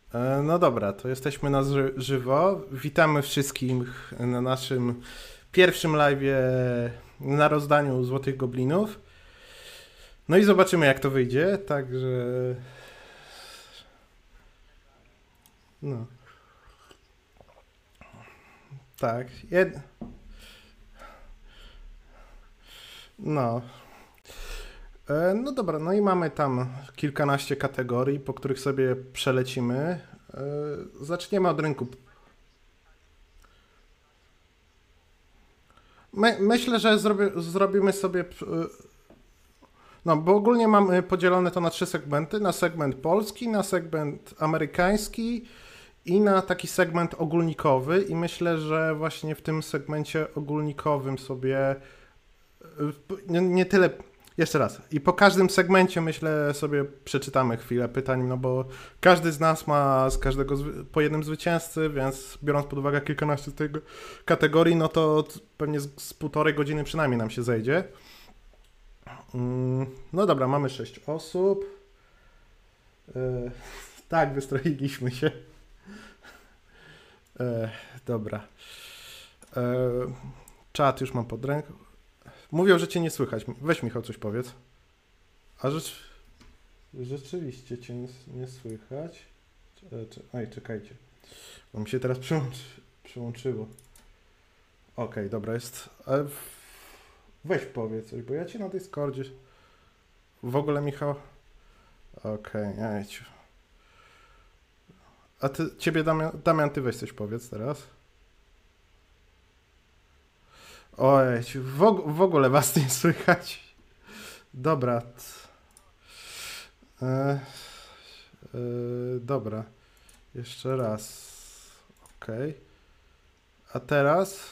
No dobra, to jesteśmy na żywo. Witamy wszystkich na naszym pierwszym live'ie na rozdaniu Złotych Goblinów. No i zobaczymy, jak to wyjdzie, także... No. Tak. No. No dobra, no i mamy tam kilkanaście kategorii, po których sobie przelecimy. Zaczniemy od rynku. Myślę, że zrobimy sobie... No, bo ogólnie mamy podzielone to na 3 segmenty. Na segment polski, na segment amerykański i na taki segment ogólnikowy. I myślę, że właśnie w tym segmencie ogólnikowym sobie nie tyle... Jeszcze raz. I po każdym segmencie, myślę, sobie przeczytamy chwilę pytań, no bo każdy z nas ma z każdego po jednym zwycięzcy, więc biorąc pod uwagę kilkanaście z tej kategorii, no to pewnie z 1,5 godziny przynajmniej nam się zejdzie. No dobra, mamy 6 osób. Tak, wystroiliśmy się. Dobra. Czat już mam pod ręką. Mówią, że cię nie słychać. Weź, Michał, coś powiedz. A rzeczywiście cię nie słychać. Oj, czekajcie. Bo mi się teraz przyłączyło. Okej, dobra, jest. Weź powiedz coś, bo ja cię na Discordzie... W ogóle, Michał? Okej, jajciu. A ciebie, Damian, ty weź coś powiedz teraz. Ojej, w ogóle was nie słychać. Dobra. Dobra. Jeszcze raz. Okej. A teraz?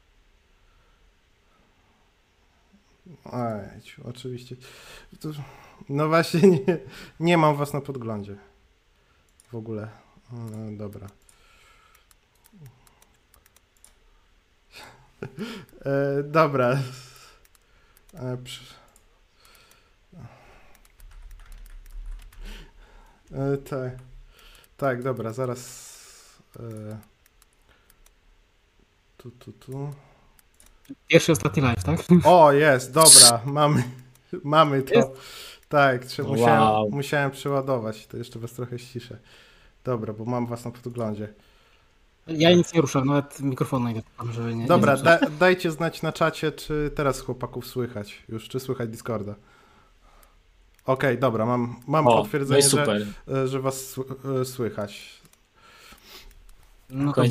Ojej, oczywiście. No właśnie, nie mam was na podglądzie. W ogóle. Dobra. Dobra. Tak, dobra, zaraz. Tu. Pierwszy, ostatni live, tak? O, jest, dobra, mamy to. Jest? Tak, musiałem przeładować, to jeszcze was trochę ściszę. Dobra, bo mam was na podglądzie. Ja nic nie ruszę, nawet mikrofonu nie tam, żeby nie... Dobra, nie dajcie znać na czacie, czy teraz chłopaków słychać już, czy słychać Discorda. Okej, dobra, mam potwierdzenie, no super. że was słychać. No to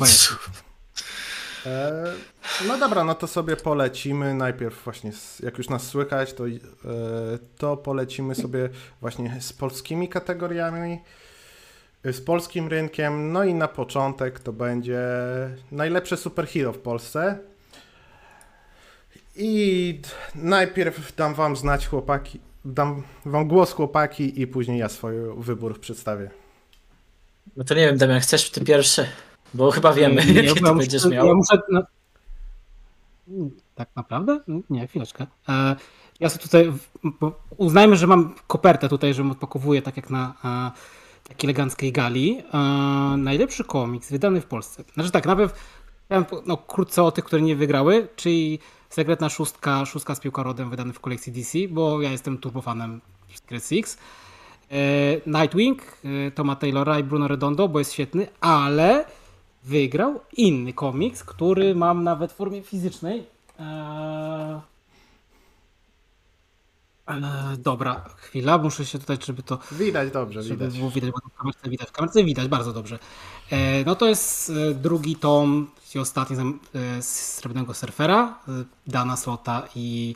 No dobra, no to sobie polecimy. Najpierw właśnie, jak już nas słychać, to polecimy sobie właśnie z polskimi kategoriami, z polskim rynkiem. No i na początek to będzie najlepsze superhero w Polsce. I najpierw dam wam znać, chłopaki, dam wam głos, chłopaki, i później ja swój wybór przedstawię. No to nie wiem, Damian, chcesz ty pierwszy? Bo chyba wiemy, jakie ty będziesz miał. Ja muszę... Tak naprawdę? Nie, chwileczkę. Ja sobie tutaj... Uznajmy, że mam kopertę tutaj, że odpakowuję tak jak na takiej eleganckiej gali. Najlepszy komiks wydany w Polsce. Znaczy tak, najpierw krótce o tych, które nie wygrały, czyli Sekretna szóstka z piłkarodem wydany w kolekcji DC, bo ja jestem turbofanem Secret Six. Nightwing, Toma Taylora i Bruno Redondo, bo jest świetny, ale wygrał inny komiks, który mam nawet w formie fizycznej. Dobra, chwila, muszę się tutaj, żeby to... Widać dobrze, żeby było widać, bo w kamerce widać bardzo dobrze. No to jest drugi tom i ostatni z Srebrnego Surfera, Dana Slotta i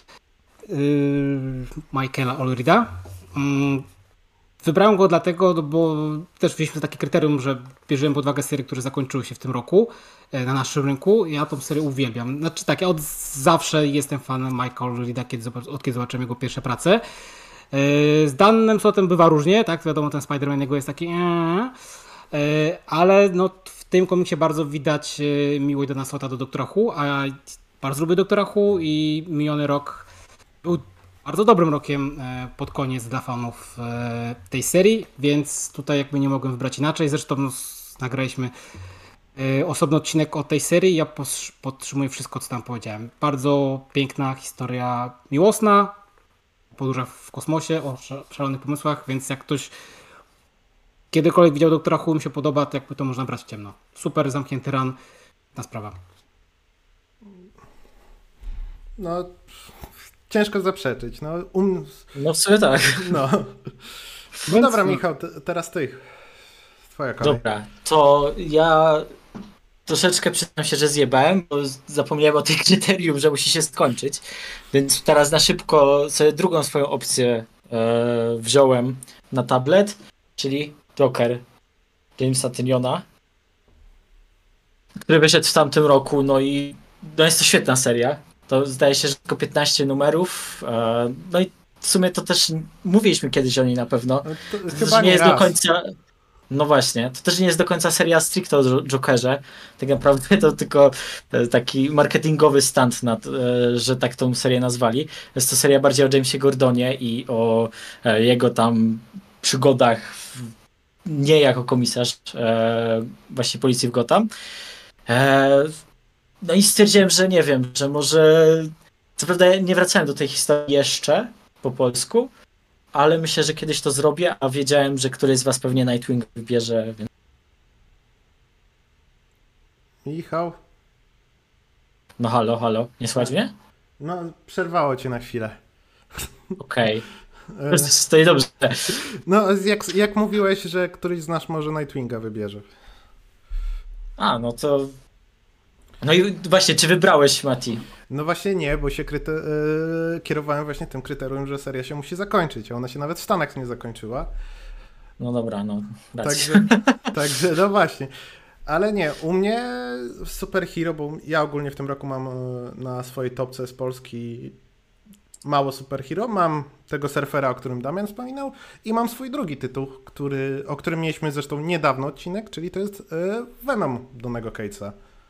Michaela Allreda. Wybrałem go dlatego, bo też wzięliśmy takie kryterium, że bierzemy pod uwagę serie, które zakończyły się w tym roku na naszym rynku. Ja tą serię uwielbiam. Znaczy tak, ja od zawsze jestem fanem Michaela Allreda, od kiedy zobaczyłem jego pierwsze prace. Z Danem Slottem bywa różnie, tak? Wiadomo, ten Spider-Man jego jest taki ale no, w tym komiksie bardzo widać miłość Dana Slotta do Doktora Who, a bardzo lubię Doktora Who i miniony rok był bardzo dobrym rokiem pod koniec dla fanów tej serii, więc tutaj jakby nie mogłem wybrać inaczej. Zresztą nagraliśmy osobny odcinek o tej serii. Ja podtrzymuję wszystko, co tam powiedziałem. Bardzo piękna historia miłosna, podróże w kosmosie, o szalonych pomysłach, więc jak ktoś kiedykolwiek widział Doktora Who, mi się podoba, to jakby to można brać w ciemno. Super zamknięty run, na sprawa. No, ciężko zaprzeczyć. No, No w sumie tak. no. Więc, Dobra, Michał, teraz ty. Twoja kolej. Dobra, to ja troszeczkę przyznam się, że zjebałem, bo zapomniałem o tym kryterium, że musi się skończyć. Więc teraz na szybko sobie drugą swoją opcję wziąłem na tablet, czyli Joker Jamesa Tyniona, który wyszedł w tamtym roku, no i no jest to świetna seria. To zdaje się, że tylko 15 numerów. No i w sumie to też mówiliśmy kiedyś o niej na pewno. To To chyba też nie nie jest raz. do końca. No właśnie, to też nie jest do końca seria stricte o Jokerze. Tak naprawdę to tylko taki marketingowy stunt, że tak tą serię nazwali. Jest to seria bardziej o Jamesie Gordonie i o jego tam przygodach, nie jako komisarz właśnie policji w Gotham. No i stwierdziłem, że nie wiem, że może. Co prawda nie wracałem do tej historii jeszcze po polsku, ale myślę, że kiedyś to zrobię, a wiedziałem, że któryś z was pewnie Nightwing wybierze, więc Michał? no halo, nie słuchać mnie? No, przerwało cię na chwilę. Okej, E, stoi dobrze. No, jak mówiłeś, że któryś z nas może Nightwinga wybierze. A, no to. No i właśnie, czy wybrałeś, Mati? No właśnie nie, bo się kierowałem właśnie tym kryterium, że seria się musi zakończyć, a ona się nawet w Stanach nie zakończyła. No dobra, no. Racja. Także no właśnie. Ale nie, u mnie superhero, bo ja ogólnie w tym roku mam na swojej topce z Polski mało superhero. Mam tego surfera, o którym Damian wspominał, i mam swój drugi tytuł, o którym mieliśmy zresztą niedawno odcinek, czyli to jest Venom Donnego Cage'a.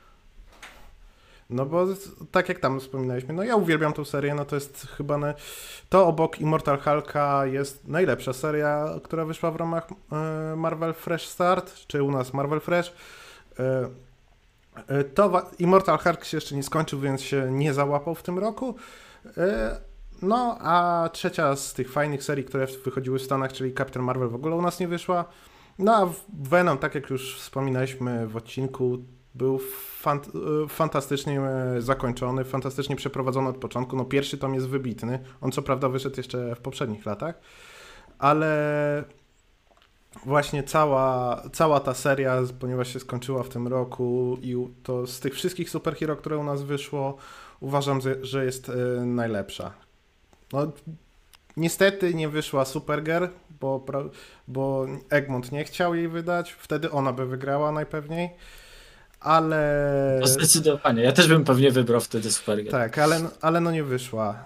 No bo tak jak tam wspominaliśmy, no ja uwielbiam tą serię, no to jest chyba to obok Immortal Hulka jest najlepsza seria, która wyszła w ramach Marvel Fresh Start, czy u nas Marvel Fresh. Immortal Hulk się jeszcze nie skończył, więc się nie załapał w tym roku. No a trzecia z tych fajnych serii, które wychodziły w Stanach, czyli Captain Marvel, w ogóle u nas nie wyszła. No a Venom, tak jak już wspominaliśmy w odcinku, był fantastycznie zakończony, fantastycznie przeprowadzony od początku. No pierwszy tom jest wybitny. On co prawda wyszedł jeszcze w poprzednich latach, ale właśnie cała ta seria, ponieważ się skończyła w tym roku i to z tych wszystkich superhero, które u nas wyszło, uważam, że jest najlepsza. No, niestety nie wyszła Supergirl, bo Egmont nie chciał jej wydać. Wtedy ona by wygrała najpewniej. Ale... No zdecydowanie, ja też bym pewnie wybrał wtedy Supergirl. Tak, ale no nie wyszła.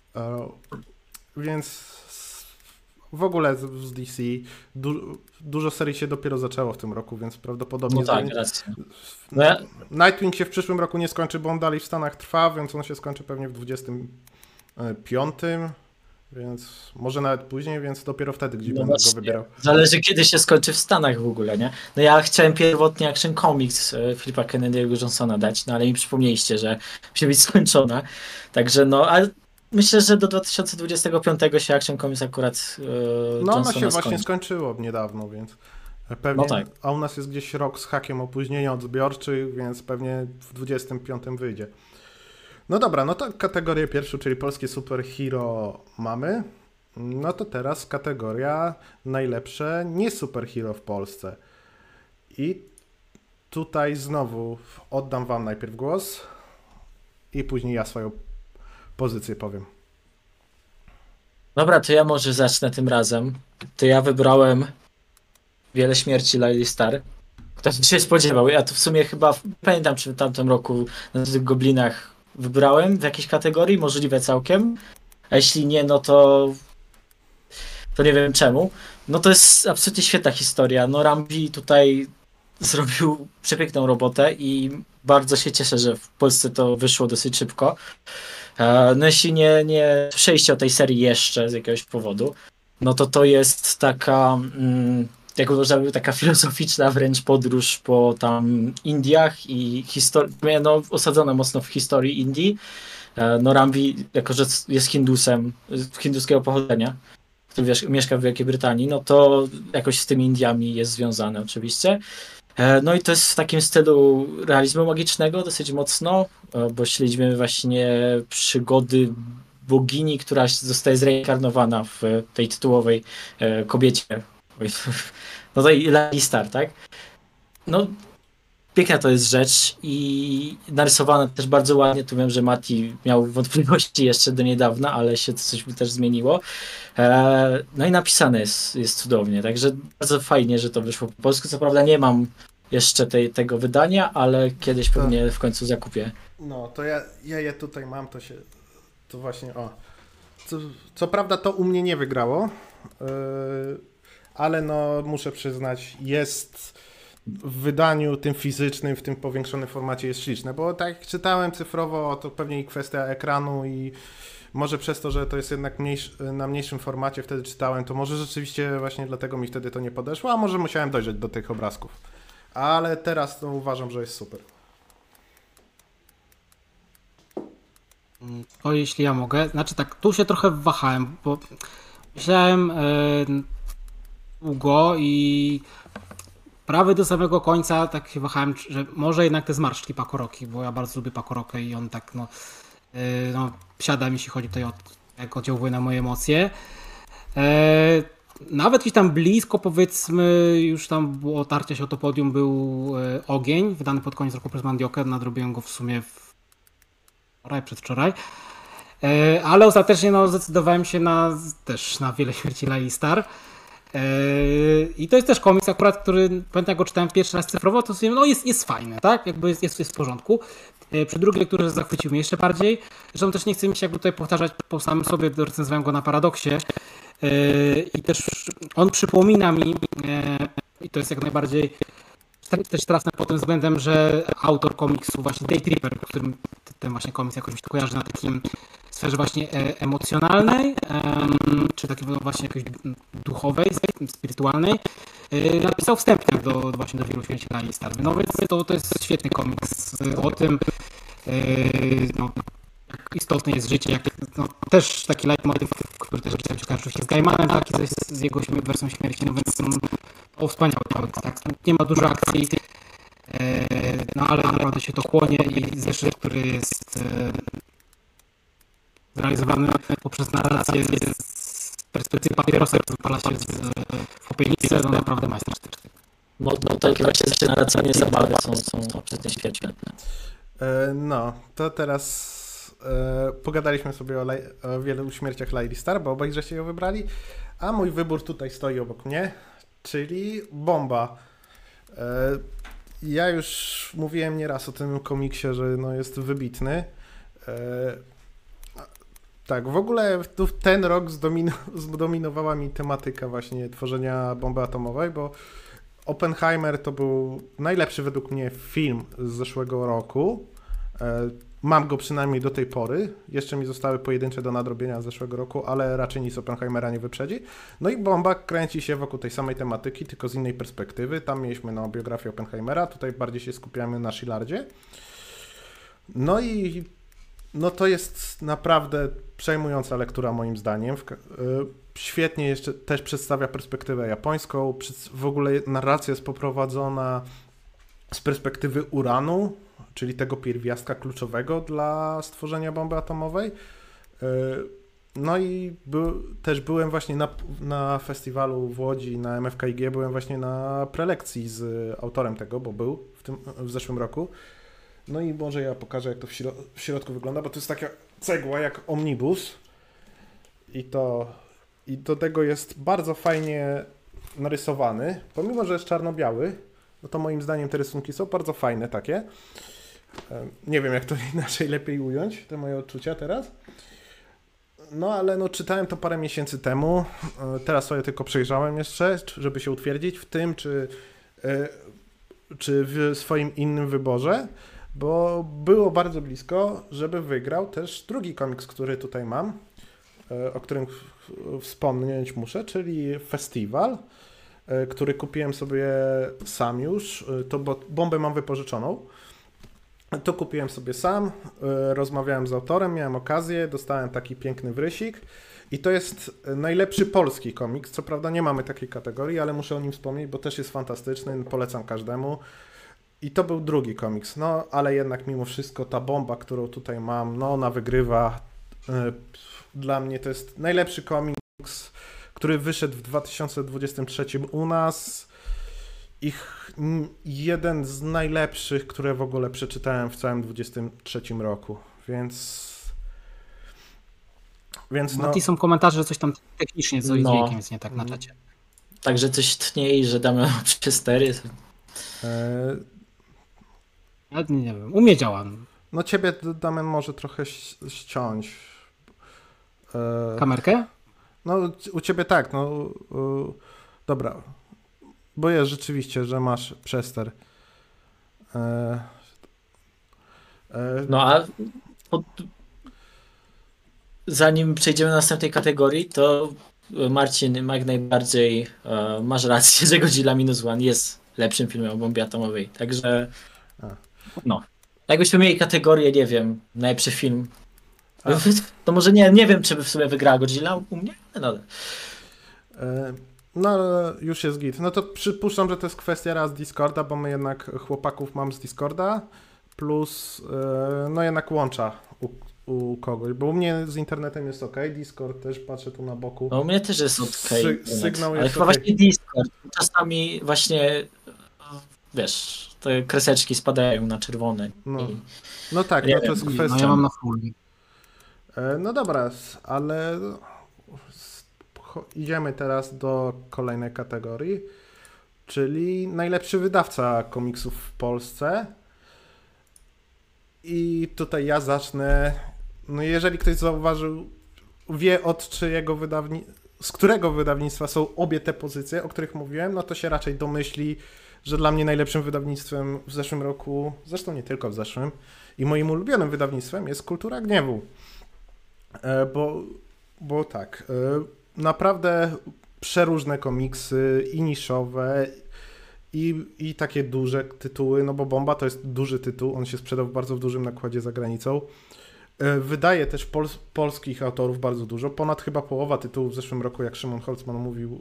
Więc w ogóle z DC dużo serii się dopiero zaczęło w tym roku, więc prawdopodobnie... No tak, racja. No Nightwing się w przyszłym roku nie skończy, bo on dalej w Stanach trwa, więc on się skończy pewnie w 25, więc może nawet później, więc dopiero wtedy gdzieś będę go wybierał. Zależy kiedy się skończy w Stanach w ogóle, nie? No ja chciałem pierwotnie Action Comics Philipa Kennedy'ego Johnsona dać, no ale mi przypomnieliście, że musi być skończona. Także no, ale myślę, że do 2025 się Action Comics akurat no ono Johnsona się właśnie skończy. skończyło niedawno, więc pewnie, No tak. a u nas jest gdzieś rok z hakiem opóźnienia odbiorczych, więc pewnie w 25 wyjdzie. No dobra, no to kategorię pierwszą, czyli polskie superhero mamy. No to teraz kategoria najlepsze nie superhero w Polsce. I tutaj znowu oddam wam najpierw głos i później ja swoją pozycję powiem. Dobra, to ja może zacznę tym razem. To ja wybrałem Wiele śmierci Lily Star. Kto się spodziewał? Ja to w sumie chyba, pamiętam czy w tamtym roku na tych Goblinach wybrałem w jakiejś kategorii, możliwe całkiem. A jeśli nie, no to nie wiem czemu. No to jest absolutnie świetna historia. No Rambi tutaj zrobił przepiękną robotę i bardzo się cieszę, że w Polsce to wyszło dosyć szybko. No jeśli nie słyszeliście o tej serii jeszcze z jakiegoś powodu, no to jest taka, jak uważam, taka filozoficzna wręcz podróż po tam Indiach i no, osadzona mocno w historii Indii. No Ramvi, jako że jest Hindusem, hinduskiego pochodzenia, który mieszka w Wielkiej Brytanii, no to jakoś z tymi Indiami jest związany oczywiście. No i to jest w takim stylu realizmu magicznego dosyć mocno, bo śledzimy właśnie przygody bogini, która zostaje zreinkarnowana w tej tytułowej kobiecie. No to i Lady Star, tak? No piękna to jest rzecz i narysowana też bardzo ładnie. Tu wiem, że Mati miał wątpliwości jeszcze do niedawna, ale się coś też zmieniło. No i napisane jest cudownie, także bardzo fajnie, że to wyszło po polsku. Co prawda nie mam jeszcze tego wydania, ale kiedyś pewnie w końcu zakupię. No, to ja je tutaj mam, to właśnie, Co prawda to u mnie nie wygrało, ale no muszę przyznać, jest w wydaniu tym fizycznym, w tym powiększonym formacie jest śliczne, bo tak jak czytałem cyfrowo, to pewnie i kwestia ekranu i może przez to, że to jest jednak na mniejszym formacie wtedy czytałem, to może rzeczywiście właśnie dlatego mi wtedy to nie podeszło, a może musiałem dojrzeć do tych obrazków. Ale teraz to uważam, że jest super. O, jeśli ja mogę, znaczy tak, tu się trochę wahałem, bo myślałem długo i prawie do samego końca tak się wahałem, że może jednak te zmarszczki Pakoroki, bo ja bardzo lubię Pakorokę i on tak siada mi, jeśli chodzi tutaj jak oddziałuje na moje emocje. Nawet gdzieś tam blisko, powiedzmy, już tam było otarcie się o to podium, był Ogień, wydany pod koniec roku przez Mandiokę, nadrobiłem go w sumie przedwczoraj. Ale ostatecznie zdecydowałem się też na Wiele śmierci Lady Star. I to jest też komiks akurat, który pamiętam, jak go czytałem pierwszy raz cyfrowo, to sobie, jest fajny, tak? Jakby jest w porządku. Przy drugiej lekturze zachwycił mnie jeszcze bardziej. Zresztą też nie chcę mi się jakby tutaj powtarzać po samym sobie, recenzowałem go na Paradoksie. I też on przypomina mi, i to jest jak najbardziej też trafne pod tym względem, że autor komiksu właśnie Day Tripper, którym ten właśnie komiks jakoś mi się kojarzy na takim sferze właśnie emocjonalnej, czy takiej właśnie jakiejś duchowej, spirytualnej, napisał wstępniak właśnie do Wielu śmierci Lady Star. No więc to jest świetny komiks o tym, jak istotne jest życie, jak też taki leitmotiv, który też chciałem się oczywiście z Gaimanem, taki z jego wersją śmierci, no więc wspaniały komiks, tak? Nie ma dużo akcji, ale naprawdę się to chłonie i zeszyt, który jest zrealizowany poprzez narrację z perspektywy papierosa, który wypala się w popielnicy, no naprawdę majstersztyk. No takie właśnie zeszyty narracyjne zabawy są absolutnie świetne. No, to teraz pogadaliśmy sobie o wielu śmierciach Lady Star, bo obaj żeście ją wybrali, a mój wybór tutaj stoi obok mnie, czyli Bomba. Ja już mówiłem nieraz o tym komiksie, że jest wybitny. Tak, w ogóle ten rok zdominowała mi tematyka właśnie tworzenia bomby atomowej, bo Oppenheimer to był najlepszy według mnie film z zeszłego roku. Mam go przynajmniej do tej pory. Jeszcze mi zostały pojedyncze do nadrobienia z zeszłego roku, ale raczej nic Oppenheimera nie wyprzedzi. No i Bomba kręci się wokół tej samej tematyki, tylko z innej perspektywy. Tam mieliśmy biografię Oppenheimera, tutaj bardziej się skupiamy na Szylardzie. No i to jest naprawdę przejmująca lektura moim zdaniem. Świetnie jeszcze też przedstawia perspektywę japońską. W ogóle narracja jest poprowadzona z perspektywy uranu, czyli tego pierwiastka kluczowego dla stworzenia bomby atomowej. No i też byłem właśnie na festiwalu w Łodzi, na MFKiG, byłem właśnie na prelekcji z autorem tego, bo był w zeszłym roku. No i może ja pokażę, jak to w środku wygląda, bo to jest taka cegła jak omnibus i do tego jest bardzo fajnie narysowany, pomimo że jest czarno-biały, no to moim zdaniem te rysunki są bardzo fajne takie. Nie wiem, jak to inaczej lepiej ująć, te moje odczucia teraz. No ale czytałem to parę miesięcy temu, teraz sobie tylko przejrzałem jeszcze, żeby się utwierdzić w tym, czy w swoim innym wyborze, bo było bardzo blisko, żeby wygrał też drugi komiks, który tutaj mam, o którym wspomnieć muszę, czyli Festiwal, który kupiłem sobie sam już, to bombę mam wypożyczoną. To kupiłem sobie sam, rozmawiałem z autorem, miałem okazję, dostałem taki piękny wrysik i to jest najlepszy polski komiks. Co prawda nie mamy takiej kategorii, ale muszę o nim wspomnieć, bo też jest fantastyczny, polecam każdemu. I to był drugi komiks, no ale jednak mimo wszystko ta bomba, którą tutaj mam, no ona wygrywa. Dla mnie to jest najlepszy komiks, który wyszedł w 2023 u nas. Jeden z najlepszych, które w ogóle przeczytałem w całym 2023 roku, więc no... I są komentarze, że coś tam technicznie z No. dźwiękiem jest nie tak na czacie. Także coś tnie i że damy przez 4. Ja nie wiem, u mnie działa. No ciebie, Damian, może trochę ściąć. Kamerkę? No u ciebie tak, no dobra. Bo jest rzeczywiście, że masz przester. No a zanim przejdziemy do następnej kategorii, to Marcin, jak najbardziej masz rację, że Godzilla Minus One jest lepszym filmem o bombie atomowej. Także no. Jakbyśmy mieli kategorię, nie wiem, najlepszy film, to może nie wiem, czy by w sumie wygrała Godzilla u mnie? No. No ale już jest git. No to przypuszczam, że to jest kwestia raz Discorda, bo my jednak chłopaków mam z Discorda, plus no jednak łącza u kogoś, bo u mnie z internetem jest ok, Discord też patrzę tu na boku. No u mnie też jest ok. Sygnał ale jest chyba okay. właśnie Discord. Czasami właśnie, wiesz, te kreseczki spadają na czerwone. No tak, no to jest kwestia. No ja mam na full. No dobra, ale idziemy teraz do kolejnej kategorii, czyli najlepszy wydawca komiksów w Polsce. I tutaj ja zacznę. No jeżeli ktoś zauważył, wie z którego wydawnictwa są obie te pozycje, o których mówiłem, no to się raczej domyśli, że dla mnie najlepszym wydawnictwem w zeszłym roku, zresztą nie tylko w zeszłym, i moim ulubionym wydawnictwem jest Kultura Gniewu. Bo tak, naprawdę przeróżne komiksy i niszowe, i takie duże tytuły, no bo Bomba to jest duży tytuł, on się sprzedał w bardzo dużym nakładzie za granicą. Wydaje też polskich autorów bardzo dużo, ponad chyba połowa tytułów w zeszłym roku, jak Szymon Holzman mówił,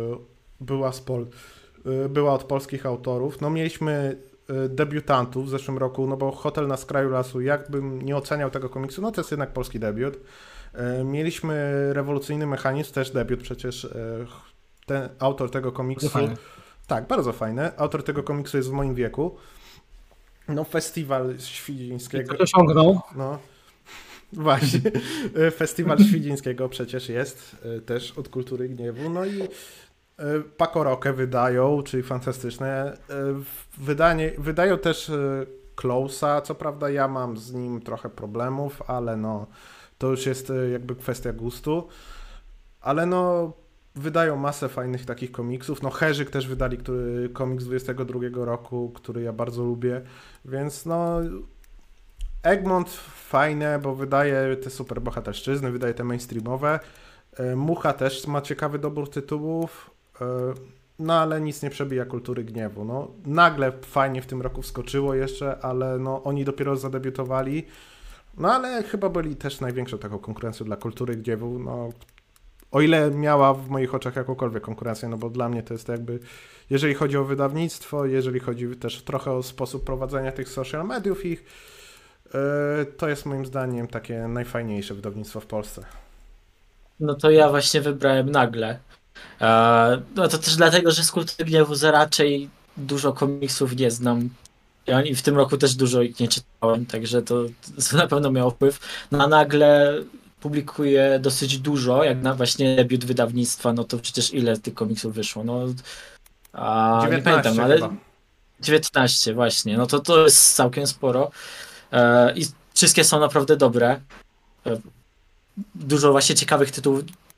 była od polskich autorów. No mieliśmy debiutantów w zeszłym roku, no bo Hotel na skraju lasu, jakbym nie oceniał tego komiksu, no to jest jednak polski debiut. Mieliśmy Rewolucyjny mechanizm, też debiut przecież, ten autor tego komiksu. Tak, bardzo fajne. Autor tego komiksu jest w moim wieku. No, Festiwal Świdzińskiego. Ktoś osiągnął. No, właśnie. Festiwal Świdzińskiego przecież jest też od Kultury Gniewu. No i Paco Roque wydają, czyli fantastyczne. Wydają też Close'a. Co prawda ja mam z nim trochę problemów, ale no to już jest jakby kwestia gustu. Ale no wydają masę fajnych takich komiksów. No Herzyk też wydali komiks 22 roku, który ja bardzo lubię, więc no Egmont fajne, bo wydaje te superbohaterszczyzny, wydaje te mainstreamowe. Mucha też ma ciekawy dobór tytułów, no ale nic nie przebija Kultury Gniewu. No, nagle fajnie w tym roku wskoczyło jeszcze, ale no oni dopiero zadebiutowali. No ale chyba byli też największą taką konkurencją dla Kultury Gniewu. No, o ile miała w moich oczach jakąkolwiek konkurencję, no bo dla mnie to jest jakby, jeżeli chodzi o wydawnictwo, jeżeli chodzi też trochę o sposób prowadzenia tych social mediów ich, to jest moim zdaniem takie najfajniejsze wydawnictwo w Polsce. No to ja właśnie wybrałem Nagle. No to też dlatego, że z Kultury Gniewu za raczej dużo komiksów nie znam. I w tym roku też dużo ich nie czytałem, także to na pewno miało wpływ. Na Nagle publikuje dosyć dużo, jak na właśnie debiut wydawnictwa, no to przecież ile tych komiksów wyszło? No, 19 nie pamiętam, ale chyba. 19 właśnie, no to jest całkiem sporo. I wszystkie są naprawdę dobre. Dużo właśnie ciekawych tytułów.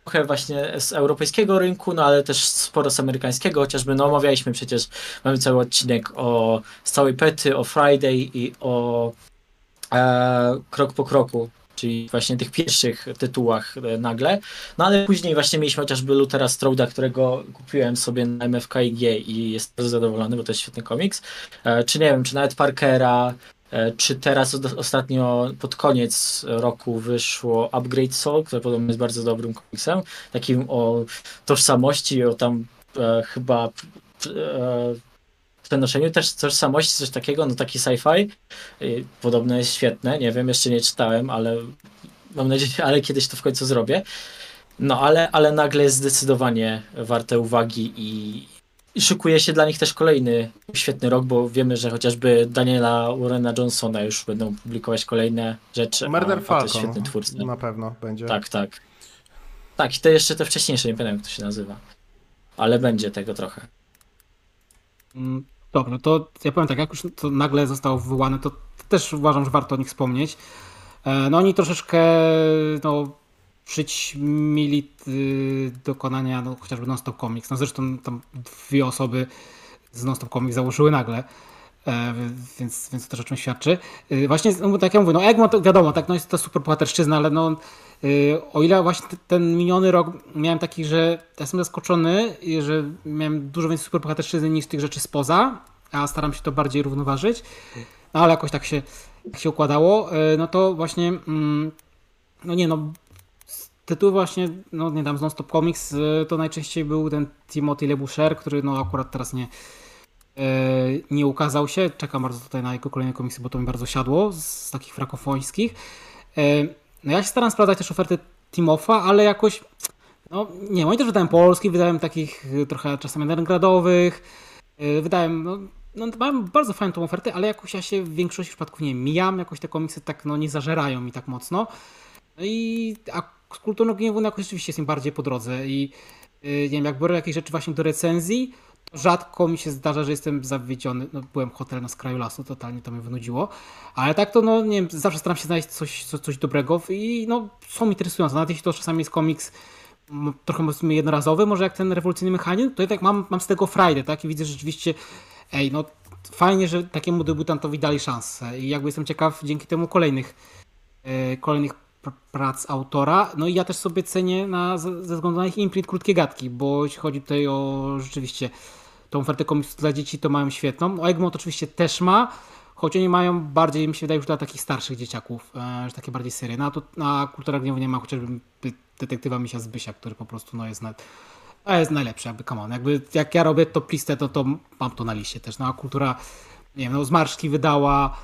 trochę właśnie z europejskiego rynku, no ale też sporo z amerykańskiego, chociażby no omawialiśmy przecież, mamy cały odcinek z całej Pety, o Friday i o Krok po kroku, czyli właśnie tych pierwszych tytułach nagle. No ale później właśnie mieliśmy chociażby Luthera Stroda, którego kupiłem sobie na MFKIG i jest bardzo zadowolony, bo to jest świetny komiks. Czy nie wiem, czy nawet Parkera, czy teraz ostatnio pod koniec roku wyszło Upgrade Soul, które podobno jest bardzo dobrym komiksem, takim o tożsamości, o tam chyba przenoszeniu też tożsamości, coś takiego, no taki sci-fi. Podobno jest świetne, nie wiem, jeszcze nie czytałem, ale mam nadzieję, ale kiedyś to w końcu zrobię. No ale nagle jest zdecydowanie warte uwagi i szykuje się dla nich też kolejny świetny rok, bo wiemy, że chociażby Daniela Warrena Johnsona już będą publikować kolejne rzeczy. Murder To Falcon jest świetny twórca. na pewno będzie. Tak, tak. Tak, i to jeszcze te wcześniejsze, nie pamiętam jak to się nazywa. Ale będzie tego trochę. Dobrze, to ja powiem tak, jak już to nagle zostało wywołane, to też uważam, że warto o nich wspomnieć. No oni troszeczkę przyćmili dokonania chociażby Non-Stop Comics. No zresztą tam 2 osoby z Non-Stop Comics założyły nagle, więc to też o czym świadczy. Właśnie, no, tak jak mówię, no Egmont to wiadomo, tak, no jest to super bohaterszczyzna, ale no o ile właśnie ten miniony rok miałem taki, że ja jestem zaskoczony, że miałem dużo więcej super bohaterszczyzny niż tych rzeczy spoza, a staram się to bardziej równoważyć, no ale jakoś tak się układało, no to właśnie tytuły właśnie, no nie dam z Non-Stop Comics, to najczęściej był ten Timothy Le Boucher, który no akurat teraz nie ukazał się. Czekam bardzo tutaj na jego kolejne komiksy, bo to mi bardzo siadło z takich frankofońskich. No ja się staram sprawdzać też oferty Timofa, ale jakoś, no nie wiem, oni też wydają polskich, wydają takich trochę czasami undergroundowych, wydają, no mają bardzo fajną tą ofertę, ale jakoś ja się w większości przypadków nie mijam, jakoś te komiksy tak nie zażerają mi tak mocno. No a z Kulturą Gniewu jakoś rzeczywiście jest mi bardziej po drodze i nie wiem, jak biorę jakieś rzeczy właśnie do recenzji, to rzadko mi się zdarza, że jestem zawiedziony. No, byłem hotel na skraju lasu, totalnie to mnie wynudziło, ale tak to no nie wiem, zawsze staram się znaleźć coś dobrego i no są interesujące, nawet jeśli to czasami jest komiks trochę jednorazowy, może jak ten rewolucyjny mechanizm, to ja tak mam z tego frajdę, tak, i widzę, że rzeczywiście no fajnie, że takiemu debiutantowi dali szansę i jakby jestem ciekaw dzięki temu kolejnych prac autora. No i ja też sobie cenię ze względu na ich imprint krótkie gadki, bo jeśli chodzi tutaj o rzeczywiście tą ofertę komiksów dla dzieci, to mają świetną. Egmont oczywiście też ma, choć oni mają bardziej, mi się wydaje, już dla takich starszych dzieciaków, że takie bardziej serie. No a tu na Kultura Gniewu nie ma chociażby detektywa Misia Zbysia, który po prostu jest najlepszy, jakby come on. Jakby jak ja robię top listę, to mam to na liście też. No a Kultura, nie wiem, Zmarszczki wydała,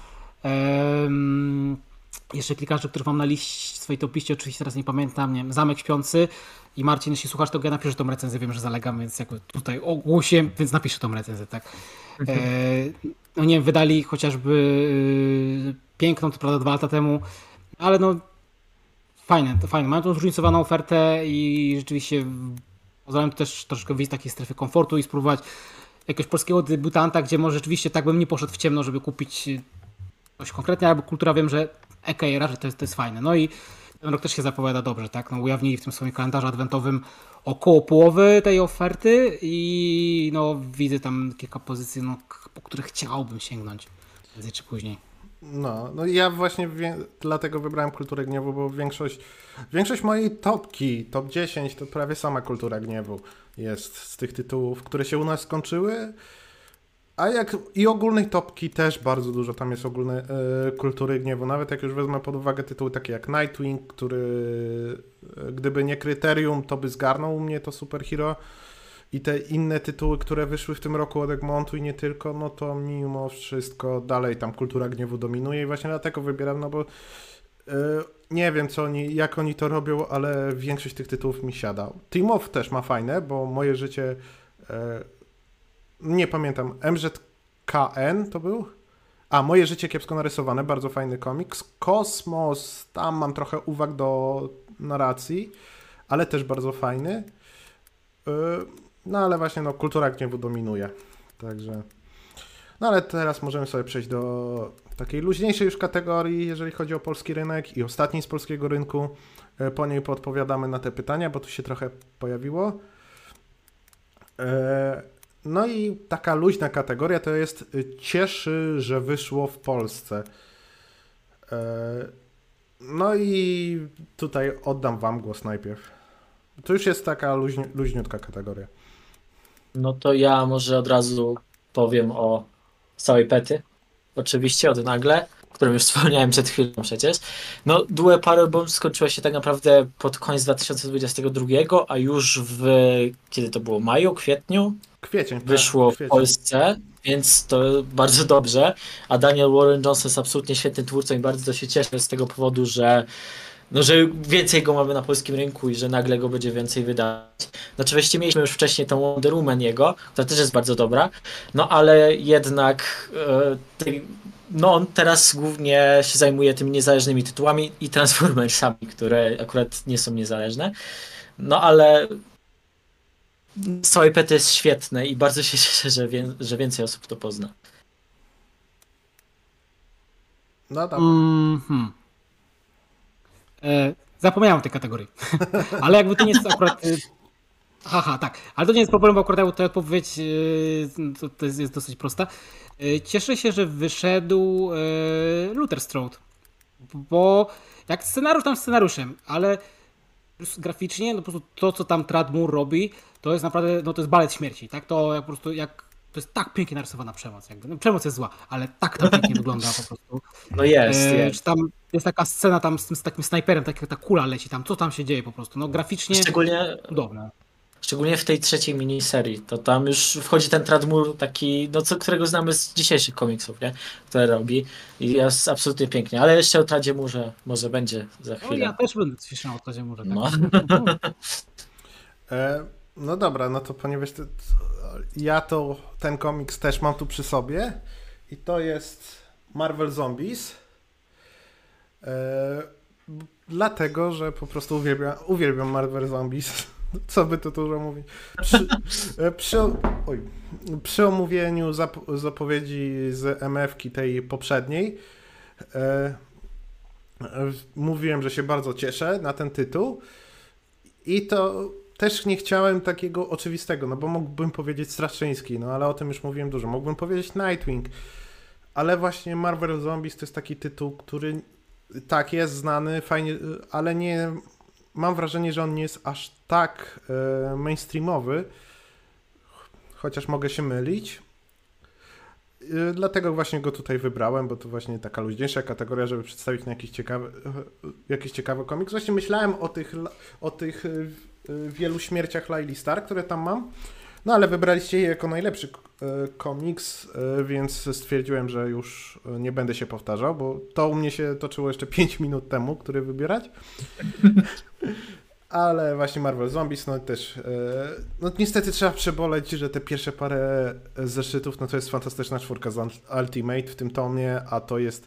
jeszcze kilka, których mam na swojej top liście, oczywiście teraz nie pamiętam, nie wiem, Zamek Śpiący i Marcin, jeśli słuchasz, to ja napiszę tą recenzję, wiem, że zalegam, więc jakby tutaj ogłosiłem, więc napiszę tą recenzję, tak. No nie wiem, wydali chociażby Piękną, to prawda 2 lata temu, ale no fajne, mają tą zróżnicowaną ofertę i rzeczywiście pozwalam też troszkę wyjść z takiej strefy komfortu i spróbować jakiegoś polskiego debiutanta, gdzie może rzeczywiście tak bym nie poszedł w ciemno, żeby kupić coś konkretnie, albo Kultura wiem, że raczej to jest fajne. No i ten rok też się zapowiada dobrze, tak? No ujawnili w tym swoim kalendarzu adwentowym około połowy tej oferty i no widzę tam kilka pozycji, po których chciałbym sięgnąć prędzej czy później. No ja właśnie dlatego wybrałem Kulturę Gniewu, bo większość mojej topki, top 10 to prawie sama Kultura Gniewu jest z tych tytułów, które się u nas skończyły. I ogólnej topki też bardzo dużo tam jest ogólnej Kultury Gniewu. Nawet jak już wezmę pod uwagę tytuły takie jak Nightwing, który gdyby nie Kryterium, to by zgarnął u mnie to superhero. I te inne tytuły, które wyszły w tym roku od Egmontu i nie tylko, no to mimo wszystko dalej tam Kultura Gniewu dominuje i właśnie dlatego wybieram, no bo nie wiem jak oni to robią, ale większość tych tytułów mi siada. Team Off też ma fajne, bo Moje życie... nie pamiętam, MZKN to był? Moje życie kiepsko narysowane, bardzo fajny komiks. Kosmos, tam mam trochę uwag do narracji, ale też bardzo fajny. No ale właśnie Kultura Gniewu dominuje. Także. No ale teraz możemy sobie przejść do takiej luźniejszej już kategorii, jeżeli chodzi o polski rynek i ostatniej z polskiego rynku. Po niej podpowiadamy na te pytania, bo tu się trochę pojawiło. No i taka luźna kategoria to jest cieszy, że wyszło w Polsce. No i tutaj oddam wam głos najpierw. To już jest taka luźniutka kategoria. No to ja może od razu powiem o całej pety. Oczywiście od nagle, o którym już wspomniałem przed chwilą przecież. No Due Parabellum skończyło się tak naprawdę pod koniec 2022, a już kiedy to było? Maju, kwietniu? Kwiecień. Wyszło w Polsce, więc to bardzo dobrze. A Daniel Warren Johnson jest absolutnie świetnym twórcą i bardzo się cieszę z tego powodu, że więcej go mamy na polskim rynku i że nagle go będzie więcej wydawać. No oczywiście mieliśmy już wcześniej tą Wonder Woman jego, która też jest bardzo dobra, no ale jednak on teraz głównie się zajmuje tymi niezależnymi tytułami i Transformersami, które akurat nie są niezależne. No ale z całej pety jest świetne i bardzo się cieszę, że więcej osób to pozna. No dobra. Zapomniałem o tej kategorii. Ale jakby to nie jest akurat... tak. Ale to nie jest problem, bo akurat ta odpowiedź to jest dosyć prosta. Cieszę się, że wyszedł Luther Strode. Bo jak scenariusz tam scenariuszem, ale graficznie no po prostu to, co tam Tradmur robi, to jest naprawdę, no to jest balet śmierci. Tak? To jest tak pięknie narysowana przemoc. Jakby. No, przemoc jest zła, ale tak tam pięknie wygląda po prostu. No jest. Tam jest taka scena tam z takim snajperem, tak jak ta kula leci tam, co tam się dzieje po prostu. No graficznie cudowne. Szczególnie w tej trzeciej miniserii, to tam już wchodzi ten Tradmur taki, którego znamy z dzisiejszych komiksów, nie? Które robi i jest absolutnie pięknie, ale jeszcze o Tradmurze może będzie za chwilę. No ja też będę coś o Tradmurze. Tak? No. No dobra, no to ponieważ ja ten komiks też mam tu przy sobie i to jest Marvel Zombies, dlatego, że po prostu uwielbiam Marvel Zombies. Co by tu dużo mówić. Przy omówieniu zapowiedzi z MF-ki tej poprzedniej mówiłem, że się bardzo cieszę na ten tytuł i to też nie chciałem takiego oczywistego, no bo mógłbym powiedzieć Straszyński, no ale o tym już mówiłem dużo. Mógłbym powiedzieć Nightwing, ale właśnie Marvel Zombies to jest taki tytuł, który tak jest znany, fajnie, ale nie... Mam wrażenie, że on nie jest aż tak mainstreamowy, chociaż mogę się mylić. Dlatego właśnie go tutaj wybrałem, bo to właśnie taka luźniejsza kategoria, żeby przedstawić na jakiś ciekawy komiks. Właśnie myślałem o tych wielu śmierciach Laili Starr, które tam mam, no ale wybraliście je jako najlepszy komiks, więc stwierdziłem, że już nie będę się powtarzał, bo to u mnie się toczyło jeszcze 5 minut temu, który wybierać. Ale właśnie Marvel Zombies, no też, no niestety trzeba przeboleć, że te pierwsze parę zeszytów, no to jest fantastyczna czwórka z Ultimate w tym tomie, a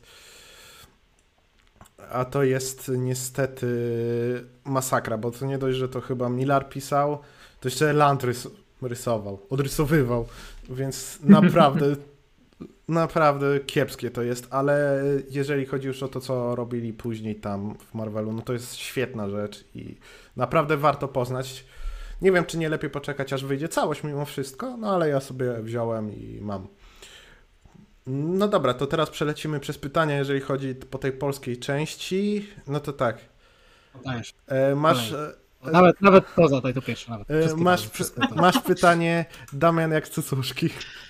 to jest niestety masakra, bo to nie dość, że to chyba Millar pisał, to jeszcze Land odrysowywał, więc naprawdę kiepskie to jest, ale jeżeli chodzi już o to, co robili później tam w Marvelu, no to jest świetna rzecz i naprawdę warto poznać. Nie wiem, czy nie lepiej poczekać, aż wyjdzie całość mimo wszystko, no ale ja sobie wziąłem i mam. No dobra, to teraz przelecimy przez pytania, jeżeli chodzi po tej polskiej części. No to tak. Masz... Nawet poza to pierwsze. Nawet. Masz pytanie, Damian, jak cucuszki.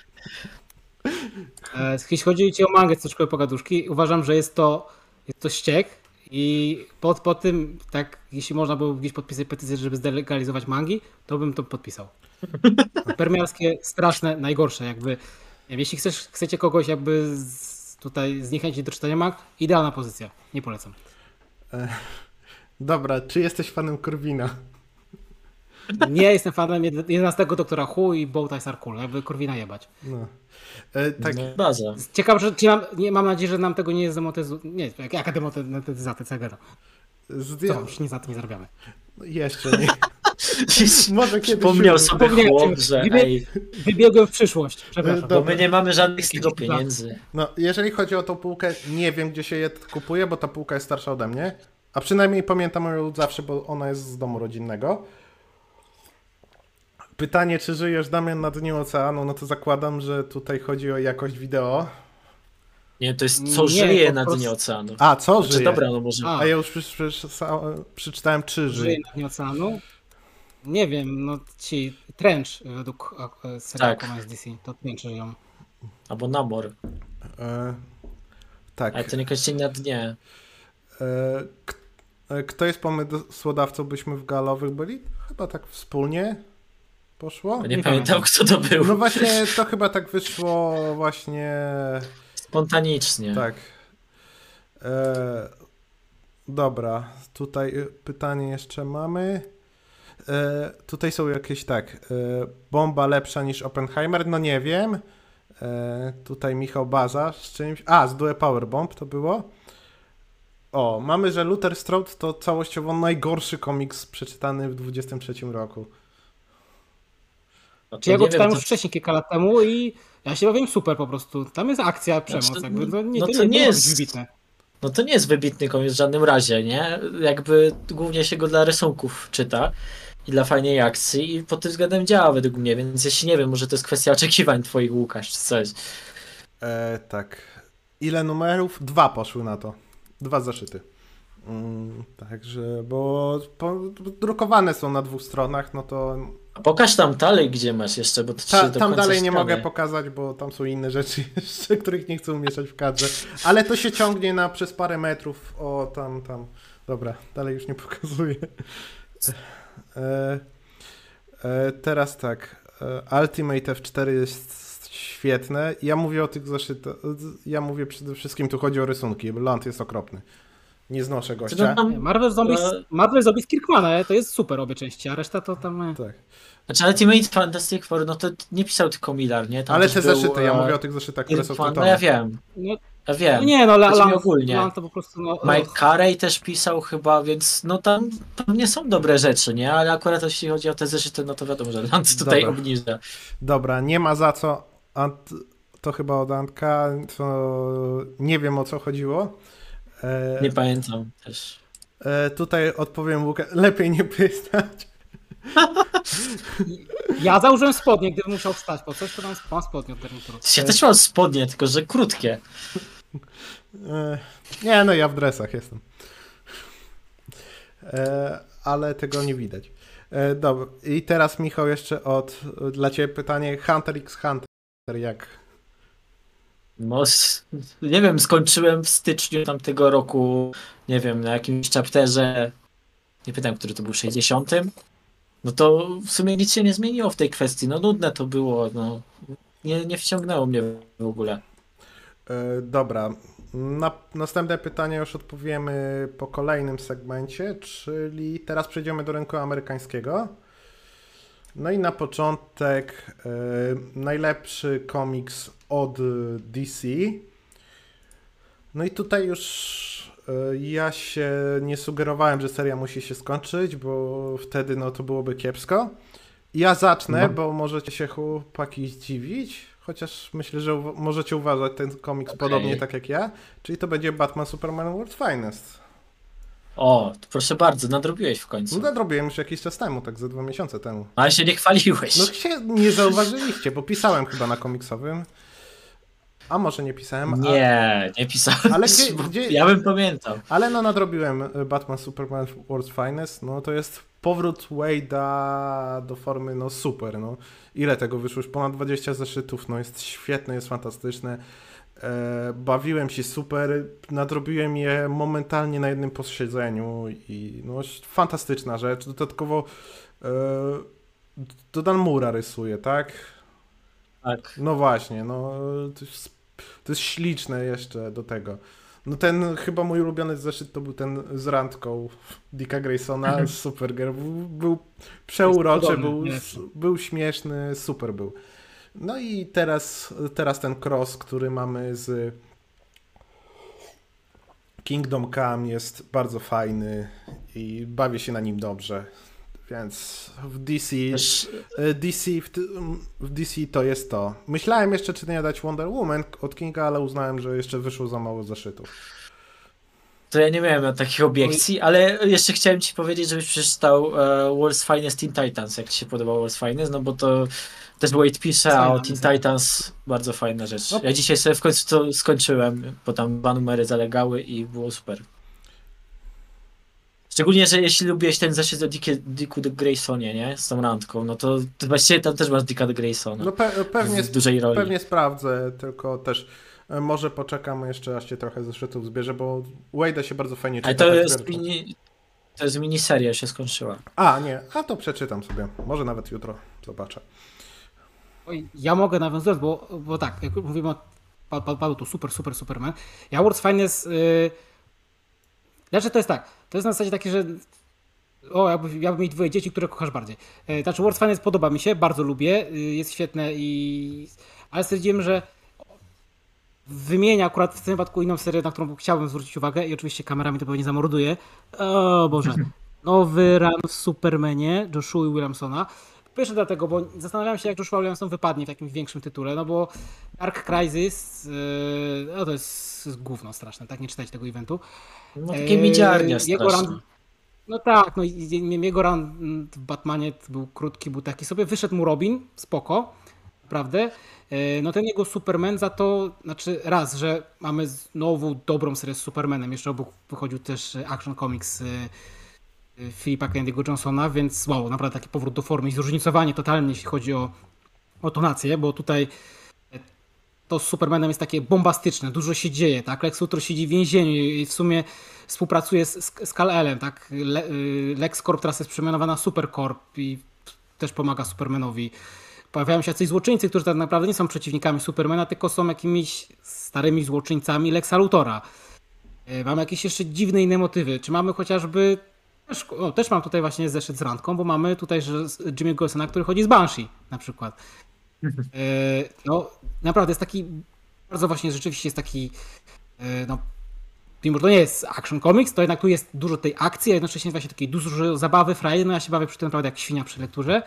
Jeśli chodzi ci o mangę Cuczkowe Pogaduszki, uważam, że jest to ściek i po tym, tak, jeśli można było gdzieś podpisać petycję, żeby zdelegalizować mangi, to bym to podpisał. Permiarskie, straszne, najgorsze, jakby. Nie wiem, jeśli chcecie kogoś jakby tutaj zniechęcić do czytania mang, idealna pozycja. Nie polecam. Dobra, czy jesteś fanem Korwina? Nie jestem fanem 11 Doktora Who i Bowties are cool, jakby Korwina jebać. No. Tak. Baza. Ciekawe, że mam nadzieję, że nam tego nie jest demonetyzowane. Nie, jaka demonetyzacja, co ja gadam. Co, już nic na tym nie zarabiamy. Jeszcze nie. Może kiedyś Przypomniał uda. sobie chłop, że ej, Wybiegłem w przyszłość, przepraszam. bo my nie mamy żadnych z tego pieniędzy. No, jeżeli chodzi o tą półkę, nie wiem, gdzie się je kupuje, bo ta półka jest starsza ode mnie. A przynajmniej pamiętam ją zawsze, bo ona jest z domu rodzinnego. Pytanie, czy żyjesz, Damian, na dnie oceanu? No to zakładam, że tutaj chodzi o jakość wideo. Nie, to jest co Nie, żyje po na prostu- dnie oceanu. A, co Znaczy, żyje? dobra, no może. A ja już przeczytałem, czy Żyje żyje. na dnie oceanu? Nie wiem, no ci Trench według serialu Tak. Comics DC, to Trench żyją. Albo Namor. Tak. Ale to niekoniecznie na dnie. Kto jest pomysłodawcą, byśmy w Galowych byli? Chyba tak wspólnie poszło. Nie Nie pamiętam, pamiętam. kto to był. No właśnie, to chyba tak wyszło właśnie... Spontanicznie. Tak. Dobra, tutaj pytanie jeszcze mamy. Tutaj są jakieś bomba lepsza niż Oppenheimer? No nie wiem. Tutaj Michał Baza z czymś. Z Due Power Bomb to było. O, mamy, że Luther Strode to całościowo najgorszy komiks przeczytany w 23 roku. No to Czy ja nie go wiem, czytałem to- już wcześniej kilka lat temu i ja się bawiłem super po prostu. Tam jest akcja, przemoc, Znaczy, jakby. no To to nie nie jest jest- wybitne. No to nie jest wybitny komiks w żadnym razie, nie? Jakby głównie się go dla rysunków czyta i dla fajnej akcji i pod tym względem działa według mnie, więc jeśli nie wiem, może to jest kwestia oczekiwań twoich, Łukasz, czy coś. Tak. Ile numerów? 2 poszły na to. 2 zaszyty. Także, bo drukowane są na 2 stronach, no to A pokaż tam dalej, gdzie masz jeszcze, bo to ci się do tam końca dalej nie ściany. mogę pokazać, bo tam są inne rzeczy jeszcze, których nie chcę umieszczać w kadrze. Ale to się ciągnie przez parę metrów. O, tam. Dobra, dalej już nie pokazuję. Teraz tak. Ultimate F4 jest świetne. Ja mówię o tych zaszytach. Ja mówię przede wszystkim, tu chodzi o rysunki, bo Land jest okropny. Nie znoszę Czy gościa. to tam, Nie, Marvel Zombies Kirkmana to jest super obie części, a reszta to tam... Tak. znaczy Ultimate Fantastic Four, no to nie pisał tylko Miller, nie? Tam Ale też te był, zaszyty, ja mówię o tych zaszytach, które są Irfan, no skrótowe. ja wiem, No, ja wiem. no nie, no Chodzi mi Land ogólnie. to po prostu... No, Mike Carey też pisał chyba, więc no tam nie są dobre rzeczy, nie? Ale akurat jeśli chodzi o te zeszyty, no to wiadomo, że Land tutaj Dobra. obniża. Dobra, nie ma za co. To chyba od Antka, to nie wiem, o co chodziło. Nie pamiętam też. Tutaj odpowiem Łukasz, lepiej nie pytać. Ja założyłem spodnie, gdybym musiał wstać po coś, to mam spodnie od garnituru. Ja też mam spodnie, tylko że krótkie. Nie, no ja w dresach jestem. Ale tego nie widać. Dobra, i teraz Michał jeszcze dla Ciebie pytanie Hunter x Hunter, jak? No, nie wiem, skończyłem w styczniu tamtego roku, nie wiem, na jakimś chapterze, nie pytam, który to był, 60. No to w sumie nic się nie zmieniło w tej kwestii, no nudne to było, no nie wciągnęło mnie w ogóle. Dobra, na następne pytanie już odpowiemy po kolejnym segmencie, czyli teraz przejdziemy do rynku amerykańskiego. No i na początek najlepszy komiks od DC. No i tutaj już ja się nie sugerowałem, że seria musi się skończyć, bo wtedy no to byłoby kiepsko. Ja zacznę, bo możecie się chłopaki zdziwić, chociaż myślę, że możecie uważać ten komiks podobnie tak jak ja, czyli to będzie Batman Superman World's Finest. O, to proszę bardzo, nadrobiłeś w końcu. No nadrobiłem już jakiś czas temu, tak ze 2 miesiące temu. Ale się nie chwaliłeś. No się nie zauważyliście, bo pisałem chyba na komiksowym. A może nie pisałem. Nie pisałem. Ale bo gdzie- Ja bym pamiętał. Ale no nadrobiłem Batman Superman World's Finest. No to jest powrót Wade'a do formy no super. No. Ile tego wyszło? Już ponad 20 zeszytów. No jest świetne, jest fantastyczne. Bawiłem się super. Nadrobiłem je momentalnie na jednym posiedzeniu i no fantastyczna rzecz. Dodatkowo to Dan Mura rysuje, tak? Tak. No właśnie, no to jest śliczne jeszcze do tego. No ten chyba mój ulubiony zeszyt to był ten z randką Dicka Graysona, Supergirl. Był przeuroczy, Cudowny, był śmieszny, super był. No i teraz ten cross, który mamy z Kingdom Come jest bardzo fajny i bawię się na nim dobrze. Więc w DC, Też, w DC to jest to. Myślałem jeszcze, czy nie dać Wonder Woman od Kinga, ale uznałem, że jeszcze wyszło za mało zeszytów. to ja nie miałem takich obiekcji, ale jeszcze chciałem ci powiedzieć, żebyś przeczytał World's Finest Teen Titans, jak ci się podobał World's Finest, no bo to też Wade pisze, a o Teen Titans bardzo fajna rzecz. No. Ja dzisiaj sobie w końcu to skończyłem, bo tam 2 numery zalegały i było super. Szczególnie, że jeśli lubiłeś ten zeszyt o Dicku de Graysonie, nie? Z tą randką, no to właściwie tam też masz Dicka de Graysona. No w dużej roli. pewnie sprawdzę, tylko też może poczekam jeszcze, aż się trochę zeszytów zbierze, bo Wade'a się bardzo fajnie czyta. Ale to tak jest, zbiorczo. to jest miniseria, się skończyła. A to przeczytam sobie. Może nawet jutro zobaczę. Oj, ja mogę nawiązując, bo tak, jak mówimy o padł tu Superman. Ja World's Finest, znaczy to jest tak, to jest na zasadzie takie, że jakbym mieć 2 dzieci, które kochasz bardziej. Znaczy World's Finest podoba mi się, bardzo lubię, jest świetne ale stwierdziłem, że wymienia akurat w tym wypadku inną serię, na którą chciałbym zwrócić uwagę i oczywiście kamerami to pewnie zamorduje. O Boże. Nowy run w Supermanie Joshua Williamsona. Pierwsze dlatego, bo zastanawiałem się, jak Joshua Williamson wypadnie w jakimś większym tytule, no bo Dark Crisis, no to jest gówno straszne, tak, nie czytać tego eventu. No takie miedziarnia Jego straszne. run, no tak, no jego run w Batmanie był krótki, był taki sobie, wyszedł mu Robin, spoko, naprawdę. No ten jego Superman za to, znaczy raz, że mamy znowu dobrą serię z Supermanem, jeszcze obok wychodził też Action Comics Philipa Kennedy'ego Johnsona, więc wow, naprawdę taki powrót do formy i zróżnicowanie totalnie, jeśli chodzi o tonację, bo tutaj to z Supermanem jest takie bombastyczne, dużo się dzieje, tak? Lex Luthor siedzi w więzieniu i w sumie współpracuje z Kal-Elem, tak? LexCorp teraz jest przemianowana na Supercorp i też pomaga Supermanowi. Pojawiają się jacyś złoczyńcy, którzy tak naprawdę nie są przeciwnikami Supermana, tylko są jakimiś starymi złoczyńcami Lexa Luthora. Mamy jakieś jeszcze dziwne inne motywy. Czy mamy chociażby... Też mam tutaj właśnie zeszyt z randką, bo mamy tutaj że Jimmy Golsona, który chodzi z Banshee na przykład. No naprawdę jest taki... Bardzo właśnie rzeczywiście jest taki... No, mimo że to nie jest action comics, to jednak tu jest dużo tej akcji, a jednocześnie właśnie takiej dużo zabawy, frajdy. No ja się bawię przy tym naprawdę jak świnia przy lekturze.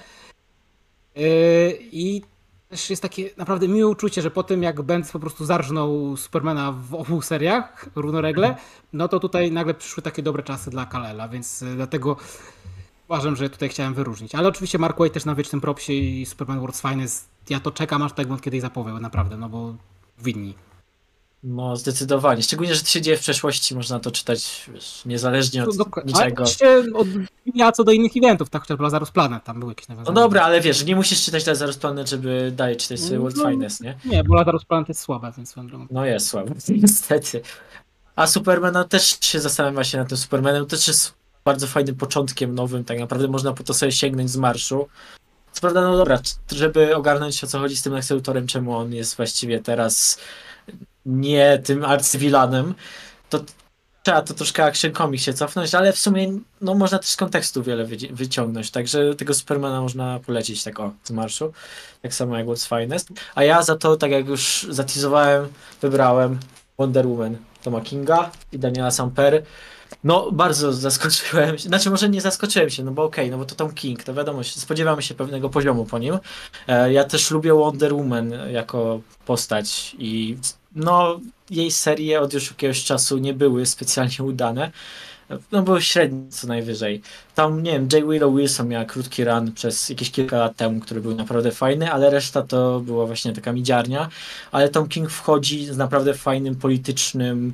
I też jest takie naprawdę miłe uczucie, że po tym jak Bendis po prostu zarżnął Supermana w obu seriach równolegle, no to tutaj nagle przyszły takie dobre czasy dla Kal-Ela, więc dlatego uważam, że tutaj chciałem wyróżnić. Ale oczywiście Mark Waid też na wiecznym propsie i Superman World's Finest, ja to czekam aż tak kiedyś zapowie, naprawdę, no bo winni. No, zdecydowanie. Szczególnie, że to się dzieje w przeszłości, można to czytać wiesz, niezależnie od niczego. Ale oczywiście odmienia co do innych eventów, tak chociażby Lazarus Planet, tam były jakieś No nawiązania. dobra, ale wiesz, nie musisz czytać Lazarus Planet, żeby dalej czytać sobie World Finest, nie? Nie, bo Lazarus Planet jest słabe, więc swoją drogą. No jest słaby, niestety. A Supermana też się zastanawiam właśnie nad tym Supermanem, to też jest bardzo fajnym początkiem nowym, tak naprawdę można po to sobie sięgnąć z marszu. Co prawda, no dobra, żeby ogarnąć o co chodzi z tym Lex Luthorem, czemu on jest właściwie teraz nie tym arcywilanem, to trzeba to troszkę Action Comics się cofnąć, ale w sumie no, można też z kontekstu wiele wyciągnąć, także tego Supermana można polecić tak z marszu, tak samo jak World's Finest. A ja za to, tak jak już zatizowałem, wybrałem Wonder Woman Toma Kinga i Daniela Sampery. No, bardzo zaskoczyłem się, znaczy może nie zaskoczyłem się, no bo okej, no bo to Tom King, to wiadomo, spodziewamy się pewnego poziomu po nim. Ja też lubię Wonder Woman jako postać i no, jej serie od już jakiegoś czasu nie były specjalnie udane. No, były średnie co najwyżej. Tam, nie wiem, J. Willow Wilson miała krótki run przez jakieś kilka lat temu, który był naprawdę fajny, ale reszta to była właśnie taka midziarnia. Ale Tom King wchodzi z naprawdę fajnym politycznym,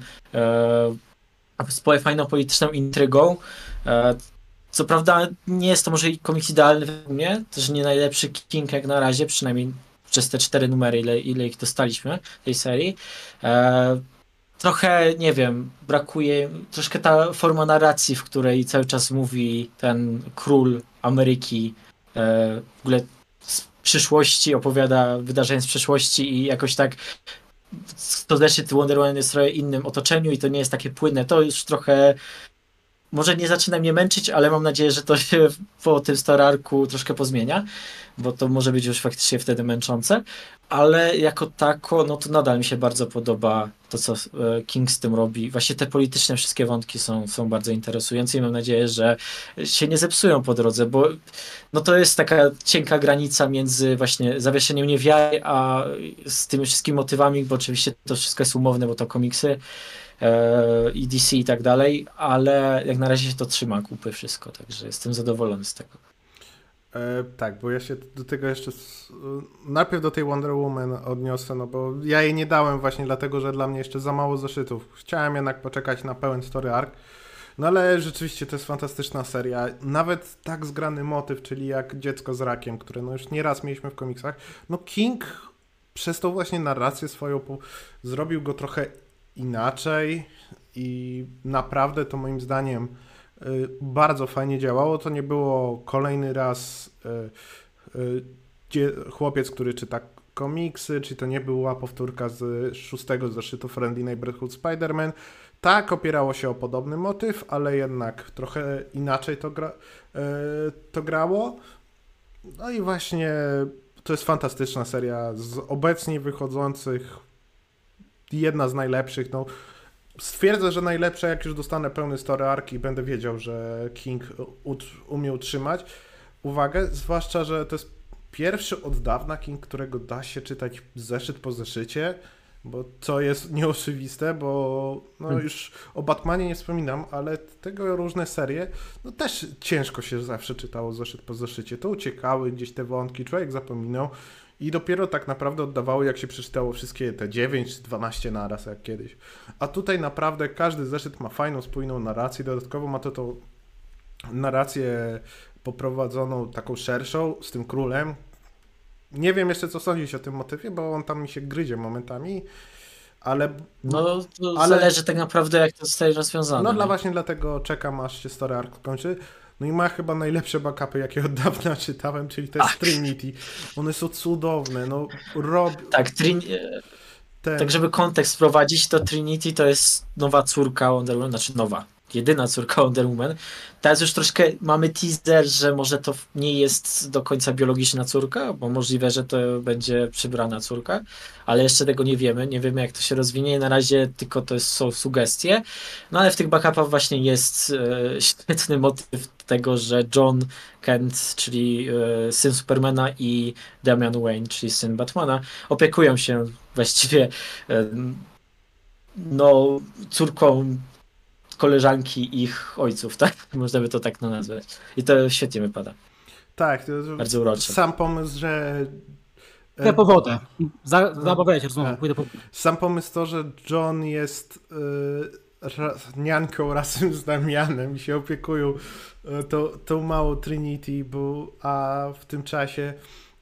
z fajną polityczną intrygą. Co prawda nie jest to może komiks idealny według mnie, też nie najlepszy King jak na razie, przynajmniej przez te 4 numery, ile ich dostaliśmy tej serii. Trochę, nie wiem, brakuje troszkę ta forma narracji, w której cały czas mówi ten król Ameryki, w ogóle z przyszłości, opowiada wydarzenia z przeszłości i jakoś tak to zeszyt Wonder Woman jest w trochę innym otoczeniu i to nie jest takie płynne. To już trochę może nie zaczyna mnie męczyć, ale mam nadzieję, że to się po tym Star Arcu troszkę pozmienia, bo to może być już faktycznie wtedy męczące, ale jako tako, no to nadal mi się bardzo podoba to co King z tym robi. Właśnie te polityczne wszystkie wątki są bardzo interesujące i mam nadzieję, że się nie zepsują po drodze, bo no to jest taka cienka granica między właśnie zawieszeniem niewiary, a z tymi wszystkimi motywami, bo oczywiście to wszystko jest umowne, bo to komiksy i DC i tak dalej, ale jak na razie się to trzyma kupy wszystko, także jestem zadowolony z tego. Tak, bo ja się do tego jeszcze najpierw do tej Wonder Woman odniosę, no bo ja jej nie dałem właśnie dlatego, że dla mnie jeszcze za mało zeszytów. Chciałem jednak poczekać na pełen story arc, no ale rzeczywiście to jest fantastyczna seria. Nawet tak zgrany motyw, czyli jak Dziecko z rakiem, które no już nieraz mieliśmy w komiksach, no King przez tą właśnie narrację swoją zrobił go trochę inaczej i naprawdę to moim zdaniem bardzo fajnie działało. To nie było kolejny raz chłopiec, który czyta komiksy, czy to nie była powtórka z 6. zeszytu Friendly Neighborhood Spider-Man. Tak, opierało się o podobny motyw, ale jednak trochę inaczej to grało. No i właśnie to jest fantastyczna seria z obecnie wychodzących, jedna z najlepszych. No, stwierdzę, że najlepsze, jak już dostanę pełny story arc i będę wiedział, że King umie utrzymać uwagę, zwłaszcza, że to jest pierwszy od dawna King, którego da się czytać zeszyt po zeszycie, bo co jest nieoczywiste, bo no już o Batmanie nie wspominam, ale tego różne serie, no też ciężko się zawsze czytało zeszyt po zeszycie. To uciekały gdzieś te wątki, człowiek zapominał i dopiero tak naprawdę oddawało, jak się przeczytało wszystkie te 9 czy 12 naraz, jak kiedyś. A tutaj naprawdę każdy zeszyt ma fajną, spójną narrację, dodatkowo ma to narrację poprowadzoną taką szerszą z tym królem. Nie wiem jeszcze, co sądzić o tym motywie, bo on tam mi się gryzie momentami, ale... No, to zależy tak naprawdę, jak to zostaje rozwiązane. No właśnie dlatego czekam, aż się story arc skończy. No i ma chyba najlepsze backupy, jakie od dawna czytałem, czyli to jest Trinity. One są cudowne, no Tak, tak żeby kontekst wprowadzić, to Trinity to jest nowa córka Wonder Woman, znaczy nowa, jedyna córka Wonder Woman. Teraz już troszkę mamy teaser, że może to nie jest do końca biologiczna córka, bo możliwe, że to będzie przybrana córka, ale jeszcze tego nie wiemy. Nie wiemy, jak to się rozwinie. Na razie tylko są sugestie. No ale w tych backupach właśnie jest świetny motyw tego, że John Kent, czyli syn Supermana, i Damian Wayne, czyli syn Batmana, opiekują się właściwie córką koleżanki ich ojców, tak? Można by to tak nazwać. I to świetnie wypada. Tak, to bardzo urocze. Sam pomysł, że... Idę po wodę. Zabawiajcie rozmowę, pójdę po... Sam pomysł to, że John jest nianką razem z Damianem i się opiekują tą małą Trinity, a w tym czasie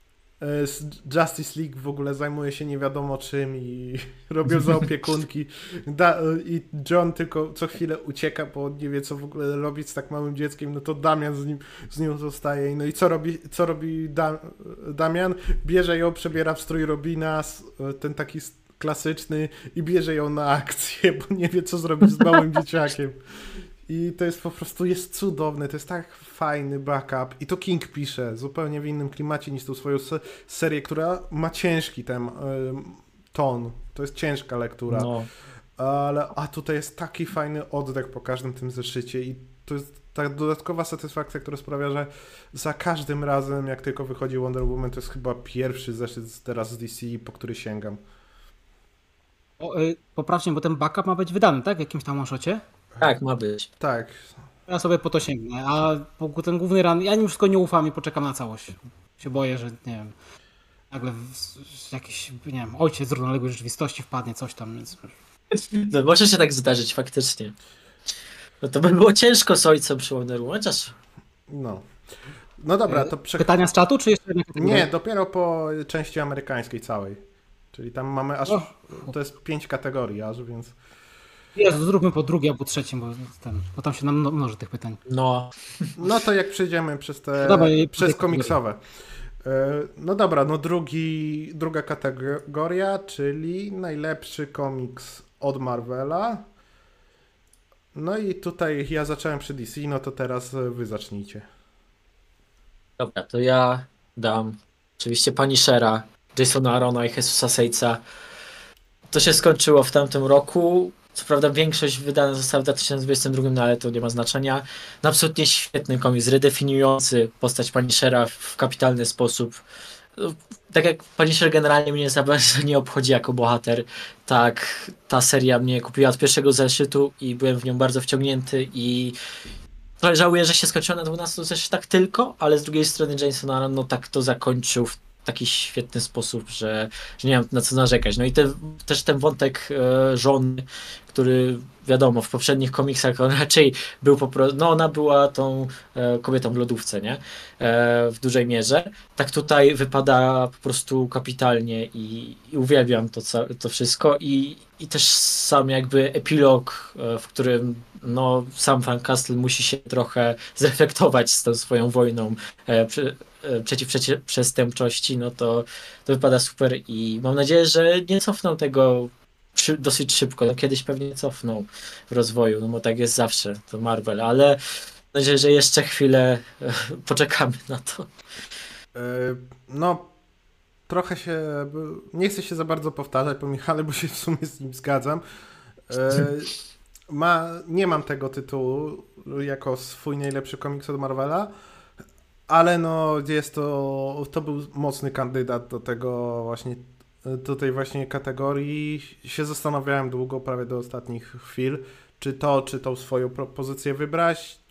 Justice League w ogóle zajmuje się nie wiadomo czym i robią zaopiekunki. I John tylko co chwilę ucieka, bo nie wie, co w ogóle robić z tak małym dzieckiem, no to Damian z nią zostaje. No i co robi Damian? Bierze ją, przebiera w strój Robina, ten taki klasyczny, i bierze ją na akcję, bo nie wie, co zrobić z małym dzieciakiem. I to jest po prostu, jest cudowne, to jest tak fajny backup. I to King pisze zupełnie w innym klimacie niż tą swoją serię, która ma ciężki ton. To jest ciężka lektura. No. A tutaj jest taki fajny oddech po każdym tym zeszycie i to jest ta dodatkowa satysfakcja, która sprawia, że za każdym razem, jak tylko wychodzi Wonder Woman, to jest chyba pierwszy zeszyt teraz z DC, po który sięgam. Poprawnie, bo ten backup ma być wydany, tak? W jakimś tam one-shocie? Tak, ma być. Tak. Ja sobie po to sięgnę, a ten główny run, ja nim wszystko nie ufam i poczekam na całość. Się boję, że nie wiem, nagle jakiś, nie wiem, ojciec z równoległej rzeczywistości wpadnie, coś tam, więc... No, może się tak zdarzyć faktycznie. No to by było ciężko z ojcem przy Wonder Woman, chociaż... No dobra, to... Pytania z czatu, czy jeszcze jedna kategoria? Nie, dopiero po części amerykańskiej całej. Czyli tam mamy aż... To jest 5 kategorii aż, więc... Jezu, zróbmy po drugie albo trzecim, bo tam się nam mnoży tych pytań. No to jak przejdziemy przez przez komiksowe. No dobra, druga kategoria, czyli najlepszy komiks od Marvela. No i tutaj ja zacząłem przy DC, no to teraz wy zacznijcie. Dobra, to ja dam oczywiście Punishera, Jasona Aarona i Jesusa Seiza. to się skończyło w tamtym roku. Co prawda większość wydana została w 2022, no ale to nie ma znaczenia. No, absolutnie świetny komiks, redefiniujący postać Punishera w kapitalny sposób. Tak jak Punisher generalnie mnie za bardzo nie obchodzi jako bohater, tak ta seria mnie kupiła od pierwszego zeszytu i byłem w nią bardzo wciągnięty i trochę żałuję, że się skończyło na 12 zeszytach tylko, ale z drugiej strony Jason Aaron no tak to zakończył w taki świetny sposób, że nie mam na co narzekać. No i też ten wątek żony, który wiadomo, w poprzednich komiksach on raczej był po prostu, no ona była tą kobietą w lodówce, nie? W dużej mierze. Tak tutaj wypada po prostu kapitalnie i uwielbiam to wszystko i też sam jakby epilog, w którym no, sam Frank Castle musi się trochę zreflektować z tą swoją wojną przeciw przestępczości, no to wypada super i mam nadzieję, że nie cofną tego dosyć szybko. No, kiedyś pewnie cofną w rozwoju, no bo tak jest zawsze, to Marvel, ale mam nadzieję, że jeszcze chwilę poczekamy na to. No, trochę się, nie chcę się za bardzo powtarzać po Michale, bo się w sumie z nim zgadzam. Nie mam tego tytułu jako swój najlepszy komiks od Marvela, ale no to był mocny kandydat do tej właśnie kategorii. Się zastanawiałem długo, prawie do ostatnich chwil, czy tą swoją propozycję wybrać.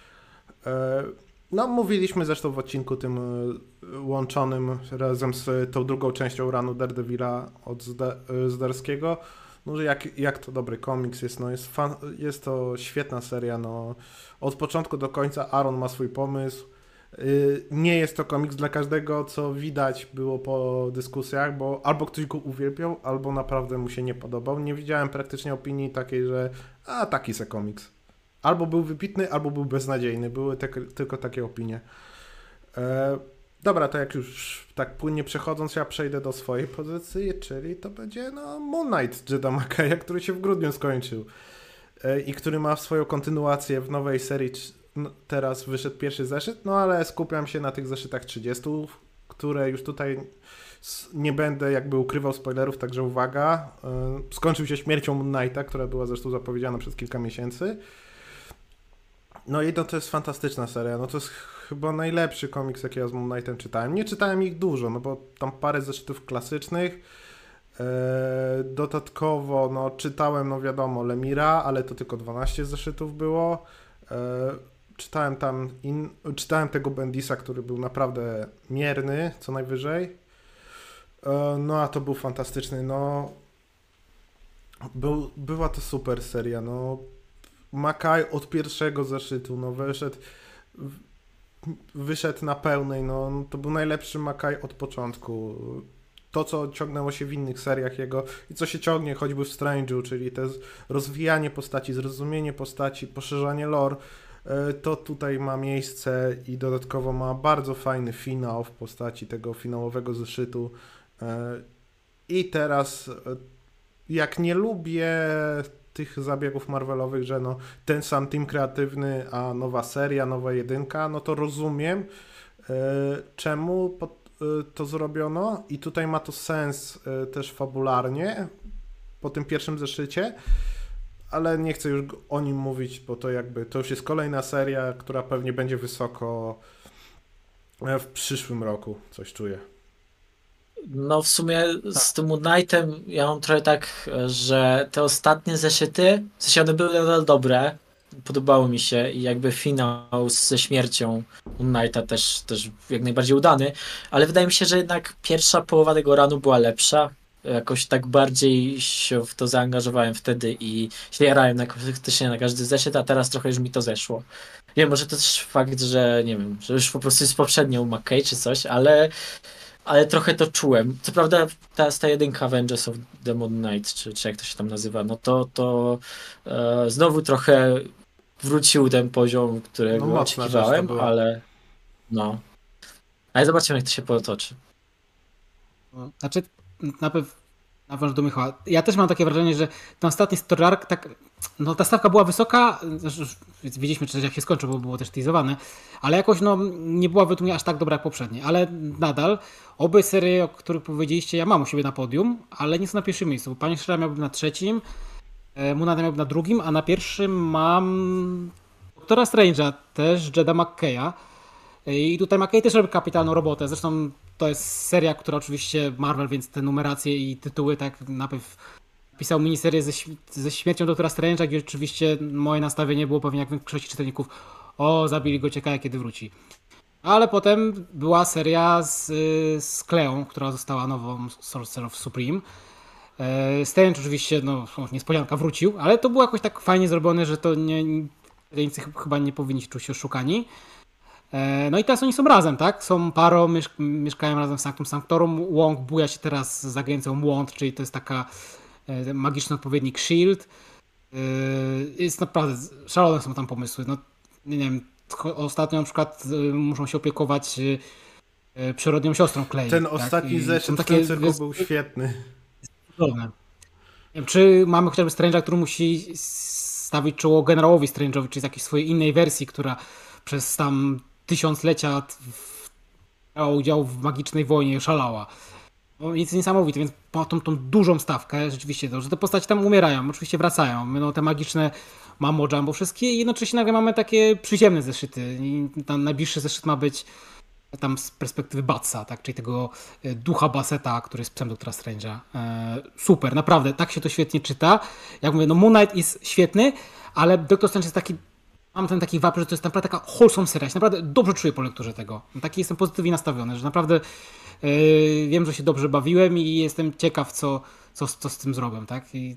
No, mówiliśmy zresztą w odcinku tym łączonym razem z tą drugą częścią runu Daredevila od Zdarskiego, no, że jak to dobry komiks jest, no jest to świetna seria, no od początku do końca Aaron ma swój pomysł. Nie jest to komiks dla każdego, co widać było po dyskusjach, bo albo ktoś go uwielbiał, albo naprawdę mu się nie podobał. Nie widziałem praktycznie opinii takiej, że taki se komiks. Albo był wybitny, albo był beznadziejny. Były tylko takie opinie. Dobra, to jak już tak płynnie przechodząc, ja przejdę do swojej pozycji, czyli to będzie Moon Knight Jeda McKaya, który się w grudniu skończył i który ma swoją kontynuację w nowej serii. Teraz wyszedł pierwszy zeszyt, no ale skupiam się na tych zeszytach 30, które już tutaj nie będę jakby ukrywał spoilerów, także uwaga. Skończył się śmiercią Moon Knighta, która była zresztą zapowiedziana przez kilka miesięcy. No i to jest fantastyczna seria, no to jest chyba najlepszy komiks, jaki ja z Moon Knightem czytałem. Nie czytałem ich dużo, no bo tam parę zeszytów klasycznych. Dodatkowo no czytałem, no wiadomo, Lemira, ale to tylko 12 zeszytów było. Czytałem tego Bendisa, który był naprawdę mierny, co najwyżej. No a to był fantastyczny, no była to super seria, no Mackay od pierwszego zeszytu, no wyszedł na pełnej, no to był najlepszy Mackay od początku. To, co ciągnęło się w innych seriach jego i co się ciągnie choćby w Strange'u, czyli to rozwijanie postaci, zrozumienie postaci, poszerzanie lore, to tutaj ma miejsce i dodatkowo ma bardzo fajny finał w postaci tego finałowego zeszytu. I teraz, jak nie lubię tych zabiegów Marvelowych, że no ten sam team kreatywny, a nowa seria, nowa jedynka, no to rozumiem, czemu to zrobiono i tutaj ma to sens też fabularnie po tym pierwszym zeszycie, ale nie chcę już o nim mówić, bo to już jest kolejna seria, która pewnie będzie wysoko w przyszłym roku, coś czuję. No w sumie z tym Moon Knightem ja mam trochę tak, że te ostatnie zeszyty, w sensie one były nadal dobre, podobały mi się i jakby finał ze śmiercią Moon Knighta też jak najbardziej udany, ale wydaje mi się, że jednak pierwsza połowa tego runu była lepsza. Jakoś tak bardziej się w to zaangażowałem wtedy i się jarałem faktycznie na każdy zeszyt, a teraz trochę już mi to zeszło. Nie wiem, może to też fakt, że nie wiem, że już po prostu jest poprzednią McKay czy coś, ale trochę to czułem. Co prawda ta jedynka Avengers of the Moon Knight, czy jak to się tam nazywa, no to znowu trochę wrócił ten poziom, którego oczekiwałem, ale no. Ale zobaczymy, jak to się potoczy. Znaczy, na nawiążę do Michała. Ja też mam takie wrażenie, że ten ostatni story arc, tak, no ta stawka była wysoka, widzieliśmy też jak się skończył, bo było też teasowane, ale jakoś no nie była według mnie aż tak dobra jak poprzednie, ale nadal obie serie, o których powiedzieliście, ja mam u siebie na podium, ale nie są na pierwszym miejscu, bo Pani Szra miałbym na trzecim, Moon Knight miałbym na drugim, a na pierwszym mam Doktora Strange'a, też Jeda McKeya. I tutaj McKay też robi kapitalną robotę. Zresztą to jest seria, która oczywiście Marvel, więc te numeracje i tytuły, tak najpierw pisał miniserię ze śmiercią Doktora Strange'a, gdzie oczywiście moje nastawienie było pewnie jak większości czytelników, o, zabili go, ciekawe kiedy wróci. Ale potem była seria z Cleą, która została nową Sorcerer of Supreme. Strange oczywiście, no niespodzianka, wrócił, ale to było jakoś tak fajnie zrobione, że to czytelnicy chyba nie powinni czuć się oszukani. No i teraz oni są razem, tak? Są parą, mieszkają razem w Sanctum Sanctorum. Wong buja się teraz z agencją Wand, czyli to jest taka magiczny odpowiednik S.H.I.E.L.D. Jest naprawdę, szalone są tam pomysły. No, nie wiem, ostatnio na przykład muszą się opiekować przyrodnią siostrą Clay. Ten tak? ostatni zeszyt w tym cyrku był świetny. Cudowne. Nie wiem, czy mamy chociażby Strange'a, który musi stawić czoło generałowi Strange'owi, czy z jakiejś swojej innej wersji, która przez tam tysiąclecia brała udział w magicznej wojnie, szalała. No, jest niesamowite, więc po tą dużą stawkę rzeczywiście to, że te postaci tam umierają, oczywiście wracają. No, te magiczne Mambo Jumbo wszystkie i jednocześnie nagle mamy takie przyziemne zeszyty. I tam najbliższy zeszyt ma być tam z perspektywy Batsa, tak? Czyli tego ducha Basseta, który jest psem Doktora Strange'a. Super, naprawdę, tak się to świetnie czyta. Jak mówię, no Moon Knight jest świetny, ale Doktor Strange jest taki, mam ten taki vibe, że to jest naprawdę taka wholesome seria. Ja naprawdę dobrze czuję po lekturze tego. Taki jestem pozytywnie nastawiony, że naprawdę wiem, że się dobrze bawiłem i jestem ciekaw, co z tym zrobią, tak? I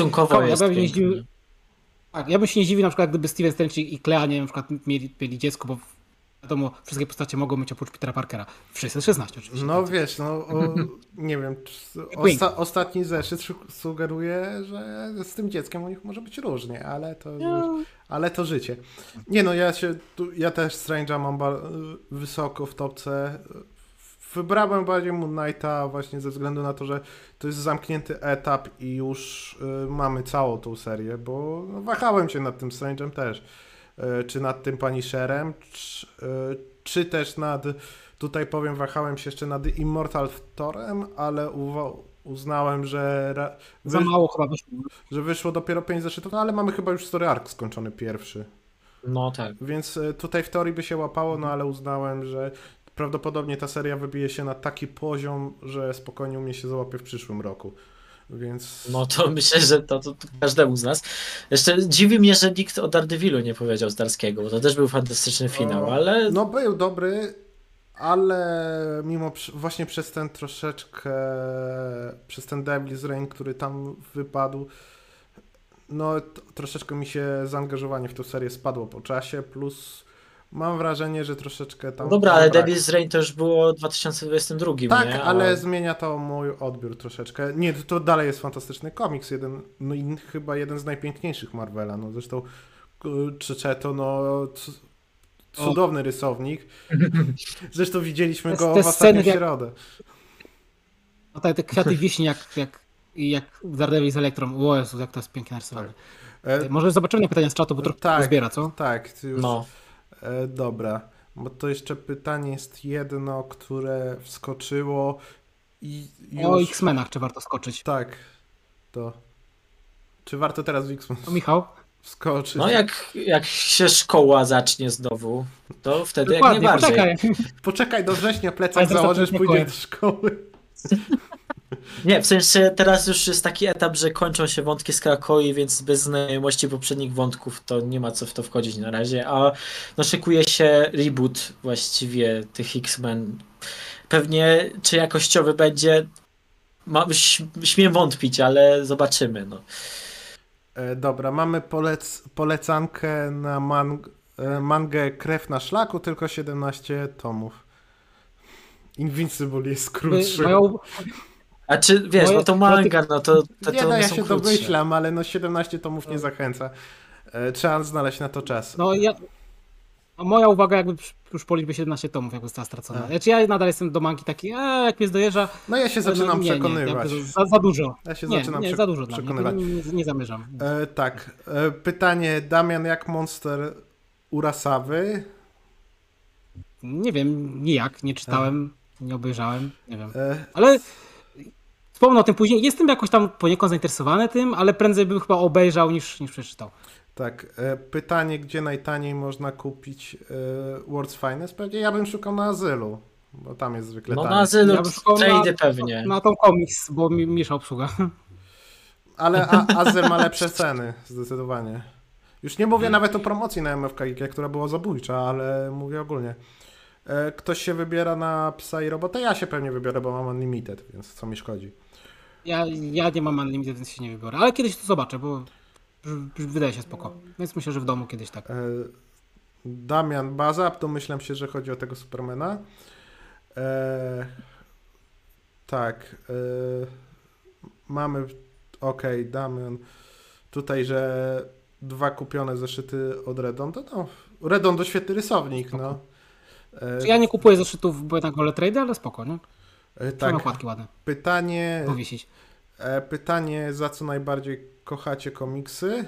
ja bym się nie zdziwił na przykład, gdyby Steven Strange i Clea, nie, na przykład mieli dziecko, bo wiadomo, wszystkie postacie mogą mieć oprócz Petera Parkera. W 616 oczywiście. No wiesz, nie wiem, ostatni zeszyt sugeruje, że z tym dzieckiem u nich może być różnie, ale to życie. Nie no, ja też Strange'a mam wysoko w topce. Wybrałem bardziej Moon Knighta właśnie ze względu na to, że to jest zamknięty etap i już mamy całą tą serię, bo wahałem się nad tym Strange'em też. Czy nad tym Punisherem, czy też tutaj powiem, wahałem się jeszcze nad Immortal Thorem, ale uznałem, że za mało chyba wyszło. Że wyszło dopiero 5 zeszytów, no ale mamy chyba już story arc skończony pierwszy. No tak. Więc tutaj w teorii by się łapało, no ale uznałem, że prawdopodobnie ta seria wybije się na taki poziom, że spokojnie u mnie się załapie w przyszłym roku. Więc... No to myślę, że to każdemu z nas. Jeszcze dziwi mnie, że nikt o Daredevilu nie powiedział z Darskiego, bo to też był fantastyczny finał, ale... No był dobry, ale właśnie przez ten troszeczkę, przez ten Devil's Reign, który tam wypadł, no troszeczkę mi się zaangażowanie w tę serię spadło po czasie, plus mam wrażenie, że troszeczkę tam... Dobra, ale Devil's Reign to już było w 2022, tak, nie? ale zmienia to mój odbiór troszeczkę. Nie, to dalej jest fantastyczny komiks, no i chyba jeden z najpiękniejszych Marvela, no zresztą Checheto, no cudowny rysownik. Zresztą widzieliśmy go w ostatnią środę. No tak, te kwiaty wiśni jak Daredevil z Elektrą. O Jezu, jak to jest pięknie narysowane. Tak. Może zobaczymy na pytania z czatu, bo trochę zbiera, co? Tak, już... No. Dobra, bo to jeszcze pytanie jest jedno, które wskoczyło i już... O X-Menach, czy warto skoczyć? Tak, to... Czy warto teraz w X-Men Michał? wskoczyć? No jak się szkoła zacznie znowu, to wtedy dokładnie, jak najbardziej. Poczekaj do września, plecak założysz, pójdziesz do szkoły. Nie, w sensie teraz już jest taki etap, że kończą się wątki z Krakoi, więc bez znajomości poprzednich wątków to nie ma co w to wchodzić na razie, a no szykuje się reboot właściwie tych X-Men. Pewnie czy jakościowy będzie, śmiem wątpić, ale zobaczymy. No. Dobra, mamy polecankę na mangę Krew na szlaku, tylko 17 tomów. Invincible jest krótszy. A czy wiesz, no to manga, no to nie, no ja się domyślam, ale no 17 tomów nie zachęca. Trzeba znaleźć na to czas. No A moja uwaga jakby już po liczbie 17 tomów jakby została stracona. Znaczy ja nadal jestem do mangi taki, jak mnie zdojeżdża. No ja się zaczynam przekonywać. Za dużo. Ja się zaczynam za dużo przekonywać. Dla mnie. Nie zamierzam. Tak. Pytanie, Damian, jak Monster Urasawy? Nie wiem, nijak. Nie czytałem, nie obejrzałem, nie wiem. Ale wspomnę o tym później. Jestem jakoś tam poniekąd zainteresowany tym, ale prędzej bym chyba obejrzał niż przeczytał. Tak. Pytanie, gdzie najtaniej można kupić World's Finest? Pewnie ja bym szukał na Azylu, bo tam jest zwykle No taniej. na Azylu Ja bym szukał przejdę pewnie. Na tą komiks, bo Misza obsługa. Ale Azyl ma lepsze ceny, zdecydowanie. Już nie mówię nawet o promocji na MFKiK, która była zabójcza, ale mówię ogólnie. Ktoś się wybiera na Psa i Robotę? Ja się pewnie wybiorę, bo mam Unlimited, więc co mi szkodzi. Ja nie mam Unlimited, więc się nie wybiorę, ale kiedyś to zobaczę, bo wydaje się spoko. Więc myślę, że w domu kiedyś tak. Damian Baza, domyślam się, że chodzi o tego Supermana. Tak. Mamy, Damian, tutaj, że 2 kupione zeszyty od Redon, to no, Redon to świetny rysownik, no. Ja nie kupuję zeszytów, bo jednak wolę trade, ale spoko, nie? Tak. Nakładki ładne. Powiesić. Pytanie, za co najbardziej kochacie komiksy?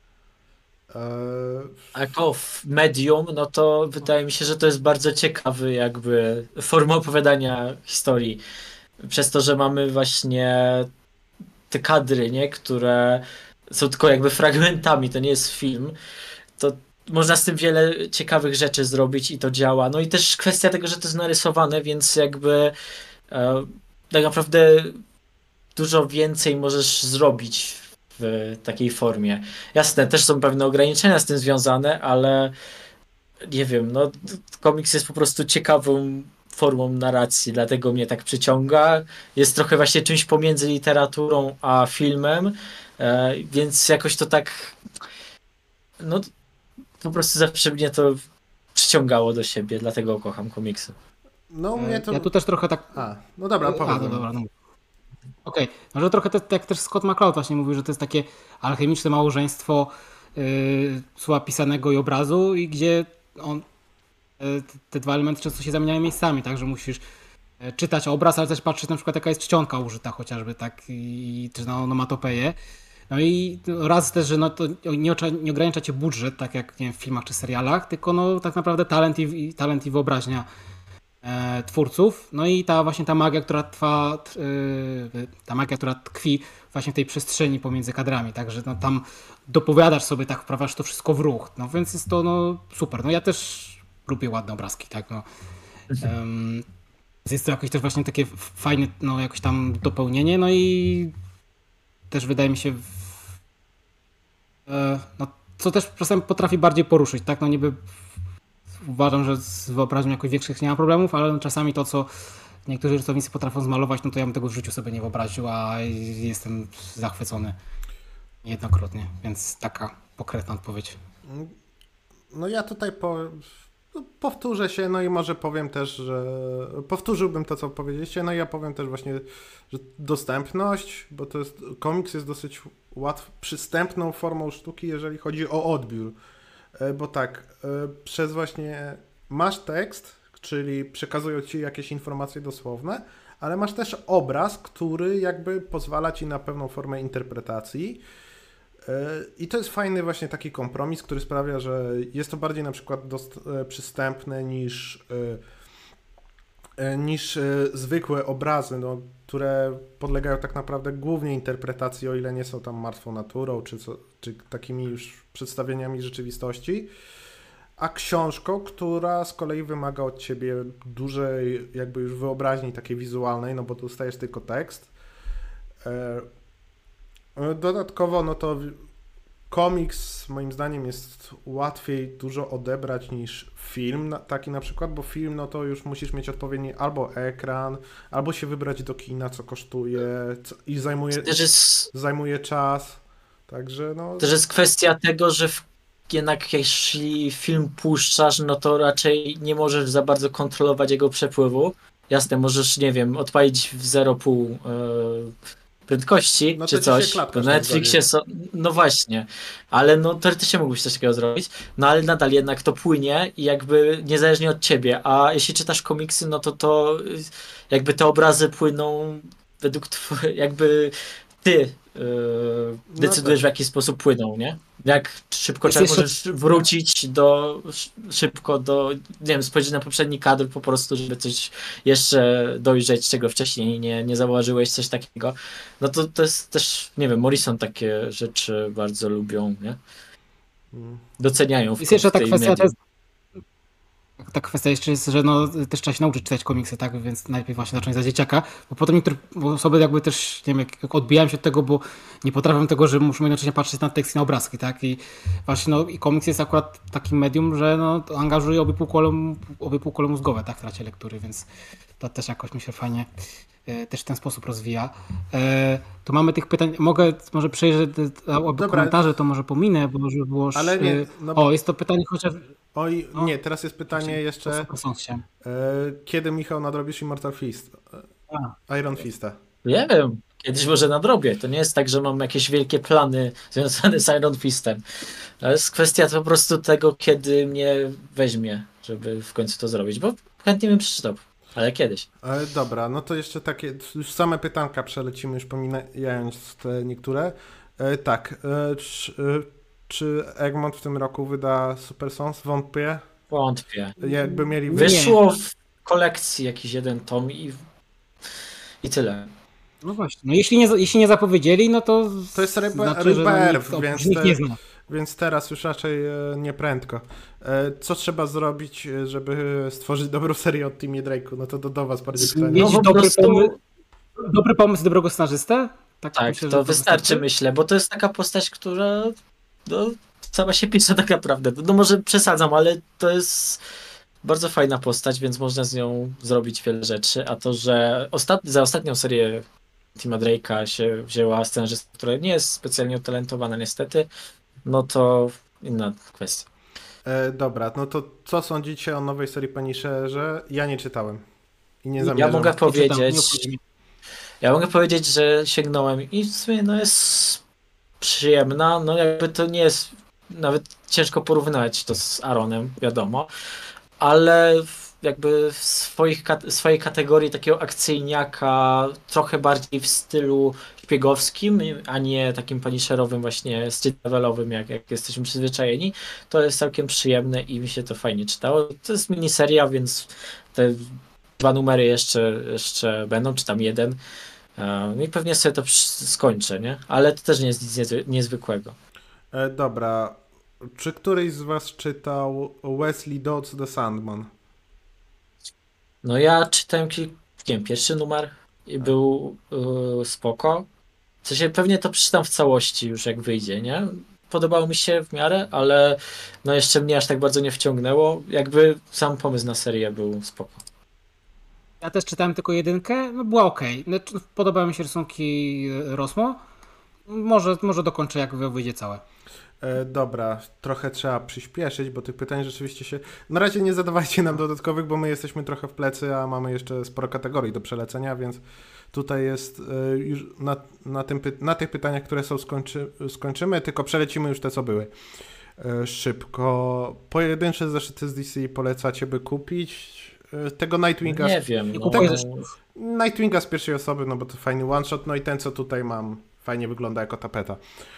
Jako medium, no to wydaje mi się, że to jest bardzo ciekawy jakby forma opowiadania historii. Przez to, że mamy właśnie te kadry, nie? Które są tylko jakby fragmentami, to nie jest film, to można z tym wiele ciekawych rzeczy zrobić i to działa. No i też kwestia tego, że to jest narysowane, więc jakby tak naprawdę dużo więcej możesz zrobić w takiej formie. Jasne, też są pewne ograniczenia z tym związane, ale nie wiem, no komiks jest po prostu ciekawą formą narracji, dlatego mnie tak przyciąga. Jest trochę właśnie czymś pomiędzy literaturą a filmem, więc jakoś to tak no po prostu zawsze mnie to przyciągało do siebie, dlatego kocham komiksy. No mnie to... Ja tu też trochę tak... no dobra, powiedz. No dobra, no. Okej, może trochę jak też Scott McCloud właśnie mówił, że to jest takie alchemiczne małżeństwo słowa pisanego i obrazu, i gdzie te dwa elementy często się zamieniają miejscami, tak, że musisz czytać obraz, ale też patrzeć na przykład jaka jest czcionka użyta chociażby, tak, czy na onomatopeję. No i raz też, że no to nie ogranicza cię budżet, tak jak nie wiem, w filmach czy serialach, tylko no tak naprawdę talent i wyobraźnia twórców. No i ta magia, która tkwi właśnie w tej przestrzeni pomiędzy kadrami, także no tam dopowiadasz sobie, tak wprawiasz to wszystko w ruch. No więc jest to no super. No ja też lubię ładne obrazki, tak no. Jest to jakieś też właśnie takie fajne, no jakoś tam dopełnienie, no i też wydaje mi się no, co też czasem potrafi bardziej poruszyć, tak, no niby uważam, że z wyobraźnią jakoś większych nie ma problemów, ale czasami to, co niektórzy rysownicy potrafią zmalować, no to ja bym tego w życiu sobie nie wyobraził, a jestem zachwycony niejednokrotnie, więc taka pokrętna odpowiedź. No ja tutaj powtórzę się, no i może powiem też, że powtórzyłbym to, co powiedzieliście, no i ja powiem też właśnie, że dostępność, bo komiks jest dosyć przystępną formą sztuki, jeżeli chodzi o odbiór. Bo tak, przez właśnie masz tekst, czyli przekazują ci jakieś informacje dosłowne, ale masz też obraz, który jakby pozwala ci na pewną formę interpretacji. I to jest fajny właśnie taki kompromis, który sprawia, że jest to bardziej na przykład przystępne niż zwykłe obrazy, no, które podlegają tak naprawdę głównie interpretacji, o ile nie są tam martwą naturą, czy takimi już przedstawieniami rzeczywistości, a książką, która z kolei wymaga od ciebie dużej jakby już wyobraźni takiej wizualnej, no bo dostajesz tylko tekst. Dodatkowo, no to komiks moim zdaniem jest łatwiej dużo odebrać niż film taki na przykład, bo film, no to już musisz mieć odpowiedni albo ekran, albo się wybrać do kina, co kosztuje i zajmuje czas. Także no... Też jest kwestia tego, że jednak jeśli film puszczasz, no to raczej nie możesz za bardzo kontrolować jego przepływu. Jasne, możesz, nie wiem, odpalić w 0,5 prędkości, No to czy ci się coś, klatka bo na Netflixie są, no właśnie, ale no teoretycznie mógłbyś coś takiego zrobić, no ale nadal jednak to płynie i jakby niezależnie od ciebie, a jeśli czytasz komiksy, no to jakby te obrazy płyną według jakby ty decydujesz w jaki sposób płyną, nie? Jak szybko Jest jeszcze- możesz wrócić szybko do, nie wiem, spojrzeć na poprzedni kadr po prostu, żeby coś jeszcze dojrzeć, czego wcześniej nie zauważyłeś, coś takiego. No to jest też, nie wiem, Morrison takie rzeczy bardzo lubią, nie? Doceniają Jest jeszcze w ta tej kwestia, medium. ta kwestia jeszcze jest, że no, też trzeba się nauczyć czytać komiksy, tak? Więc najpierw właśnie zacząć za dzieciaka, bo potem bo osoby jakby też, nie wiem, jak odbijają się od tego, bo nie potrafią tego, że muszą jednocześnie patrzeć na tekst i na obrazki, tak? I właśnie no, i komiks jest akurat takim medium, że no, to angażuje obie półkole mózgowe, tak? W trakcie lektury, więc to też jakoś mi się fajnie też w ten sposób rozwija. To mamy tych pytań. Mogę może przejrzeć komentarze, to może pominę, bo żeby było. Ale nie, no- O, jest to pytanie chociaż. Oj, No. nie, teraz jest pytanie jeszcze, Super są chciałem. kiedy Michał nadrobisz Immortal Fist? Iron Fista. Nie wiem, kiedyś może nadrobię. To nie jest tak, że mam jakieś wielkie plany związane z Iron Fistem. To jest kwestia po prostu tego, kiedy mnie weźmie, żeby w końcu to zrobić, bo chętnie bym przeczytał, ale kiedyś. Dobra, no to jeszcze takie, już same pytanka przelecimy, już pomijając te niektóre. Tak, czy Egmont w tym roku wyda Super Sons? Wątpię. Wątpię. Jakby mieli... Wyszło w kolekcji jakiś jeden tom i tyle. No właśnie. No jeśli nie zapowiedzieli, no to. To jest znaczy, że Rebirth, nikt nie zna. więc teraz już raczej nie prędko. Co trzeba zrobić, żeby stworzyć dobrą serię od Timie Drake'u? No to do was bardziej pytanie. Mieć No po prostu... dobry pomysł, dobrego scenarzystę? Tak, myślę, to że wystarczy, myślę, bo to jest taka postać, która no, sama się pisze tak naprawdę. No może przesadzam, ale to jest bardzo fajna postać, więc można z nią zrobić wiele rzeczy, a to, że za ostatnią serię Tima Drake'a się wzięła scenarzysta, która nie jest specjalnie utalentowana niestety, no to inna kwestia. Dobra, no to co sądzicie o nowej serii Punisherze? Ja nie czytałem i nie Ja zamierzam. mogę powiedzieć, nie ja mogę powiedzieć, że sięgnąłem i w sumie no jest przyjemna, no jakby to nie jest, nawet ciężko porównywać to z Aaronem, wiadomo, ale jakby w swojej kategorii takiego akcyjniaka trochę bardziej w stylu szpiegowskim, a nie takim punisherowym właśnie street levelowym, jak jesteśmy przyzwyczajeni, to jest całkiem przyjemne i mi się to fajnie czytało. To jest miniseria, więc te 2 numery jeszcze będą, czy tam 1. No i pewnie sobie to skończę, nie? Ale to też nie jest nic niezwykłego. Dobra, czy któryś z was czytał Wesley Dodds The Sandman? No ja czytałem pierwszy numer i był spoko. W sensie pewnie to przeczytam w całości już jak wyjdzie, nie? Podobało mi się w miarę, ale no jeszcze mnie aż tak bardzo nie wciągnęło. Jakby sam pomysł na serię był spoko. Ja też czytałem tylko 1, no była okej. Znaczy, podobały mi się rysunki Rosmo. Może dokończę, jak wyjdzie całe. Dobra, trochę trzeba przyspieszyć, bo tych pytań rzeczywiście się... Na razie nie zadawajcie nam dodatkowych, bo my jesteśmy trochę w plecy, a mamy jeszcze sporo kategorii do przelecenia, więc tutaj jest już na tych pytaniach, które są skończymy, tylko przelecimy już te, co były. Szybko. Pojedyncze zeszyty z DC polecacie, by kupić? Tego Nightwinga... Nie wiem. No. Nightwinga z pierwszej osoby, no bo to fajny one-shot, no i ten, co tutaj mam, fajnie wygląda jako tapeta.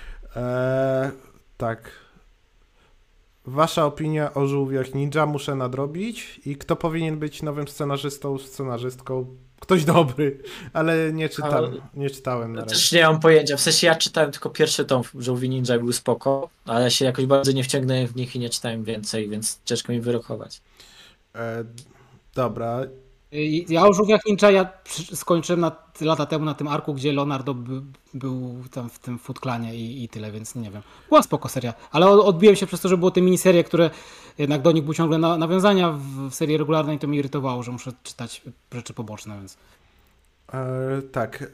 Tak. Wasza opinia o żółwiach ninja muszę nadrobić i kto powinien być nowym scenarzystką? Ktoś dobry, ale nie czytałem na razie. Też nie mam pojęcia, w sensie ja czytałem tylko pierwszy tom Żółwi Ninja, był spoko, ale się jakoś bardzo nie wciągnąłem w nich i nie czytałem więcej, więc ciężko mi wyrokować. Dobra. Ja o Żółwiach Ninja skończyłem lata temu na tym arku, gdzie Leonardo był tam w tym Foot Clanie i tyle, więc nie wiem. Była spoko seria, ale odbiłem się przez to, że było te miniserie, które jednak do nich były ciągle nawiązania w serii regularnej, to mnie irytowało, że muszę czytać rzeczy poboczne, więc... Tak.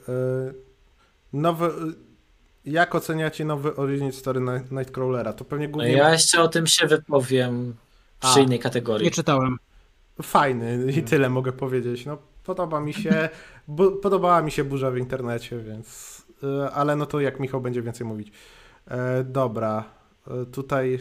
Jak oceniacie nowy origin story Nightcrawlera? To pewnie głównie... Ja jeszcze o tym się wypowiem przy innej kategorii. Nie czytałem. Fajny i tyle mogę powiedzieć. No, podobała mi się burza w internecie, więc... Ale no to jak Michał będzie więcej mówić. Dobra, tutaj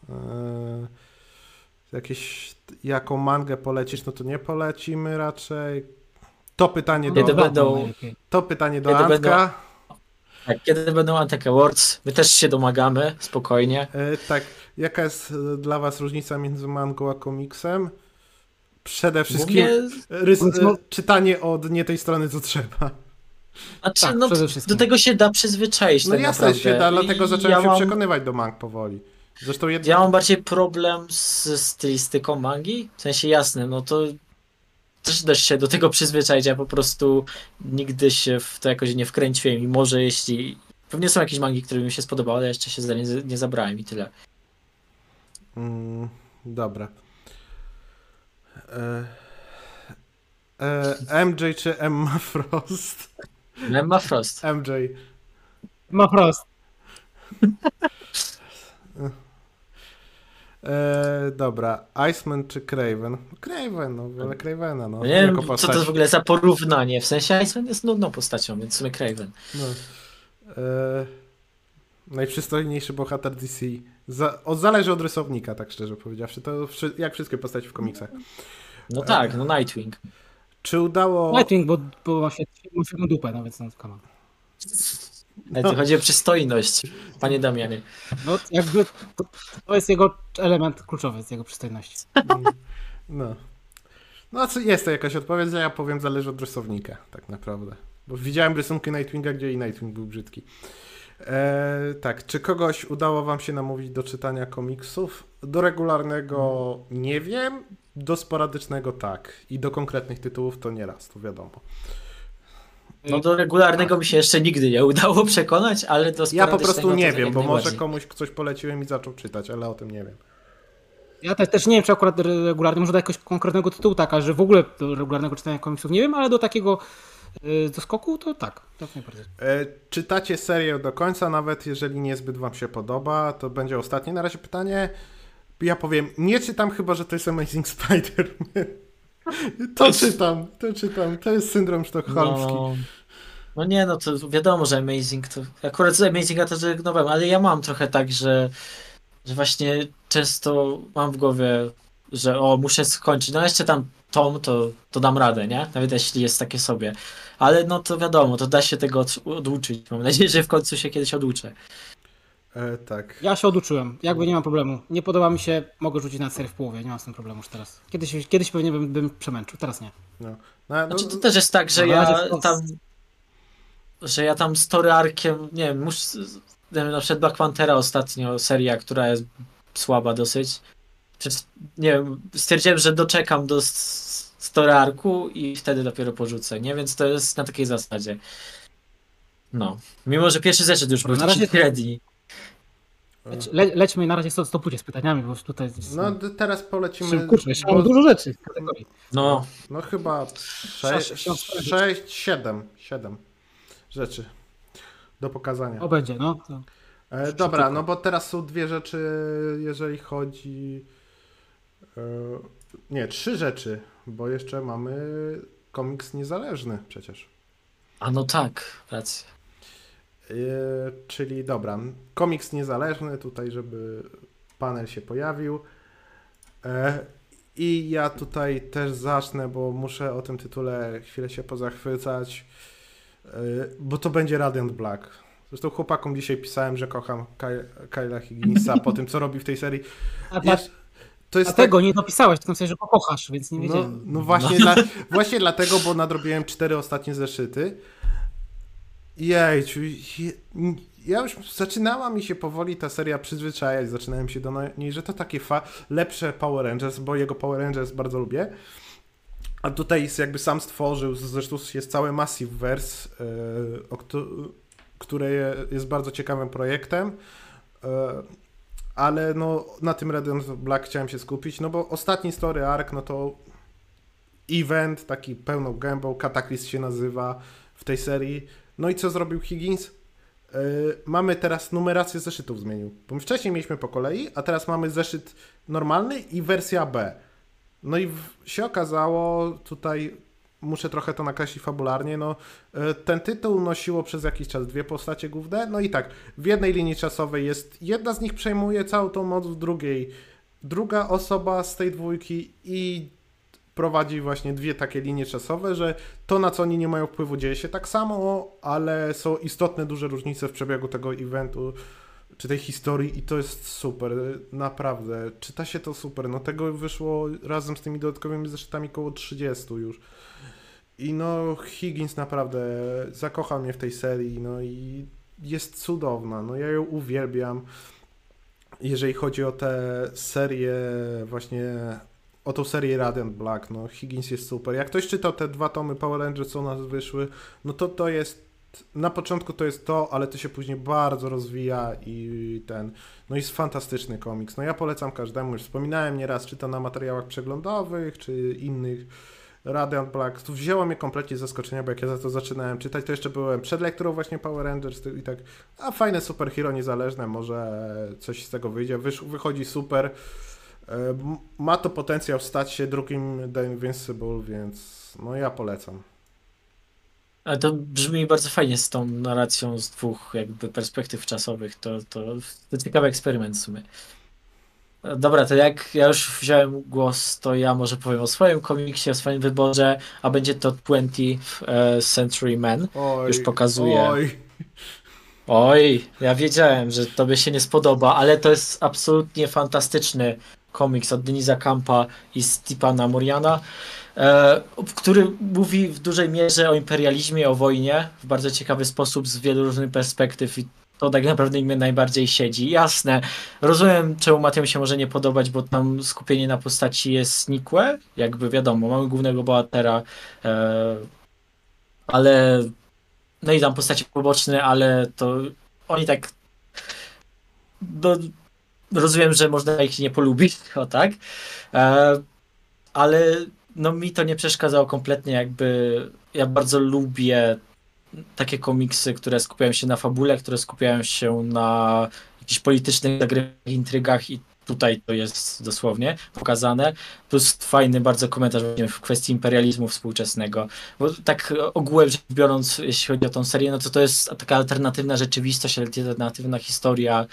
jakieś... Jaką mangę polecisz, no to nie polecimy raczej. To pytanie do Antka. Tak, kiedy będą Antek Awards? My też się domagamy, spokojnie. Tak, jaka jest dla was różnica między mangą a komiksem? Przede wszystkim czytanie od nie tej strony, co trzeba. Znaczy, tak, no, do tego się da przyzwyczaić. No tak jasne się da, dlatego zacząłem się przekonywać do mang powoli. Zresztą ja mam bardziej problem z stylistyką mangi, w sensie jasne, no to też da się do tego przyzwyczaić, ja po prostu nigdy się w to jakoś nie wkręciłem i może jeśli... Pewnie są jakieś mangi, które mi się spodobały, ale jeszcze się za nie zabrałem i tyle. Dobra. MJ czy Emma Frost? Emma Frost. MJ. Emma Frost. Dobra, Iceman czy Kraven? Kraven, no, wolę Cravena, no. Nie wiem, co to w ogóle za porównanie, w sensie Iceman jest nudną postacią, więc w sumie Kraven. No. Najprzystojniejszy bohater DC. Zależy od rysownika, tak szczerze powiedziawszy. To jak wszystkie postaci w komiksach. No tak, no Nightwing. Czy udało... Nightwing, bo ma świetną dupę, no więc no come on. Ale to chodzi o przystojność, panie Damianie. No jakby to jest jego element kluczowy z jego przystojności. No. No co jest to jakaś odpowiedź, ja powiem, zależy od rysownika, tak naprawdę. Bo widziałem rysunki Nightwinga, gdzie i Nightwing był brzydki. Tak, czy kogoś udało wam się namówić do czytania komiksów? Do regularnego nie wiem, do sporadycznego tak. I do konkretnych tytułów to nieraz, to wiadomo. No do regularnego mi się jeszcze nigdy nie udało przekonać, ale do sporadycznego... Ja po prostu nie wiem, bo może komuś coś poleciłem i zaczął czytać, ale o tym nie wiem. Ja też nie wiem, czy akurat regularnie, może do jakiegoś konkretnego tytułu tak, a że w ogóle do regularnego czytania komiksów nie wiem, ale do takiego do skoku to tak, tak najbardziej. Czytacie serię do końca, nawet jeżeli niezbyt wam się podoba, to będzie ostatnie na razie pytanie. Ja powiem, nie czytam chyba, że to jest Amazing Spider-Man. To czytam, to jest syndrom sztokholmski. No nie, no to wiadomo, że Amazing to... Akurat z Amazinga to zrezygnowałem, ale ja mam trochę tak, że właśnie często mam w głowie, że muszę skończyć, no jeszcze tam tom, to dam radę, nie? Nawet jeśli jest takie sobie. Ale no to wiadomo, to da się tego oduczyć. Mam nadzieję, że w końcu się kiedyś oduczę. Tak. Ja się oduczyłem, jakby nie mam problemu. Nie podoba mi się, mogę rzucić na serię w połowie, nie mam z tym problemu już teraz. Kiedyś pewnie bym przemęczył, teraz nie. No. Znaczy to też jest tak, że ja tam story arkiem, nie wiem, na przykład Black Panthera ostatnio, seria, która jest słaba dosyć. Nie wiem, stwierdziłem, że doczekam do story arku i wtedy dopiero porzucę, nie? Więc to jest na takiej zasadzie. No. Mimo, że pierwszy zeszyt już był średni. Lećmy na razie stopujcie z pytaniami, bo tutaj... No teraz polecimy... Kurczę, jeszcze mam dużo rzeczy w kategorii. No chyba 7 rzeczy do pokazania. Będzie, no. Dobra, no bo teraz są dwie rzeczy, jeżeli chodzi... Nie, 3 rzeczy, bo jeszcze mamy komiks niezależny przecież. A no tak, racja. Czyli dobra, komiks niezależny, tutaj żeby panel się pojawił. I ja tutaj też zacznę, bo muszę o tym tytule chwilę się pozachwycać, bo to będzie Radiant Black. Zresztą chłopakom dzisiaj pisałem, że kocham Kyla Higginsa po tym, co robi w tej serii. To jest tego nie dopisałeś, w tym sensie, że go kochasz, więc nie wiedziałem. No właśnie, właśnie dlatego, bo nadrobiłem 4 ostatnie zeszyty. Jejciu, ja już zaczynała mi się powoli ta seria przyzwyczajać, zaczynałem się do niej, że to takie lepsze Power Rangers, bo jego Power Rangers bardzo lubię. A tutaj jakby sam stworzył, zresztą jest cały Massiveverse, które jest bardzo ciekawym projektem, ale no na tym Radiant Black chciałem się skupić, no bo ostatni story arc, no to event, taki pełną gębą, Kataklizm się nazywa w tej serii. No i co zrobił Higgins? Mamy teraz numerację zeszytów zmienił. Bo my wcześniej mieliśmy po kolei, a teraz mamy zeszyt normalny i wersja B. No i się okazało tutaj, muszę trochę to nakreślić fabularnie, no ten tytuł nosiło przez jakiś czas 2 postacie główne, no i tak, w jednej linii czasowej jedna z nich przejmuje całą tą moc, w drugiej druga osoba z tej dwójki i prowadzi właśnie 2 takie linie czasowe, że to, na co oni nie mają wpływu, dzieje się tak samo, ale są istotne, duże różnice w przebiegu tego eventu, czy tej historii i to jest super, naprawdę. Czyta się to super, no tego wyszło razem z tymi dodatkowymi zeszytami koło 30 już. I no Higgins naprawdę zakochał mnie w tej serii, no i jest cudowna, no ja ją uwielbiam. Jeżeli chodzi o tę serię właśnie, o tą serię Radiant Black, no Higgins jest super. Jak ktoś czytał te 2 tomy Power Rangers, co u nas wyszły, no to jest, na początku to jest to, ale to się później bardzo rozwija i no jest fantastyczny komiks. No ja polecam każdemu, już wspominałem nieraz, czy to na materiałach przeglądowych, czy innych. Radiant Black, tu wzięło mnie kompletnie z zaskoczenia, bo jak ja za to zaczynałem czytać, to jeszcze byłem przed lekturą właśnie Power Rangers i tak, a fajne superhero niezależne, może coś z tego wyjdzie, wychodzi super, ma to potencjał stać się drugim The Invincible, więc no ja polecam. Ale to brzmi bardzo fajnie z tą narracją z 2 jakby perspektyw czasowych, to ciekawy eksperyment w sumie. Dobra, to jak ja już wziąłem głos, to ja może powiem o swoim komiksie, o swoim wyborze, a będzie to 20th Century Man. Już pokazuję. Oj, ja wiedziałem, że tobie się nie spodoba, ale to jest absolutnie fantastyczny komiks od Denisa Campa i Stepana Moriana, który mówi w dużej mierze o imperializmie, o wojnie w bardzo ciekawy sposób, z wielu różnych perspektyw i to tak naprawdę mnie najbardziej siedzi. Jasne, rozumiem, czemu Matiemu się może nie podobać, bo tam skupienie na postaci jest znikłe, jakby wiadomo, mamy głównego bohatera, ale no i tam postacie poboczne, ale to oni tak no, rozumiem, że można ich nie polubić, o tak, ale no mi to nie przeszkadzało kompletnie, jakby ja bardzo lubię takie komiksy, które skupiają się na fabule, które skupiają się na jakichś politycznych zagrywach, intrygach i tutaj to jest dosłownie pokazane. Plus fajny bardzo komentarz właśnie w kwestii imperializmu współczesnego. Bo tak ogółem rzecz biorąc, jeśli chodzi o tą serię, no to jest taka alternatywna rzeczywistość, alternatywna historia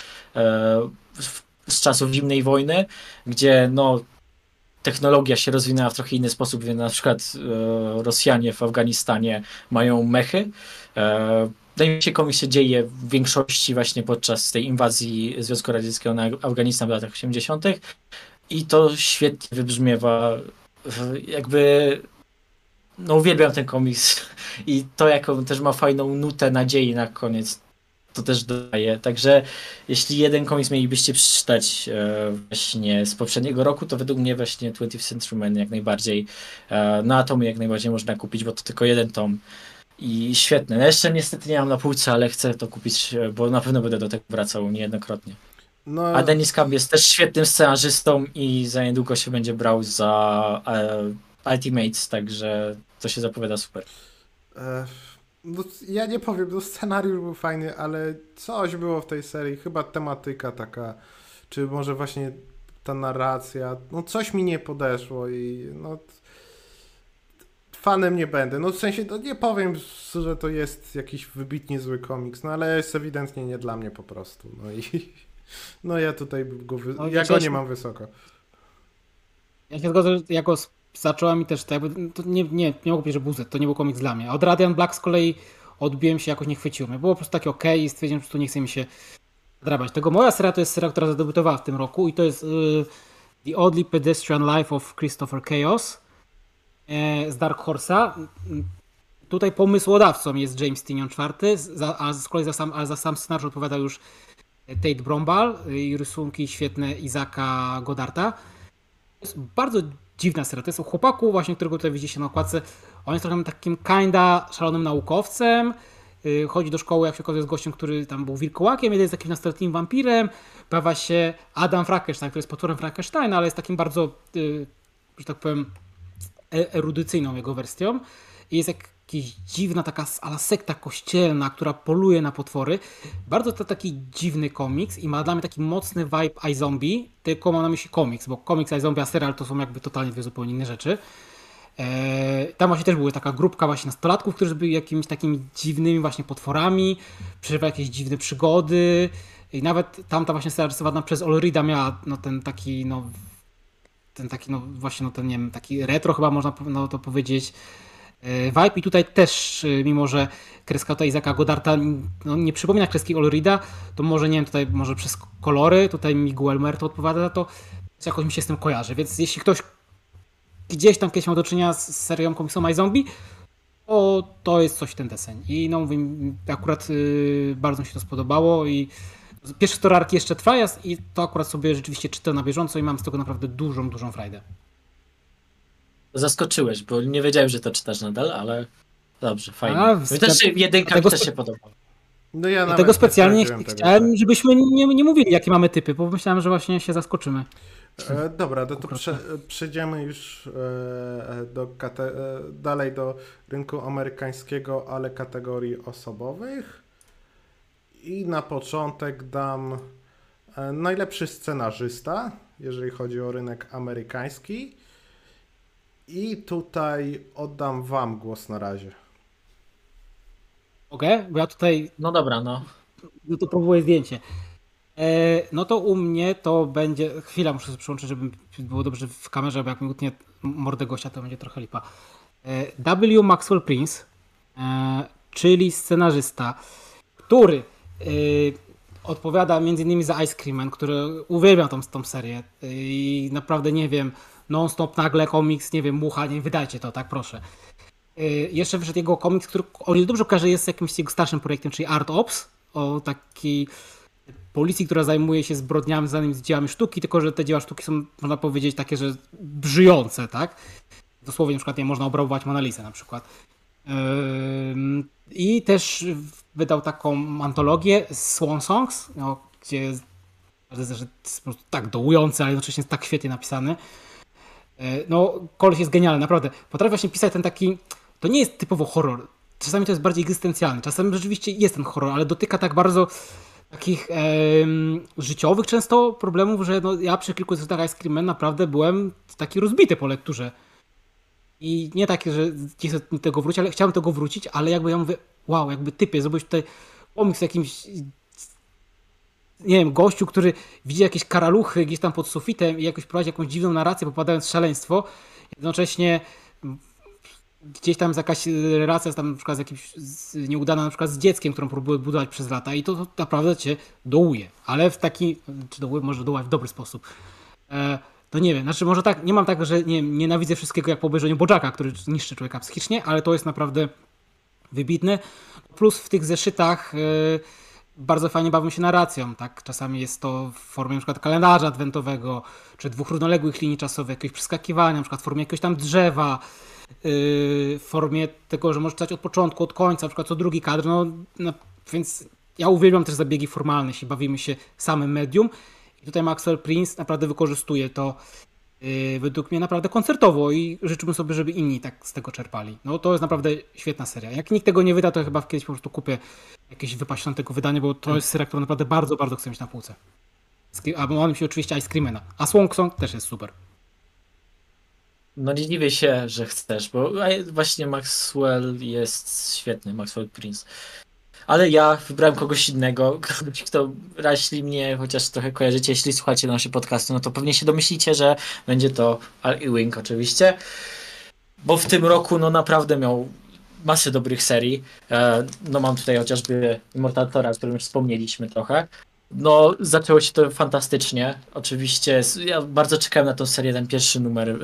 z czasów zimnej wojny, gdzie no technologia się rozwinęła w trochę inny sposób, więc na przykład Rosjanie w Afganistanie mają mechy. Wydaje mi się, komiks się dzieje w większości właśnie podczas tej inwazji Związku Radzieckiego na Afganistan w latach 80. I to świetnie wybrzmiewa. Jakby no uwielbiam ten komiks i to jaką też ma fajną nutę nadziei na koniec. To też dodaje. Także jeśli jeden komiks mielibyście przeczytać właśnie z poprzedniego roku, to według mnie właśnie 20th Century Man jak najbardziej. Na Atomy jak najbardziej można kupić, bo to tylko jeden tom. I świetne. Ja jeszcze niestety nie mam na półce, ale chcę to kupić, bo na pewno będę do tego wracał niejednokrotnie. No. A Denis Camp jest też świetnym scenarzystą i za niedługo się będzie brał za Ultimates, także to się zapowiada super. No, ja nie powiem, no scenariusz był fajny, ale coś było w tej serii, chyba tematyka taka, czy może właśnie ta narracja, no coś mi nie podeszło i no fanem nie będę, no w sensie no, nie powiem, że to jest jakiś wybitnie zły komiks, no ale jest ewidentnie nie dla mnie po prostu, no i no ja tutaj ja go nie mam wysoko. Ja się zgodzę, ja go zacząłem i też to jakby, to nie mogę powiedzieć, że był Z, to nie był komiks dla mnie. A od Radiant Black z kolei odbiłem się, jakoś nie chwyciło mnie. Było po prostu takie okej i stwierdziłem, że tu nie chce mi się drabiać. Tego moja seria to jest seria, która zadebiutowała w tym roku i to jest The Oddly Pedestrian Life of Christopher Chaos z Dark Horse'a. Tutaj pomysłodawcą jest James Tynion IV, a z kolei za sam scenariusz odpowiada już Tate Brombal i rysunki świetne Izaka Goddarta. To jest bardzo dziwna seria. To jest o chłopaku właśnie, którego tutaj widzicie na okładce. On jest trochę takim kinda szalonym naukowcem. Chodzi do szkoły, jak się okazuje, z gościem, który tam był wilkołakiem, jeden jest takim nastoletnim wampirem. Pojawia się Adam Frankenstein, który jest potworem Frankensteina, ale jest takim bardzo, że tak powiem, erudycyjną jego wersją. I jest jakaś dziwna taka ala sekta kościelna, która poluje na potwory. Bardzo to taki dziwny komiks i ma dla mnie taki mocny vibe iZombie, tylko mam na myśli komiks, bo komiks iZombie a serial to są jakby totalnie dwie zupełnie inne rzeczy. Tam właśnie też była taka grupka właśnie nastolatków, którzy byli jakimiś takimi dziwnymi właśnie potworami, przeżywały jakieś dziwne przygody i nawet tamta właśnie scena rysowana przez All Reeda miała no, ten taki no właśnie no ten nie wiem, taki retro chyba można no, to powiedzieć vibe i tutaj też mimo, że kreska tutaj Isaaca Goddarda no, nie przypomina kreski All Reeda, to może nie wiem, tutaj może przez kolory, tutaj Miguel Muerto odpowiada za to, jakoś mi się z tym kojarzy, więc jeśli ktoś gdzieś tam kiedyś miał do czynienia z serią komiksową iZombie, to jest coś w ten deseń. I no mówię, akurat bardzo mi się to spodobało i pierwsze 100 arki jeszcze trwa i to akurat sobie rzeczywiście czytam na bieżąco i mam z tego naprawdę dużą frajdę. Zaskoczyłeś, bo nie wiedziałem, że to czytasz nadal, ale dobrze, fajnie. Mi też jedynka też się podoba. No ja Dlatego specjalnie chciałem, tak. żebyśmy nie mówili, jakie mamy typy, bo myślałem, że właśnie się zaskoczymy. Dobra, to przejdziemy już dalej do rynku amerykańskiego, ale kategorii osobowych. I na początek dam najlepszy scenarzysta, jeżeli chodzi o rynek amerykański. I tutaj oddam wam głos na razie. Mogę? Bo ja tutaj... No dobra, no. No to próbuję zdjęcie. No to u mnie to będzie... Chwila, muszę sobie przyłączyć, żeby było dobrze w kamerze, bo jak mi utnie mordę gościa, to będzie trochę lipa. W. Maxwell Prince, czyli scenarzysta, który odpowiada m.in. za Ice Cream Man, który uwielbiam tą serię i naprawdę nie wiem, non-stop nagle komiks, nie wiem, mucha, nie wydajcie to, tak proszę. Jeszcze wyszedł jego komiks, który o ile dobrze kojarzę jest jakimś jego starszym projektem, czyli Art Ops, o takiej policji, która zajmuje się zbrodniami związanymi z dziełami sztuki, tylko że te dzieła sztuki są, można powiedzieć, takie, że żyjące, tak? Dosłownie na przykład nie można obrabować Mona Lisę na przykład. I też wydał taką antologię Swan Songs, no, gdzie jest po prostu tak dołujący, ale jednocześnie jest tak świetnie napisany. No, koleś jest genialny, naprawdę. Potrafi właśnie pisać ten taki, to nie jest typowo horror. Czasami to jest bardziej egzystencjalny, czasami rzeczywiście jest ten horror, ale dotyka tak bardzo takich życiowych często problemów, że no, ja przy kilku zeszytach Ice Cream Man naprawdę byłem taki rozbity po lekturze. I nie takie, że nie chcę do tego wrócić, ale chciałem do tego wrócić, ale jakby ja mówię, wow, jakby typie, zrobić tutaj komiks z jakimś, nie wiem, gościu, który widzi jakieś karaluchy gdzieś tam pod sufitem i jakoś prowadzi jakąś dziwną narrację, popadając w szaleństwo. Jednocześnie gdzieś tam jest jakaś relacja tam na przykład z jakimś nieudana na przykład z dzieckiem, którą próbuje budować przez lata i to naprawdę cię dołuje. Ale w taki, czy dołuje, może dołać w dobry sposób. To nie wiem, znaczy może tak, nie mam tak, że nienawidzę wszystkiego jak po obejrzeniu Bojacka, który niszczy człowieka psychicznie, ale to jest naprawdę wybitne. Plus w tych zeszytach bardzo fajnie bawią się narracją, tak? Czasami jest to w formie na przykład kalendarza adwentowego, czy dwóch równoległych linii czasowych, jakiegoś przeskakiwania, na przykład w formie jakiegoś tam drzewa, w formie tego, że możesz czytać od początku, od końca, na przykład co drugi kadr, no więc ja uwielbiam też zabiegi formalne, jeśli bawimy się samym medium. I tutaj Maxwell Prince naprawdę wykorzystuje to według mnie naprawdę koncertowo i życzyłbym sobie, żeby inni tak z tego czerpali. No to jest naprawdę świetna seria. Jak nikt tego nie wyda, to chyba kiedyś po prostu kupię jakieś wypaśnione tego wydanie, bo to jest seria, którą naprawdę bardzo, bardzo chcę mieć na półce. A mam się oczywiście Ice Creamena. A Swan Song też jest super. No nie dziwię się, że chcesz, bo właśnie Maxwell jest świetny, Maxwell Prince. Ale ja wybrałem kogoś innego, kogoś, kto jeśli mnie chociaż trochę kojarzycie, jeśli słuchacie nasze podcasty, no to pewnie się domyślicie, że będzie to Al Ewing oczywiście, bo w tym roku no naprawdę miał masę dobrych serii. No mam tutaj chociażby Immortal Tora, o którym już wspomnieliśmy trochę. No zaczęło się to fantastycznie. Oczywiście ja bardzo czekałem na tą serię, ten pierwszy numer.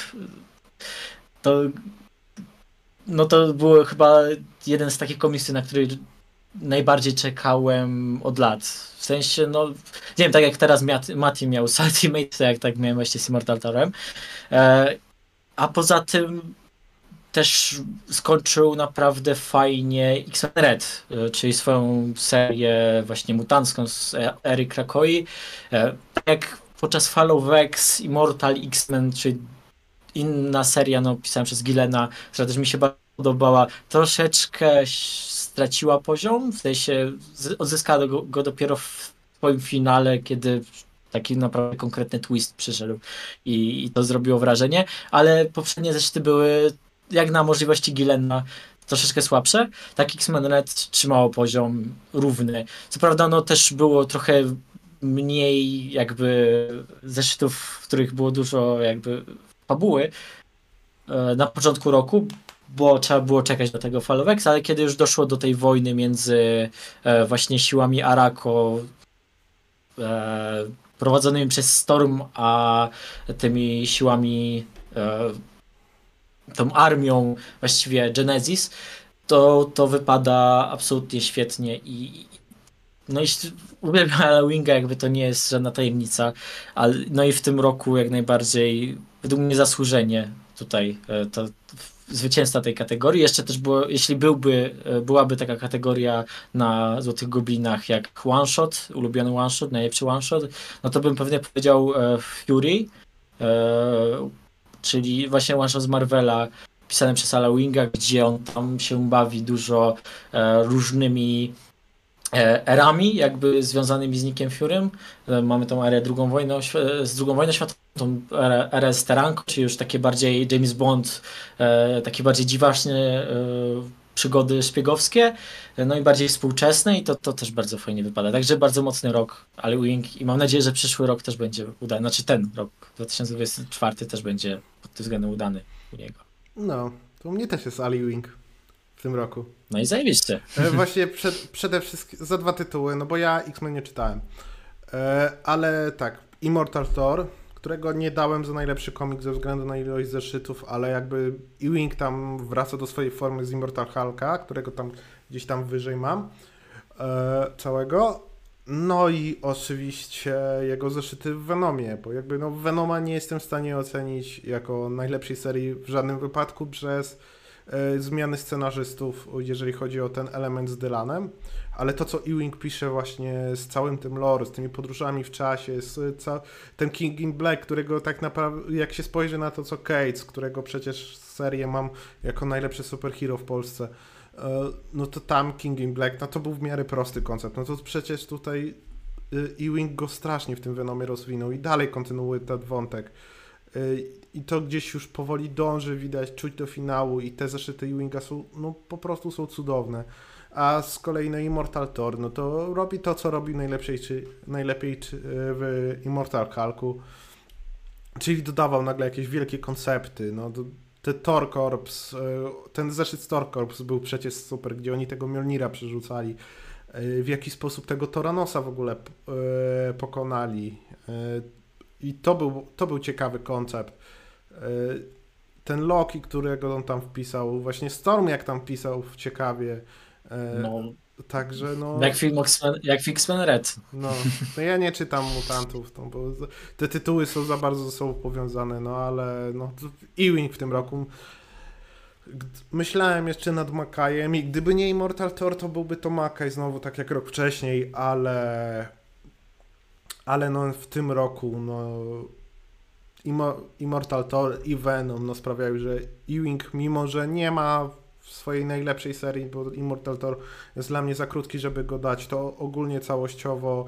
To było chyba jeden z takich komiksów, na który najbardziej czekałem od lat. W sensie, no, nie wiem, tak jak teraz Mati miał z Ultimate, jak tak miałem właśnie z Immortal Torem. A poza tym też skończył naprawdę fajnie X-Men Red, czyli swoją serię właśnie mutancką z ery Krakoi. Tak jak podczas Fall of X, Immortal X-Men, czyli inna seria, no, pisałem przez Gillena, która też mi się bardzo podobała, troszeczkę straciła poziom, w sensie odzyskała go dopiero w swoim finale, kiedy taki naprawdę konkretny twist przyszedł i to zrobiło wrażenie, ale poprzednie zeszyty były jak na możliwości Gillen'a troszeczkę słabsze. Tak X-Men Red trzymało poziom równy. Co prawda no też było trochę mniej jakby zeszytów, w których było dużo jakby fabuły na początku roku, bo trzeba było czekać do tego Falowexa, ale kiedy już doszło do tej wojny między właśnie siłami Arakko prowadzonymi przez Storm, a tymi siłami tą armią właściwie Genesis, to wypada absolutnie świetnie i no i uwielbiam Halloween'a, jakby to nie jest żadna tajemnica, ale no i w tym roku jak najbardziej według mnie zasłużenie tutaj to zwycięzca tej kategorii. Jeszcze też było, jeśli byłaby taka kategoria na Złotych Goblinach jak one shot, ulubiony one shot, najlepszy one shot, no to bym pewnie powiedział Fury, czyli właśnie one shot z Marvela pisany przez Ala Winga, gdzie on tam się bawi dużo różnymi erami jakby związanymi z Nickiem Furym. Mamy tą erę z II wojną światową, tą erę Steranko, czyli już takie bardziej James Bond, takie bardziej dziwaczne przygody szpiegowskie, no i bardziej współczesne i to też bardzo fajnie wypada. Także bardzo mocny rok Ale Wing i mam nadzieję, że przyszły rok też będzie udany. Znaczy ten rok, 2024 też będzie pod tym względem udany u niego. No, to u mnie też jest Ali Wing w tym roku. No i zajebiście. Właśnie przede wszystkim za 2 tytuły, no bo ja X-Men nie czytałem. Ale tak, Immortal Thor, którego nie dałem za najlepszy komik ze względu na ilość zeszytów, ale jakby Ewing tam wraca do swojej formy z Immortal Hulka, którego tam gdzieś tam wyżej mam całego. No i oczywiście jego zeszyty w Venomie, bo jakby no Venoma nie jestem w stanie ocenić jako najlepszej serii w żadnym wypadku przez zmiany scenarzystów, jeżeli chodzi o ten element z Dylanem, ale to, co Ewing pisze właśnie z całym tym lore, z tymi podróżami w czasie, ten King in Black, którego tak naprawdę, jak się spojrzy na to, co Cates, którego przecież serię mam jako najlepszy superhero w Polsce, no to tam King in Black, no to był w miarę prosty koncept, no to przecież tutaj Ewing go strasznie w tym Venomie rozwinął i dalej kontynuuje ten wątek. I to gdzieś już powoli dąży, widać, czuć do finału i te zeszyty Ewinga są, no po prostu są cudowne. A z kolei na Immortal Thor, no to robi to, co robi najlepiej w Immortal Hulku, czyli dodawał nagle jakieś wielkie koncepty, no te Thor Corps, ten zeszyt Thor Corps był przecież super, gdzie oni tego Mjolnira przerzucali, w jaki sposób tego Toranosa w ogóle pokonali. I to był ciekawy koncept. Ten Loki, którego on tam wpisał, właśnie Storm jak tam pisał ciekawie. No, także no... Jak w X-Men Red. No ja nie czytam Mutantów, no, bo te tytuły są za bardzo ze sobą powiązane, no ale no, Ewing w tym roku. Myślałem jeszcze nad Makajem i gdyby nie Immortal Thor, to byłby to Makaj znowu tak jak rok wcześniej, ale no w tym roku no Immortal Thor i Venom no sprawiają, że Ewing, mimo że nie ma w swojej najlepszej serii, bo Immortal Thor jest dla mnie za krótki, żeby go dać, to ogólnie całościowo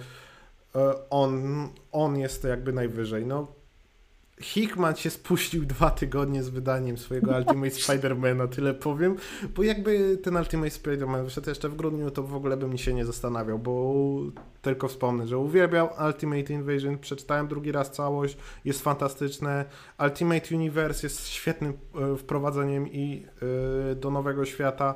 on jest jakby najwyżej. No Hickman się spuścił 2 tygodnie z wydaniem swojego Ultimate Spider-Mana, tyle powiem, bo jakby ten Ultimate Spider-Man wyszedł jeszcze w grudniu, to w ogóle bym się nie zastanawiał, bo tylko wspomnę, że uwielbiam Ultimate Invasion, przeczytałem drugi raz całość, jest fantastyczne, Ultimate Universe jest świetnym wprowadzeniem i do nowego świata,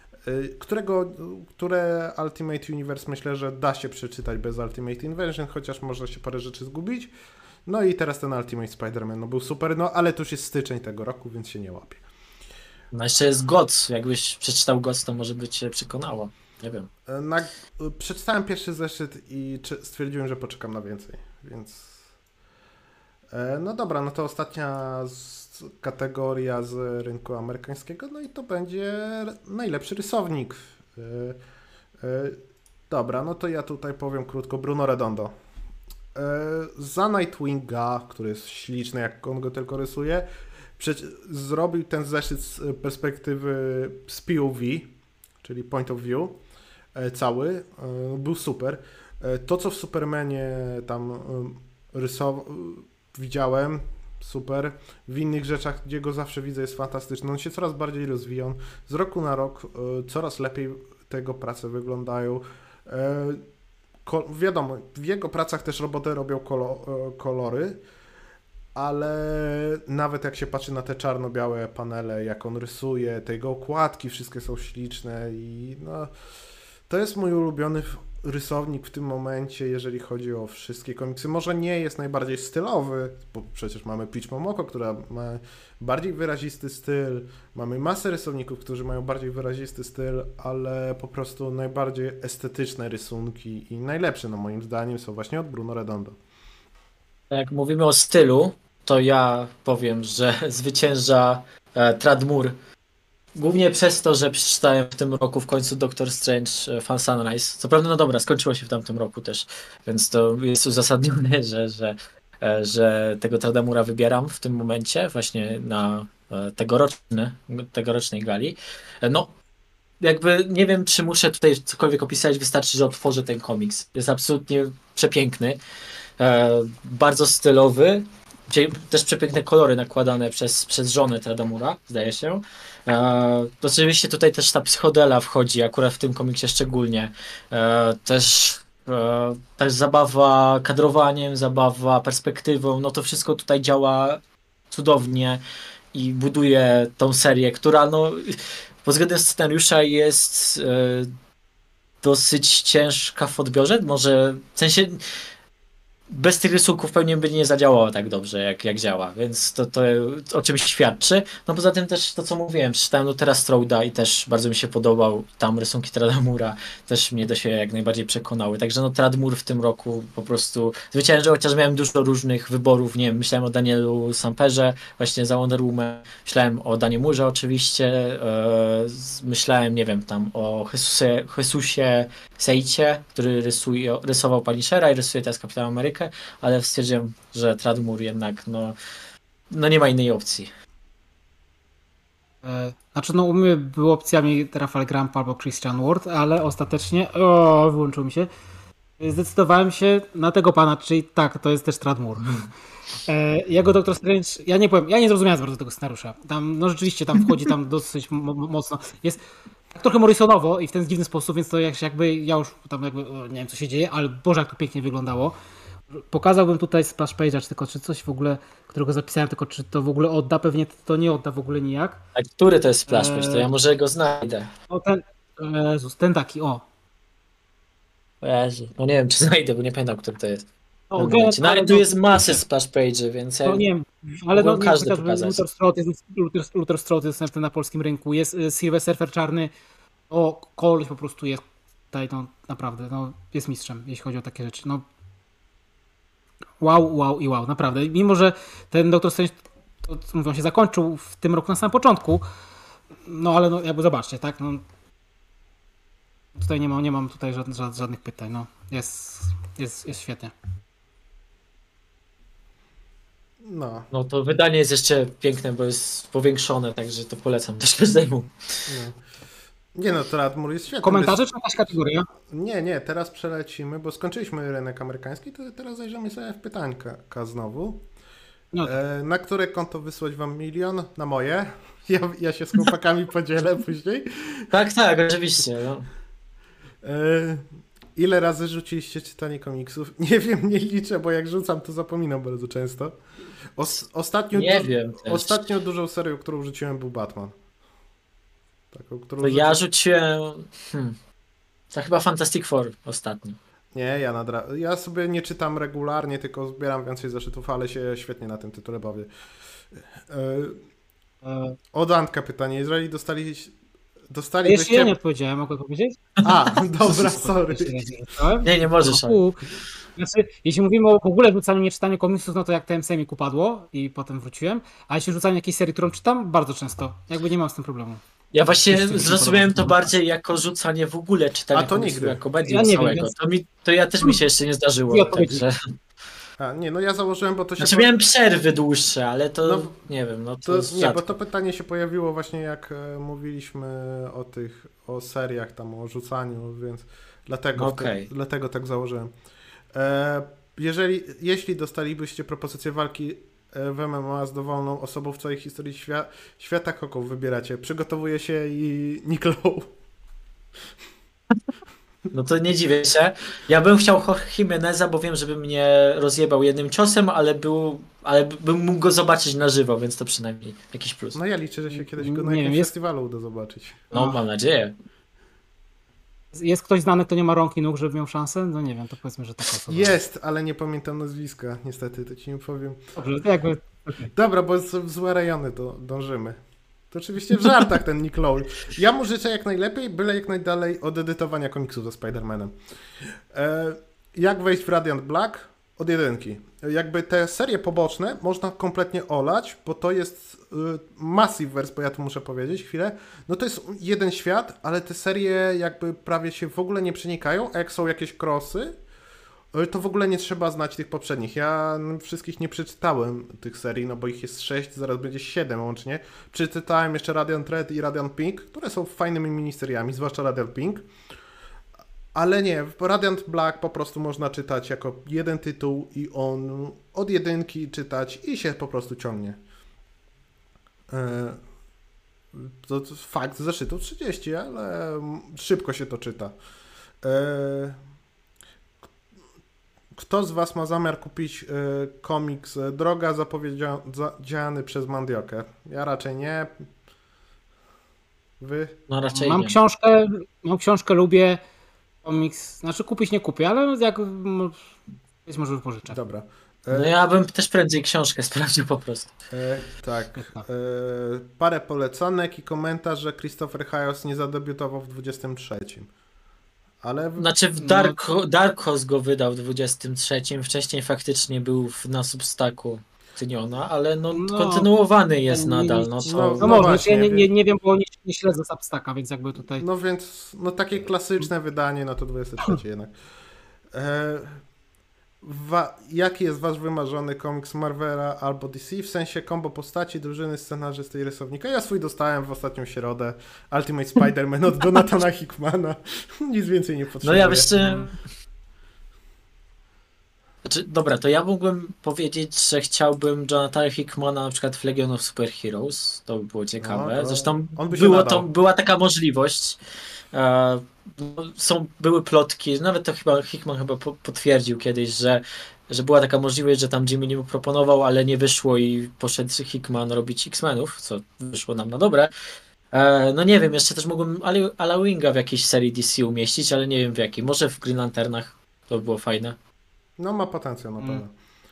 które Ultimate Universe myślę, że da się przeczytać bez Ultimate Invasion, chociaż może się parę rzeczy zgubić. No i teraz ten Ultimate Spider-Man, no był super, no ale to już jest styczeń tego roku, więc się nie łapie. No jeszcze jest GOTS, jakbyś przeczytał GOTS, to może by cię przekonało, nie wiem. Przeczytałem pierwszy zeszyt i stwierdziłem, że poczekam na więcej, więc... No dobra, no to ostatnia kategoria z rynku amerykańskiego, no i to będzie najlepszy rysownik. Dobra, no to ja tutaj powiem krótko, Bruno Redondo. Za Nightwinga, który jest śliczny, jak on go tylko rysuje, zrobił ten zeszyt z perspektywy z POV, czyli point of view, cały, był super. To, co w Supermanie tam widziałem, super. W innych rzeczach, gdzie go zawsze widzę, jest fantastyczny. On się coraz bardziej rozwija. On z roku na rok coraz lepiej te jego prace wyglądają. Wiadomo, w jego pracach też roboty robią kolory, ale nawet jak się patrzy na te czarno-białe panele, jak on rysuje, te jego okładki wszystkie są śliczne i no, to jest mój ulubiony rysownik w tym momencie, jeżeli chodzi o wszystkie komiksy. Może nie jest najbardziej stylowy, bo przecież mamy Peach Momoko, która ma bardziej wyrazisty styl, mamy masę rysowników, którzy mają bardziej wyrazisty styl, ale po prostu najbardziej estetyczne rysunki i najlepsze, no moim zdaniem, są właśnie od Bruno Redondo. Jak mówimy o stylu, to ja powiem, że zwycięża Tradmur. Głównie przez to, że przeczytałem w tym roku w końcu Doctor Strange Fan Sunrise. Co prawda, no dobra, skończyło się w tamtym roku też, więc to jest uzasadnione, że tego Tradmura wybieram w tym momencie właśnie na tegorocznej gali. No, jakby nie wiem, czy muszę tutaj cokolwiek opisać, wystarczy, że otworzę ten komiks. Jest absolutnie przepiękny, bardzo stylowy, też przepiękne kolory nakładane przez żonę Tradmura, zdaje się. To oczywiście tutaj też ta psychodela wchodzi, akurat w tym komiksie szczególnie. Też zabawa kadrowaniem, zabawa perspektywą, no to wszystko tutaj działa cudownie i buduje tą serię, która no pod względem scenariusza jest dosyć ciężka w odbiorze, może w sensie bez tych rysunków pewnie by nie zadziałało tak dobrze, jak działa, więc to o czymś świadczy. No poza tym też to, co mówiłem, przeczytałem Luthera Stroуда i też bardzo mi się podobał. Tam rysunki Tradmura też mnie do siebie jak najbardziej przekonały. Także no Tradmur w tym roku po prostu zwyciężył, chociaż miałem dużo różnych wyborów. Nie wiem, myślałem o Danielu Samperze, właśnie za Wonder Woman. Myślałem o Danie Murze oczywiście. Myślałem, nie wiem, tam o Jesusie Seicie, który rysował Punishera i rysuje teraz Kapitana Amerykę, ale stwierdziłem, że Tradmur jednak no nie ma innej opcji. Znaczy no u mnie były opcjami Rafael Grampa albo Christian Ward, ale ostatecznie wyłączył mi się. Zdecydowałem się na tego pana, czyli tak, to jest też Tradmur. Jego Doctor Strange, ja nie zrozumiałem bardzo tego scenariusza. Tam, no rzeczywiście tam wchodzi tam dosyć mocno. Jest tak trochę Morrisonowo i w ten dziwny sposób, więc to jakby ja już tam jakby nie wiem co się dzieje, ale Boże jak to pięknie wyglądało. Pokazałbym tutaj splash page'a, tylko czy coś w ogóle, którego zapisałem, tylko czy to w ogóle odda, pewnie to nie odda w ogóle nijak. A który to jest splash page? To ja może go znajdę. O Jezus, ten taki, o. Jezu, no nie wiem czy znajdę, bo nie pamiętam który to jest. O, No ale tu jest masę splash page'y, więc ja no nie wiem, ale no każdy Luther Strode jest dostępny na polskim rynku, jest Silver Surfer czarny, koleś po prostu jest tutaj, no naprawdę, no jest mistrzem, jeśli chodzi o takie rzeczy, no wow, naprawdę, mimo że ten Doctor Strange, to mówią, się zakończył w tym roku na samym początku, no ale no jakby zobaczcie, tak, no tutaj nie mam tutaj żadnych pytań, no jest świetnie. No to wydanie jest jeszcze piękne, bo jest powiększone, także to polecam też każdemu. No. Nie no, Tradmur jest świetny. Komentarze czy jakaś kategoria? Nie, teraz przelecimy, bo skończyliśmy rynek amerykański, to teraz zajrzymy sobie w pytańka znowu. No. Na które konto wysłać wam 1 000 000? Na moje. Ja się z chłopakami podzielę później. Tak, oczywiście. No. Ile razy rzuciliście czytanie komiksów? Nie wiem, nie liczę, bo jak rzucam, to zapominam bardzo często. Ostatnią dużą serią, którą rzuciłem, był Batman. Taką, którą ja rzuciłem... To chyba Fantastic Four ostatni. Nie, ja sobie nie czytam regularnie, tylko zbieram więcej zeszytów, ale się świetnie na tym tytule bawię. Od Antka pytanie. Jeżeli dostalibyście... Jeszcze ja nie odpowiedziałem, mogę powiedzieć? Dobra, sorry. Nie możesz. Znaczy, jeśli mówimy o w ogóle rzucaniu nieczytania komiksów, no to jak TMC mi upadło i potem wróciłem, a jeśli rzucanie jakiejś serii, którą czytam, bardzo często. Jakby nie mam z tym problemu. Ja właśnie zrozumiałem to bardziej jako rzucanie w ogóle czytania komiksu, jako medium całego. To też mi się jeszcze nie zdarzyło. Także... ja założyłem, bo to się... Znaczy miałem przerwy dłuższe, ale to nie wiem. No to bo to pytanie się pojawiło właśnie jak mówiliśmy o seriach, tam o rzucaniu, więc dlatego tak założyłem. jeśli dostalibyście propozycję walki w MMA z dowolną osobą w całej historii świata, kogo wybieracie? Przygotowuje się i Nick Lowe. No to nie dziwię się. Ja bym chciał Jorge Jimeneza, bo wiem, żeby mnie rozjebał jednym ciosem, ale bym mógł go zobaczyć na żywo, więc to przynajmniej jakiś plus. No ja liczę, że się kiedyś go na Nie jakimś wiem, festiwalu uda zobaczyć. No, mam nadzieję. Jest ktoś znany, kto nie ma rąk i nóg, żeby miał szansę? No nie wiem, to powiedzmy, że taka osoba. Jest, ale nie pamiętam nazwiska, niestety, to ci nie powiem. Dobrze, to jakby... Okay. Dobra, bo w złe rejony to dążymy. To oczywiście w żartach ten Nick Lowe. Ja mu życzę jak najlepiej, byle jak najdalej od edytowania komiksów ze Spider-Manem. Jak wejść w Radiant Black? Od jedynki. Jakby te serie poboczne można kompletnie olać, bo to jest Massiveverse, bo ja tu muszę powiedzieć chwilę. No to jest jeden świat, ale te serie jakby prawie się w ogóle nie przenikają, a jak są jakieś crossy, to w ogóle nie trzeba znać tych poprzednich. Ja wszystkich nie przeczytałem tych serii, no bo ich jest 6, zaraz będzie 7 łącznie. Przeczytałem jeszcze Radiant Red i Radiant Pink, które są fajnymi miniseriami, zwłaszcza Radiant Pink. Ale nie, Radiant Black po prostu można czytać jako jeden tytuł i on od jedynki czytać i się po prostu ciągnie. To fakt, zeszytów 30, ale szybko się to czyta. Kto z Was ma zamiar kupić komiks Droga zapowiedziany przez Mandiokę? Ja raczej nie. Wy? No raczej Mam nie. książkę, lubię komiks, znaczy kupić nie kupię, ale jak jest może wypożyczę. Dobra. No ja bym też prędzej książkę sprawdził po prostu. Tak. Parę polecanek i komentarz, że Christopher Hayes nie zadebiutował w 23. Ale... Znaczy Dark Horse go wydał w 23, wcześniej faktycznie był na Substacku Tyniona, ale kontynuowany jest nadal. No może, właśnie, ja nie wiem, bo nie śledzę Substacka, więc jakby tutaj... No więc, takie klasyczne wydanie, no to 23 jednak. Jaki jest wasz wymarzony komiks Marvela albo DC, w sensie kombo postaci, drużyny, scenarzysty i rysownika? Ja swój dostałem w ostatnią środę. Ultimate Spider-Man od Jonathana Hickmana. Nic więcej nie potrzebuję. No ja jeszcze... Dobra, to ja mógłbym powiedzieć, że chciałbym Jonathana Hickmana na przykład w Legion of Superheroes. To by było ciekawe. No, zresztą była taka możliwość. Były plotki, nawet to Hickman potwierdził kiedyś, że była taka możliwość, że tam Jimmy Lee mu proponował, ale nie wyszło i poszedł Hickman robić X-Menów, co wyszło nam na dobre. No nie wiem, jeszcze też mógłbym Ala Winga w jakiejś serii DC umieścić, ale nie wiem w jakiej. Może w Green Lanternach to by było fajne. No ma potencjał na pewno.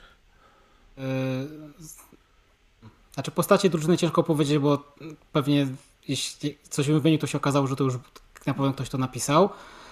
Znaczy postacie drużyny ciężko powiedzieć, bo pewnie jeśli coś wymienił, to się okazało, że to już na pewno ktoś to napisał.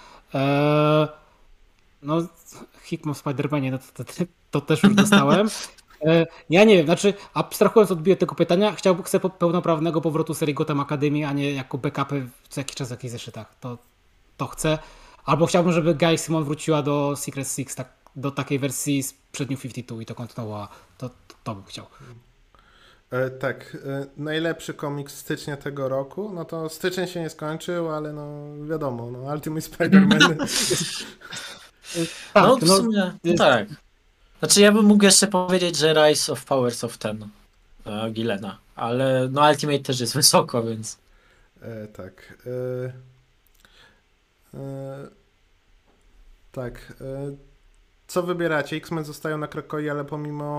No Hickman w Spider-Manie, no to też już dostałem. Ja nie wiem, znaczy abstrahując od tego pytania, chcę pełnoprawnego powrotu serii Gotham Academy, a nie jako backupy co jakiś czas w jakichś zeszytach. To chcę. Albo chciałbym, żeby Guy Simon wróciła do Secret Six, do takiej wersji sprzed New 52 i to kontynuowała. To bym chciał. Tak, najlepszy komiks stycznia tego roku, no to styczeń się nie skończył, ale no wiadomo, Ultimate Spider-Man. Tak, w sumie, tak. Znaczy ja bym mógł jeszcze powiedzieć, że Rise of Powers of Ten Gillena, ale Ultimate też jest wysoko, więc... Tak. Tak. Co wybieracie? X-Men zostają na Krakoi, ale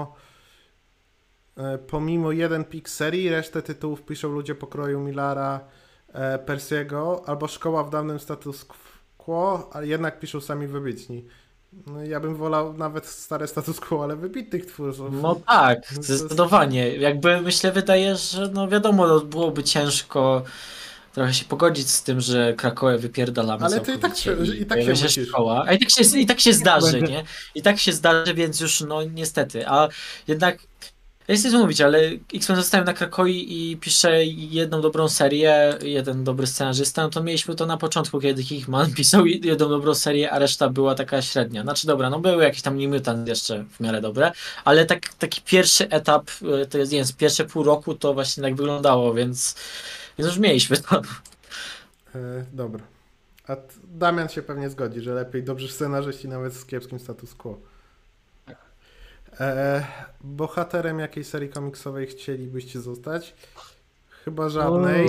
pomimo jeden pik serii, resztę tytułów piszą ludzie pokroju Millara, Persiego, albo Szkoła w dawnym status quo, ale jednak piszą sami wybitni. No, ja bym wolał nawet stare status quo, ale wybitnych twórców. No tak, zdecydowanie. Jakby wydaje, że wiadomo, byłoby ciężko trochę się pogodzić z tym, że Krakowie wypierdalamy. Ale to i tak się musisz. Szkoła. A i tak się zdarzy, nie? I tak się zdarzy, więc już niestety. A jednak ja nie chcę mówić, ale X-Men zostają na Krakoi i pisze jedną dobrą serię, jeden dobry scenarzysta, no to mieliśmy to na początku, kiedy Hickman pisał jedną dobrą serię, a reszta była taka średnia. Znaczy dobra, były jakieś tam New Mutant jeszcze w miarę dobre, ale taki pierwszy etap, to jest pierwsze pół roku, to właśnie tak wyglądało, więc już mieliśmy to. Dobra. A Damian się pewnie zgodzi, że lepiej dobrzy scenarzyści nawet z kiepskim status quo. Bohaterem jakiej serii komiksowej chcielibyście zostać? Chyba żadnej.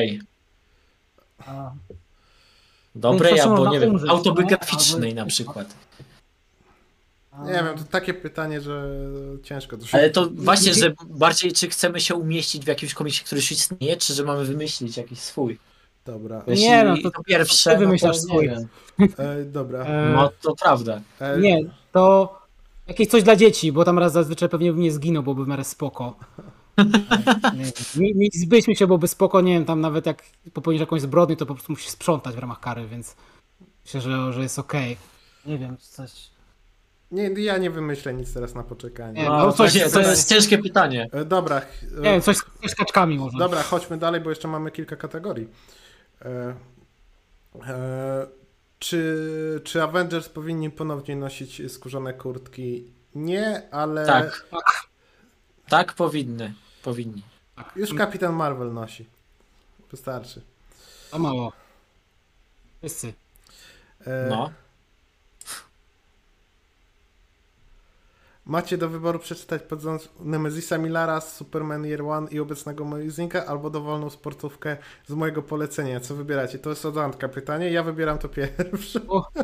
A, Dobrej Coś albo można nie wiem, umrzeć, autobiograficznej nie? na przykład. Nie wiem, to takie pytanie, że ciężko. Ale to właśnie, że bardziej czy chcemy się umieścić w jakimś komiksie, który już istnieje, czy że mamy wymyślić jakiś swój. Dobra. Jeśli Nie, no to pierwsze, ty no wymyślasz to swój. nie wiem. Dobra. No to prawda. Nie, to jakieś coś dla dzieci, bo tam raz zazwyczaj pewnie bym nie zginął, byłoby w miarę spoko. Zbyliśmy się, byłoby spoko, nie wiem, tam nawet jak popełnisz jakąś zbrodnię, to po prostu musisz sprzątać w ramach kary, więc myślę, że jest okej. Nie wiem, coś... Nie, ja nie wymyślę nic teraz na poczekanie. Nie, No, no, to, coś- to jest ciężkie pytanie. Dobra. Nie wiem, coś z kaczkami może. Dobra, chodźmy dalej, bo jeszcze mamy kilka kategorii. Czy Avengers powinni ponownie nosić skórzane kurtki? Nie, ale Tak. Tak powinni. już Kapitan Marvel nosi. Wystarczy. To mało. Wszyscy. No. Macie do wyboru przeczytać pod Nemezisa Millara, Superman Year One i obecnego Amazinga, albo dowolną sportówkę z mojego polecenia. Co wybieracie? To jest od Antka pytanie. Ja wybieram to pierwsze.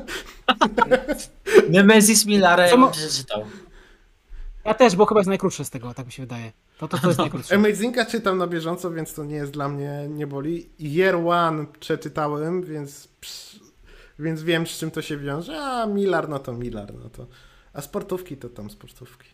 Nemesis Millara ja bym przeczytał. Ja też, bo chyba jest najkrótsze z tego, tak mi się wydaje. To jest najkrótsze. Amazinga czytam na bieżąco, więc to nie jest dla mnie, nie boli. Year One przeczytałem, więc wiem, z czym to się wiąże. A Millar, no to Millar, no to. A sportówki to tam sportówki.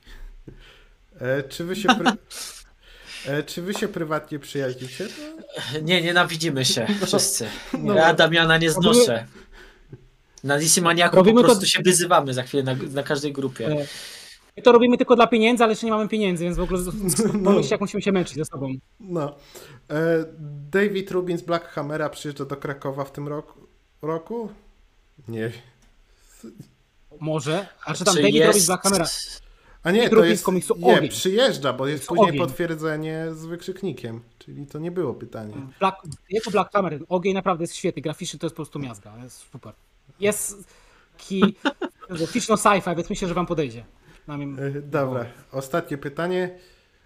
Czy wy się prywatnie przyjaźnicie? Nie, nienawidzimy się wszyscy. No. Ja Damiana nie znoszę. Na DC Maniaku po Robimy to- prostu się wyzywamy za chwilę na każdej grupie. My to robimy tylko dla pieniędzy, ale jeszcze nie mamy pieniędzy, więc w ogóle pomyślcie, jak musimy się męczyć ze sobą. No. David Rubin z Black Hammera przyjeżdża do Krakowa w tym roku? Nie. Może. A czy tam Czy David jest- robi z Black Hammera? A nie, David to Rubin jest... z komiksu Nie, Ogień. przyjeżdża, bo jest jest później Ogień. potwierdzenie z wykrzyknikiem. Czyli to nie było pytanie. Jego Black Hammer, Ogień naprawdę jest świetny. Graficznie to jest po prostu miazga. Jest super. Jest taki fictional sci-fi, więc myślę, że wam podejdzie. Dobra, ostatnie pytanie.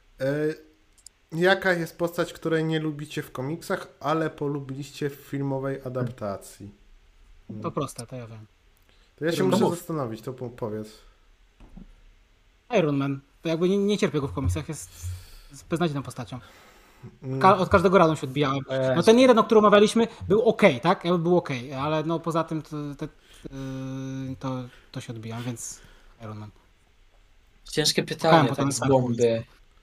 Jaka jest postać, której nie lubicie w komiksach, ale polubiliście w filmowej adaptacji? To proste, to ja wiem. To ja się No muszę mów. zastanowić, to powiedz. Iron Man. To jakby nie cierpię go w komiksach, jest beznadziejną postacią. Mm, Od każdego rano się odbijałem. No ten jeden, o którym omawialiśmy, był okej, tak? Jakby był okej, ale no poza tym to się odbijam, więc Iron Man. Ciężkie Kochałem pytanie, potem tak z Star bomby.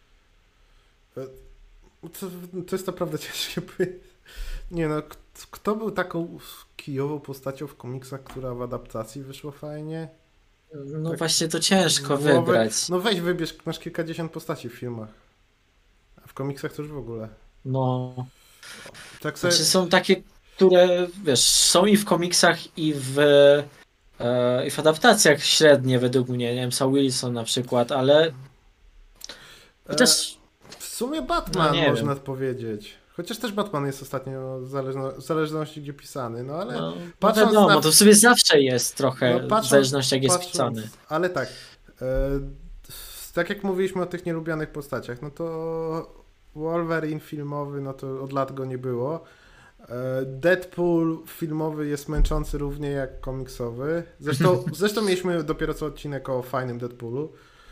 To jest naprawdę ciężkie pytanie. Nie no, kto był taką kijową postacią w komiksach, która w adaptacji wyszła fajnie? No Tak właśnie to ciężko Z głowy. wybrać. No weź wybierz, masz kilkadziesiąt postaci w filmach. A w komiksach to już w ogóle. No. Tak sobie... Znaczy są takie, które wiesz, są i w komiksach, i w adaptacjach średnie według mnie. Nie wiem, Sam Wilson na przykład, ale chociaż W sumie Batman No, nie można powiedzieć. Chociaż też Batman jest ostatnio w zależności gdzie pisany, no ale no patrząc wiadomo, na- to w sobie zawsze jest trochę no, w zależności jak jest patrząc- pisany. Ale tak, tak jak mówiliśmy o tych nielubianych postaciach, no to Wolverine filmowy, no to od lat go nie było. Deadpool filmowy jest męczący równie jak komiksowy. Zresztą mieliśmy dopiero co odcinek o fajnym Deadpoolu.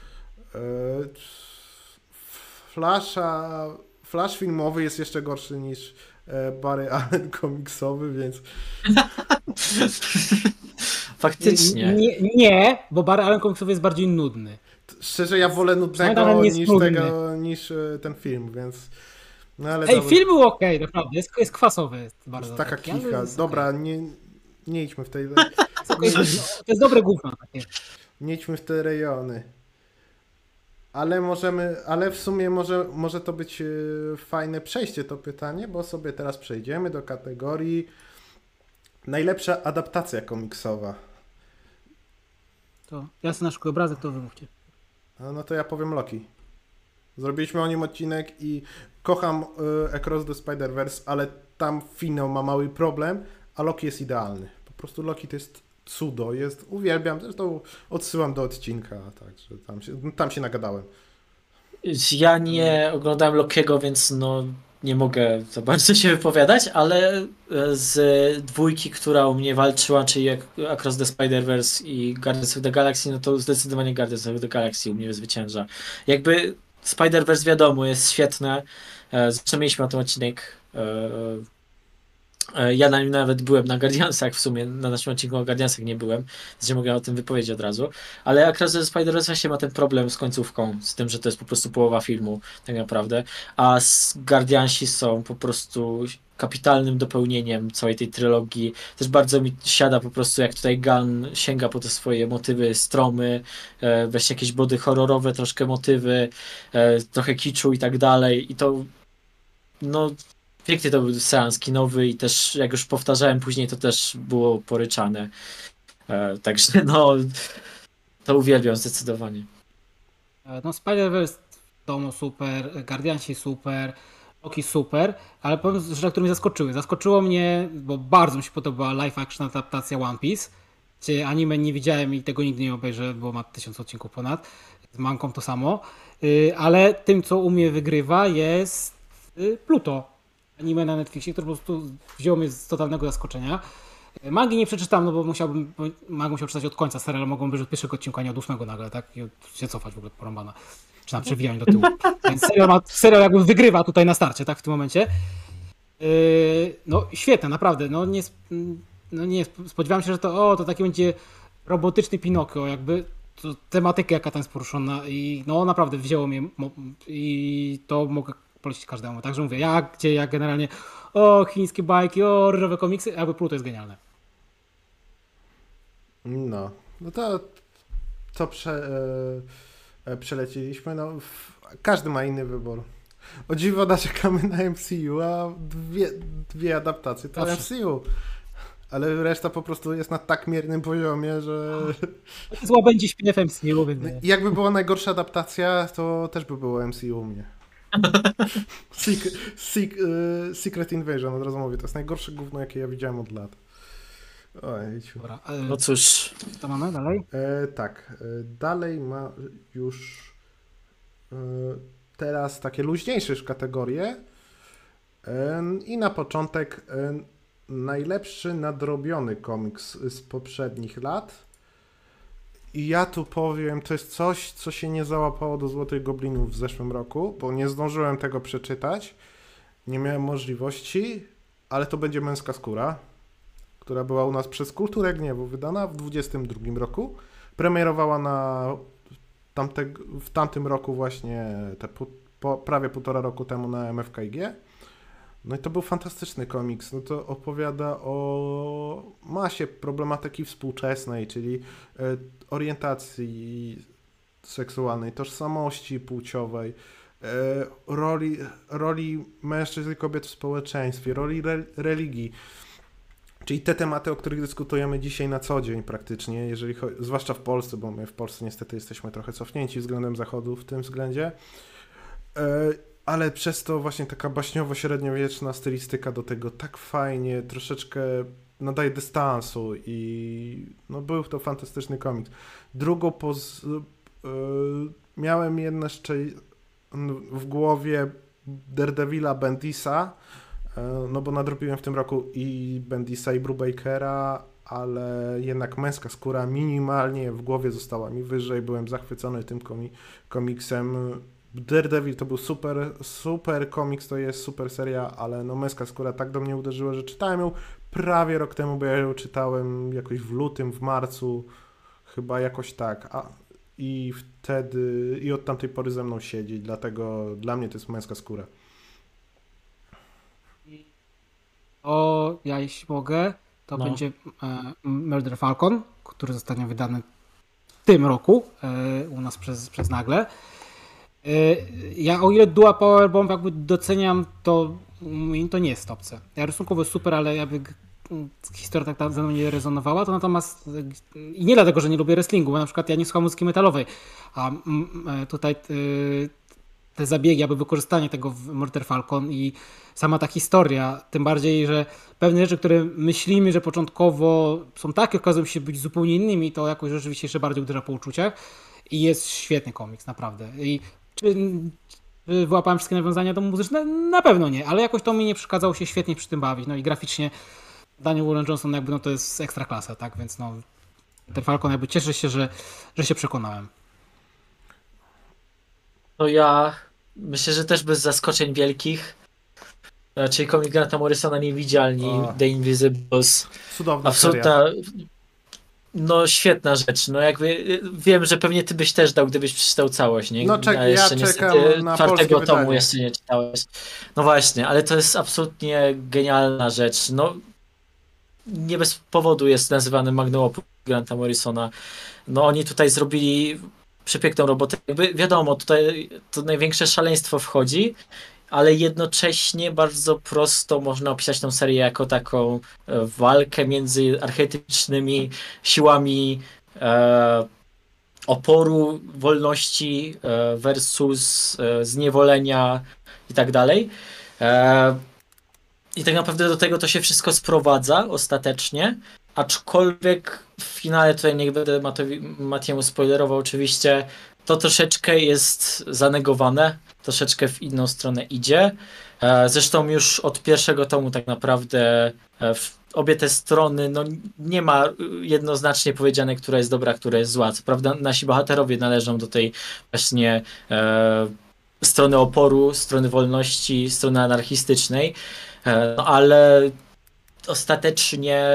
Flash filmowy jest jeszcze gorszy niż Barry Allen komiksowy, więc Faktycznie. Nie, bo Barry Allen komiksowy jest bardziej nudny. szczerze ja wolę Przynajmniej nudnego on jest nudny. niż ten film, więc no ale Ej, dobra. film był okej, naprawdę, jest kwasowy. Jest bardzo Jest taka taki, ale kicha. jest Dobra, okej. nie idźmy w tej To jest dobre gówno takie. nie idźmy w te rejony. Ale w sumie może to być fajne przejście to pytanie, bo sobie teraz przejdziemy do kategorii najlepsza adaptacja komiksowa. To jasny nasz obrazek, to wymówcie. No to ja powiem Loki. Zrobiliśmy o nim odcinek i kocham Across the Spider-Verse, ale tam finał ma mały problem, a Loki jest idealny. Po prostu Loki to jest cudo jest, uwielbiam, zresztą odsyłam do odcinka, także tam się nagadałem. Ja nie oglądałem Lokiego, więc no nie mogę za bardzo się wypowiadać, ale z dwójki, która u mnie walczyła, czyli Across the Spider-Verse i Guardians of the Galaxy, no to zdecydowanie Guardians of the Galaxy u mnie zwycięża. Jakby Spider-Verse wiadomo, jest świetne. Zresztą mieliśmy o tym odcinek. Ja na nim nawet byłem na Guardiansach w sumie, na naszym odcinku o Guardiansach nie byłem, więc nie mogę o tym wypowiedzieć od razu, ale Across the Spider-Verse właśnie ma ten problem z końcówką, z tym, że to jest po prostu połowa filmu tak naprawdę, a Guardiansi są po prostu kapitalnym dopełnieniem całej tej trylogii. Też bardzo mi siada po prostu, jak tutaj Gunn sięga po te swoje motywy stromy, weź jakieś body horrorowe, troszkę motywy, trochę kiczu i tak dalej i to no pięknie to był seans kinowy i też jak już powtarzałem później, to też było poryczane. Także no to uwielbiam zdecydowanie. No Spider-Verse w domu super, Guardiansi super, Loki super, ale powiem rzeczy, które mnie zaskoczyły. Zaskoczyło mnie, bo bardzo mi się podobała live action adaptacja One Piece, gdzie anime nie widziałem i tego nigdy nie obejrzę, bo ma 1000 odcinków ponad. Z manką to samo. Ale tym, co u mnie wygrywa, jest Pluto. Anime na Netflixie, które po prostu wzięło mnie z totalnego zaskoczenia. Mangi nie przeczytam, no bo mangę musiał czytać od końca, serial mogą być od pierwszego odcinka, a nie od 8 nagle, tak? I się cofać w ogóle porąbana. Czy tam przewijać do tyłu. Więc serial jakby wygrywa tutaj na starcie, tak? W tym momencie. No świetne, naprawdę. Nie spodziewałem się, że to taki będzie robotyczny Pinokio, jakby tematyka jaka tam jest poruszona i no naprawdę wzięło mnie i to mogę polecić każdemu. Także mówię, ja generalnie chińskie bajki, różowe komiksy, jakby Pluto jest genialne. No to przeleciliśmy. No, każdy ma inny wybór. O dziwo naczekamy na MCU, a dwie adaptacje to MCU. Ale reszta po prostu jest na tak miernym poziomie, że... Zła będzie śpiew MCU. Więc... Jakby była najgorsza adaptacja, to też by było MCU u mnie. Secret Invasion, od razu mówię, to jest najgorsze gówno, jakie ja widziałem od lat. Ojciu. Dobra, no cóż. Co mamy dalej? Tak, dalej ma już teraz takie luźniejsze kategorie i na początek najlepszy nadrobiony komiks z poprzednich lat. I ja tu powiem, to jest coś, co się nie załapało do Złotych Goblinów w zeszłym roku, bo nie zdążyłem tego przeczytać, nie miałem możliwości, ale to będzie Męska skóra, która była u nas przez Kulturę Gniewu wydana w 2022 roku. Premierowała w tamtym roku właśnie, prawie 1,5 roku temu na MFKG. No i to był fantastyczny komiks. No to opowiada o masie problematyki współczesnej, czyli orientacji seksualnej, tożsamości płciowej, roli mężczyzn i kobiet w społeczeństwie, roli religii. Czyli te tematy, o których dyskutujemy dzisiaj na co dzień praktycznie, zwłaszcza w Polsce, bo my w Polsce niestety jesteśmy trochę cofnięci względem Zachodu w tym względzie. Ale przez to właśnie taka baśniowo-średniowieczna stylistyka do tego tak fajnie, troszeczkę nadaje dystansu i no był to fantastyczny komiks. Drugą miałem jeszcze w głowie Daredevila Bendisa, no bo nadrobiłem w tym roku i Bendisa i Brubakera, ale jednak Męska skóra minimalnie w głowie została mi wyżej, byłem zachwycony tym komiksem. Daredevil to był super komiks, to jest super seria, ale no Męska skóra tak do mnie uderzyła, że czytałem ją prawie rok temu, bo ja ją czytałem jakoś w lutym, w marcu, chyba jakoś tak, i od tamtej pory ze mną siedzi, dlatego dla mnie to jest Męska skóra. Ja jeśli mogę, to będzie Murder Falcon, który zostanie wydany w tym roku u nas przez Nagle. Ja o ile Dua Powerbomb jakby doceniam, to nie jest w topce. Ja rysunkowo jest super, ale jakby historia tak ze mną nie rezonowała, to natomiast i nie dlatego, że nie lubię wrestlingu, bo na przykład ja nie słucham muzyki metalowej, a tutaj te zabiegi, aby wykorzystanie tego w Murder Falcon i sama ta historia, tym bardziej, że pewne rzeczy, które myślimy, że początkowo są takie, okazują się być zupełnie innymi, to jakoś rzeczywiście jeszcze bardziej uderza po uczuciach i jest świetny komiks, naprawdę. I czy wyłapałem wszystkie nawiązania do muzyczne? Na pewno nie, ale jakoś to mi nie przeszkadzało się świetnie przy tym bawić, no i graficznie Daniel Warren Johnson jakby, no to jest ekstra klasa, tak, więc no ten Falcon jakby cieszę się, że się przekonałem. To ja myślę, że też bez zaskoczeń wielkich, czyli komik Granta Morrisona Niewidzialni, The Invisibles. Cudowna absolutna, no świetna rzecz. No jakby wiem, że pewnie ty byś też dał, gdybyś przeczytał całość, nie? No ja czekam na polskie tomu wydanie. jeszcze nie czytałeś. No właśnie, ale to jest absolutnie genialna rzecz. No nie bez powodu jest nazywany magnum opus Granta Morrisona. No oni tutaj zrobili przepiękną robotę. Jakby wiadomo, tutaj to największe szaleństwo wchodzi, ale jednocześnie bardzo prosto można opisać tę serię jako taką walkę między archetypicznymi siłami oporu, wolności versus zniewolenia i tak dalej. I tak naprawdę do tego to się wszystko sprowadza ostatecznie, aczkolwiek w finale, tutaj nie będę Matiemu spoilerował oczywiście, to troszeczkę jest zanegowane, troszeczkę w inną stronę idzie. Zresztą już od pierwszego tomu tak naprawdę obie te strony, no nie ma jednoznacznie powiedziane, która jest dobra, która jest zła. Co prawda nasi bohaterowie należą do tej właśnie strony oporu, strony wolności, strony anarchistycznej, no ale ostatecznie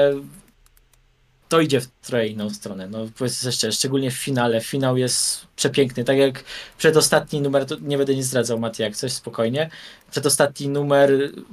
to idzie w trochę inną stronę. No powiedzmy szczerze, szczególnie w finale. Finał jest przepiękny. Tak jak przedostatni numer, to nie będę nic zdradzał, Mati, jak coś, spokojnie. Przedostatni numer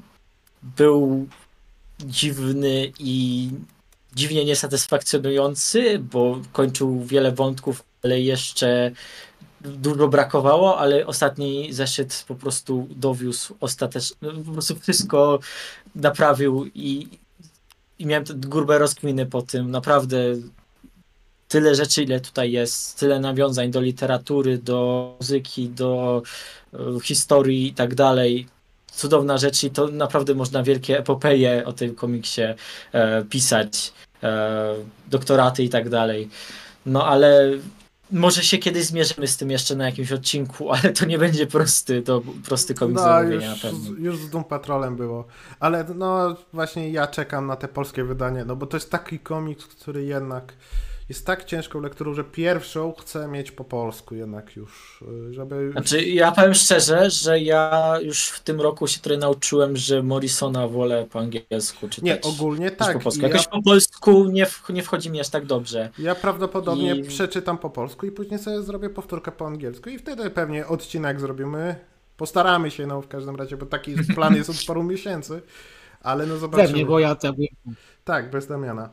był dziwny i dziwnie niesatysfakcjonujący, bo kończył wiele wątków, ale jeszcze dużo brakowało, ale ostatni zeszyt po prostu dowiózł ostatecznie, no, po prostu wszystko naprawił i miałem grube rozkminy po tym. Naprawdę tyle rzeczy, ile tutaj jest, tyle nawiązań do literatury, do muzyki, do historii i tak dalej. Cudowna rzecz i to naprawdę można wielkie epopeje o tym komiksie pisać, doktoraty i tak dalej. No ale może się kiedyś zmierzymy z tym jeszcze na jakimś odcinku, ale to nie będzie prosty komiks do robienia na pewno. Już z Doom Patrolem było. Ale no właśnie ja czekam na te polskie wydanie, no bo to jest taki komiks, który jednak jest tak ciężką lekturą, że pierwszą chcę mieć po polsku jednak już, żeby... Znaczy ja powiem szczerze, że ja już w tym roku się trochę nauczyłem, że Morrisona wolę po angielsku czytać. Nie, ogólnie tak. Po polsku. Jakoś po polsku nie wchodzi mi aż tak dobrze. Ja prawdopodobnie przeczytam po polsku i później sobie zrobię powtórkę po angielsku i wtedy pewnie odcinek zrobimy. Postaramy się, no w każdym razie, bo taki plan jest od paru miesięcy, ale no zobaczymy. Pewnie, bo ja Tak, bez Damiana.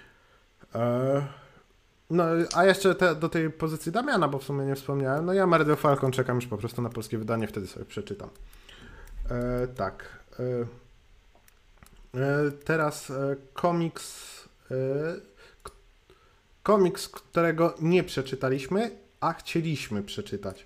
No, a jeszcze do tej pozycji Damiana, bo w sumie nie wspomniałem, no ja Murder Falcon czekam już po prostu na polskie wydanie, wtedy sobie przeczytam. Tak. Teraz komiks, którego nie przeczytaliśmy, a chcieliśmy przeczytać.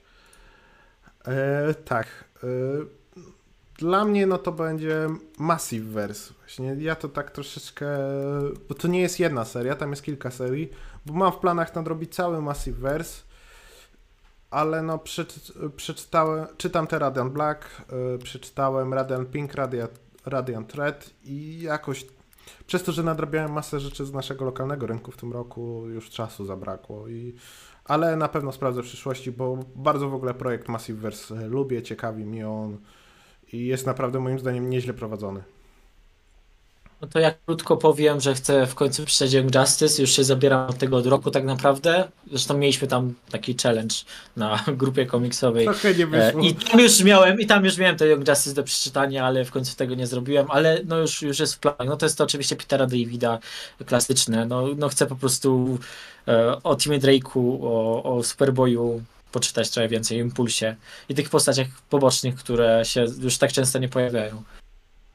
Tak. Dla mnie no to będzie Massiveverse. Właśnie ja to tak troszeczkę... Bo to nie jest jedna seria, tam jest kilka serii, bo mam w planach nadrobić cały Massiveverse, ale no czytam te Radiant Black, przeczytałem Radiant Pink, Radiant Red i jakoś przez to, że nadrabiałem masę rzeczy z naszego lokalnego rynku w tym roku, już czasu zabrakło. Ale na pewno sprawdzę w przyszłości, bo bardzo w ogóle projekt Massiveverse lubię, ciekawi mi on i jest naprawdę moim zdaniem nieźle prowadzony. No to ja krótko powiem, że chcę w końcu przeczytać Young Justice, już się zabieram od tego od roku tak naprawdę. Zresztą mieliśmy tam taki challenge na grupie komiksowej. Trochę nie wyszło. I tam już miałem to Young Justice do przeczytania, ale w końcu tego nie zrobiłem, ale no już jest w planach. No to jest to oczywiście Petera Davida klasyczne. No chcę po prostu o Timie Drake'u, o Superboyu poczytać trochę więcej, o Impulsie i tych postaciach pobocznych, które się już tak często nie pojawiają.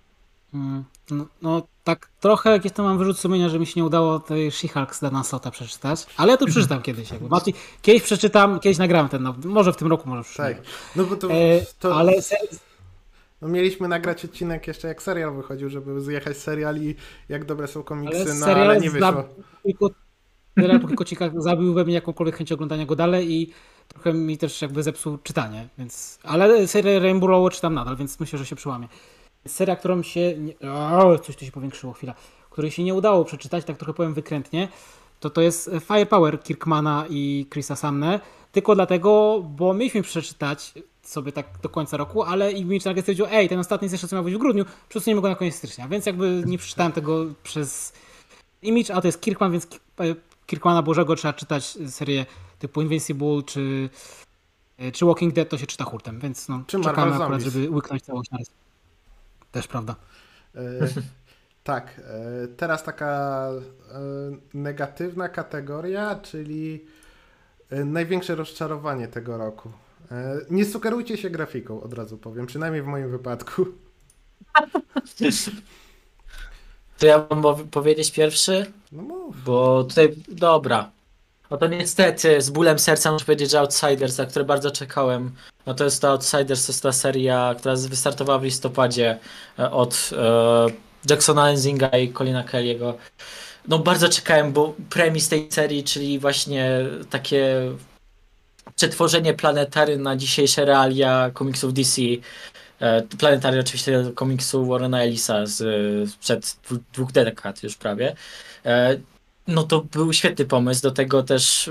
No, tak trochę jakieś to mam wyrzut sumienia, że mi się nie udało tej She-Hulk z Dana Slota przeczytać, ale ja to przeczytam kiedyś. Jakby. Mati, kiedyś przeczytam, kiedyś nagram ten, może w tym roku, może w przyszłym. Tak, no bo to Ale no mieliśmy nagrać odcinek jeszcze jak serial wychodził, żeby zjechać serial i jak dobre są komiksy, no serial ale nie wyszło. Serial po kilku zabił we mnie jakąkolwiek chęć oglądania go dalej i trochę mi też jakby zepsuł czytanie, więc... Ale serię Rainbow Rowell czytam nadal, więc myślę, że się przełamie. Seria, którą się... coś tu się powiększyło, chwila. Której się nie udało przeczytać, tak trochę powiem wykrętnie, to jest Firepower Kirkmana i Chrisa Samney, tylko dlatego, bo mieliśmy przeczytać sobie tak do końca roku, ale Image nagle stwierdził, ten ostatni zeszyt miał być w grudniu, przesuniemy go na koniec stycznia, więc jakby nie przeczytałem tego przez Image, a to jest Kirkman, więc Kirkmana Bożego trzeba czytać serię typu Invincible czy Walking Dead, to się czyta hurtem, więc no, czekamy akurat, żeby łyknąć całość naraz. Też prawda. Tak, teraz taka negatywna kategoria, czyli największe rozczarowanie tego roku. Nie sugerujcie się grafiką, od razu powiem, przynajmniej w moim wypadku. To ja mam powiedzieć pierwszy? No mów. Bo tutaj, dobra. No to niestety, z bólem serca muszę powiedzieć, że Outsiders, na które bardzo czekałem, no to jest ta Outsiders, to jest ta seria, która wystartowała w listopadzie od Jacksona Lanzinga i Colina Kelly'ego. No bardzo czekałem, bo premis tej serii, czyli właśnie takie przetworzenie Planetary na dzisiejsze realia komiksów DC. Planetary oczywiście komiksu Warrena Ellisa sprzed 2 dekad już prawie. No to był świetny pomysł, do tego też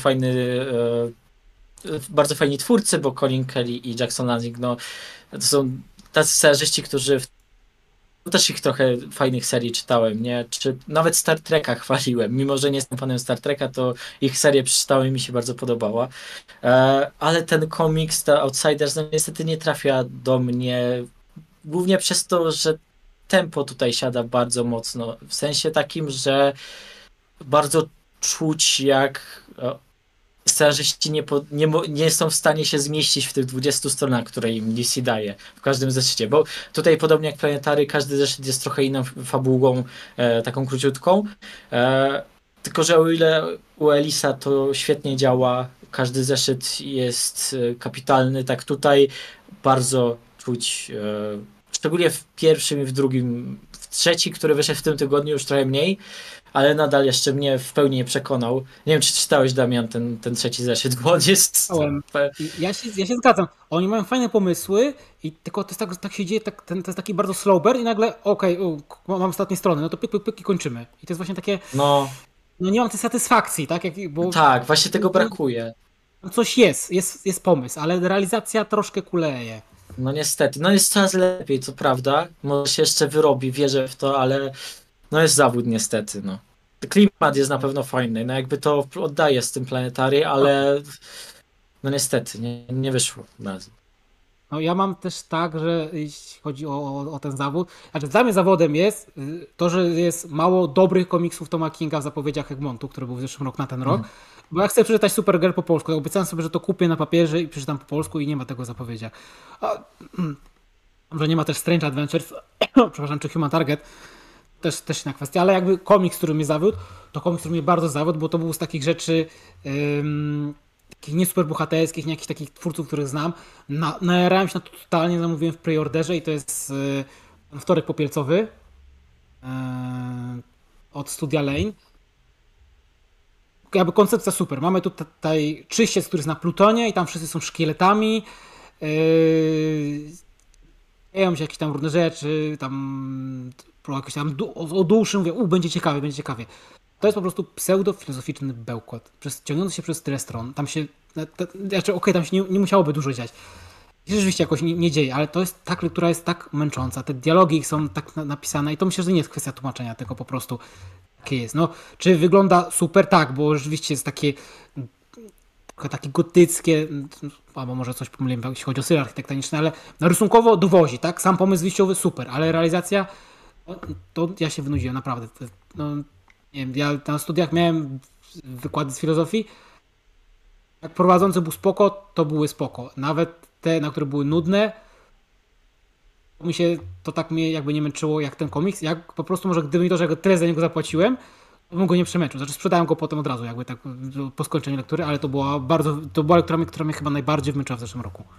bardzo fajni twórcy, bo Colin Kelly i Jackson Lanzing, no to są tacy scenarzyści, którzy też ich trochę fajnych serii czytałem, nie? Czy nawet Star Treka chwaliłem, mimo że nie jestem fanem Star Treka, to ich serię przeczytałem i mi się bardzo podobała. Ale ten komiks, ta Outsiders, no niestety nie trafia do mnie, głównie przez to, że tempo tutaj siada bardzo mocno, w sensie takim, że bardzo czuć, jak scenarzyści nie są w stanie się zmieścić w tych 20 stronach, które im DC daje w każdym zeszycie, bo tutaj podobnie jak Planetary, każdy zeszyt jest trochę inną fabułą, taką króciutką, tylko że o ile u Ellisa to świetnie działa, każdy zeszyt jest kapitalny, tak tutaj bardzo czuć, szczególnie w pierwszym i w drugim, w trzeci, który wyszedł w tym tygodniu, już trochę mniej, ale nadal jeszcze mnie w pełni nie przekonał. Nie wiem, czy czytałeś, Damian, ten trzeci zeszyt, bo on jest... Ja się zgadzam. Oni mają fajne pomysły i tylko to jest tak się dzieje, to jest taki bardzo slow burn i nagle mam ostatnie strony, no to pyk, pyk, pyk i kończymy. I to jest właśnie takie... No nie mam tej satysfakcji, tak? Tak, właśnie tego brakuje. Coś jest pomysł, ale realizacja troszkę kuleje. No niestety, no jest coraz lepiej, co prawda. Może się jeszcze wyrobi, wierzę w to, ale no jest zawód niestety, no. Klimat jest na pewno fajny, no jakby to oddaje z tym Planetary, ale no niestety, nie wyszło razem. No ja mam też tak, że jeśli chodzi o ten zawód, znaczy dla mnie zawodem jest to, że jest mało dobrych komiksów Toma Kinga w zapowiedziach Egmontu, który był w zeszłym roku na ten rok, bo ja chcę przeczytać Supergirl po polsku, obiecałem sobie, że to kupię na papierze i przeczytam po polsku i nie ma tego w zapowiedziach. Że nie ma też Strange Adventures, przepraszam, czy Human Target, też inna kwestia, ale jakby komiks, który mnie zawiódł, to komiks, który mnie bardzo zawiódł, bo to był z takich rzeczy takich nie super bohaterskich, nie jakichś takich twórców, których znam. Najarałem się na to totalnie, zamówiłem w preorderze i to jest Wtorek Popielcowy od Studia Lane. Jakby koncepcja super. Mamy tutaj czyściec, który jest na Plutonie i tam wszyscy są szkieletami. Dzieją się jakieś tam różne rzeczy, tam jakieś tam o duszy, mówię, będzie ciekawie, będzie ciekawie. To jest po prostu pseudo-filozoficzny bełkot, ciągnący się przez tyle stron. Tam się, tam się nie musiałoby dużo dziać. I rzeczywiście jakoś nie dzieje, ale to jest ta, która jest tak męcząca. Te dialogi są tak napisane i to myślę, że nie jest kwestia tłumaczenia, tylko po prostu takie jest. No, czy wygląda super? Tak, bo rzeczywiście jest takie gotyckie, albo może coś pomyliłem, jeśli chodzi o styl architektoniczny, ale rysunkowo dowozi, tak? Sam pomysł wyjściowy super, ale realizacja, to ja się wynudziłem, naprawdę. No, nie wiem, ja na studiach miałem wykłady z filozofii, jak prowadzący był spoko, to były spoko. Nawet te, na które były nudne, to tak mnie jakby nie męczyło jak ten komiks. Jak po prostu może gdyby mi to, że tyle za niego zapłaciłem, to bym go nie przemęczył. Znaczy sprzedałem go potem od razu, jakby tak po skończeniu lektury, ale to była lektura, która mnie chyba najbardziej wmęczyła w zeszłym roku.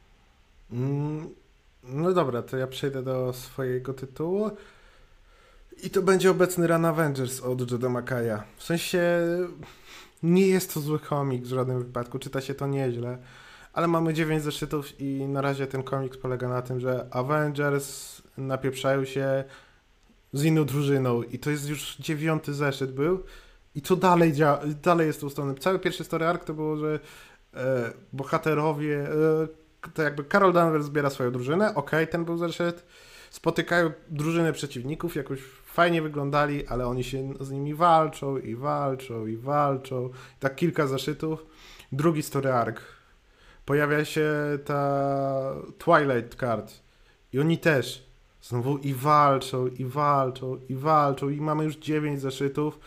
No dobra, to ja przejdę do swojego tytułu. I to będzie obecny Run Avengers od Joda McKaya. W sensie nie jest to zły komik w żadnym wypadku, czyta się to nieźle, ale mamy 9 zeszytów i na razie ten komiks polega na tym, że Avengers napieprzają się z inną drużyną i to jest już 9 zeszyt był i to dalej jest to ustalone. Cały pierwszy story arc to było, że bohaterowie, to jakby Carol Danvers zbiera swoją drużynę, ten był zeszyt, spotykają drużynę przeciwników, jakoś fajnie wyglądali, ale oni się z nimi walczą i walczą i walczą. Tak kilka zeszytów. Drugi story arc. Pojawia się ta Twilight Card i oni też znowu i walczą, i walczą, i walczą i mamy już 9 zeszytów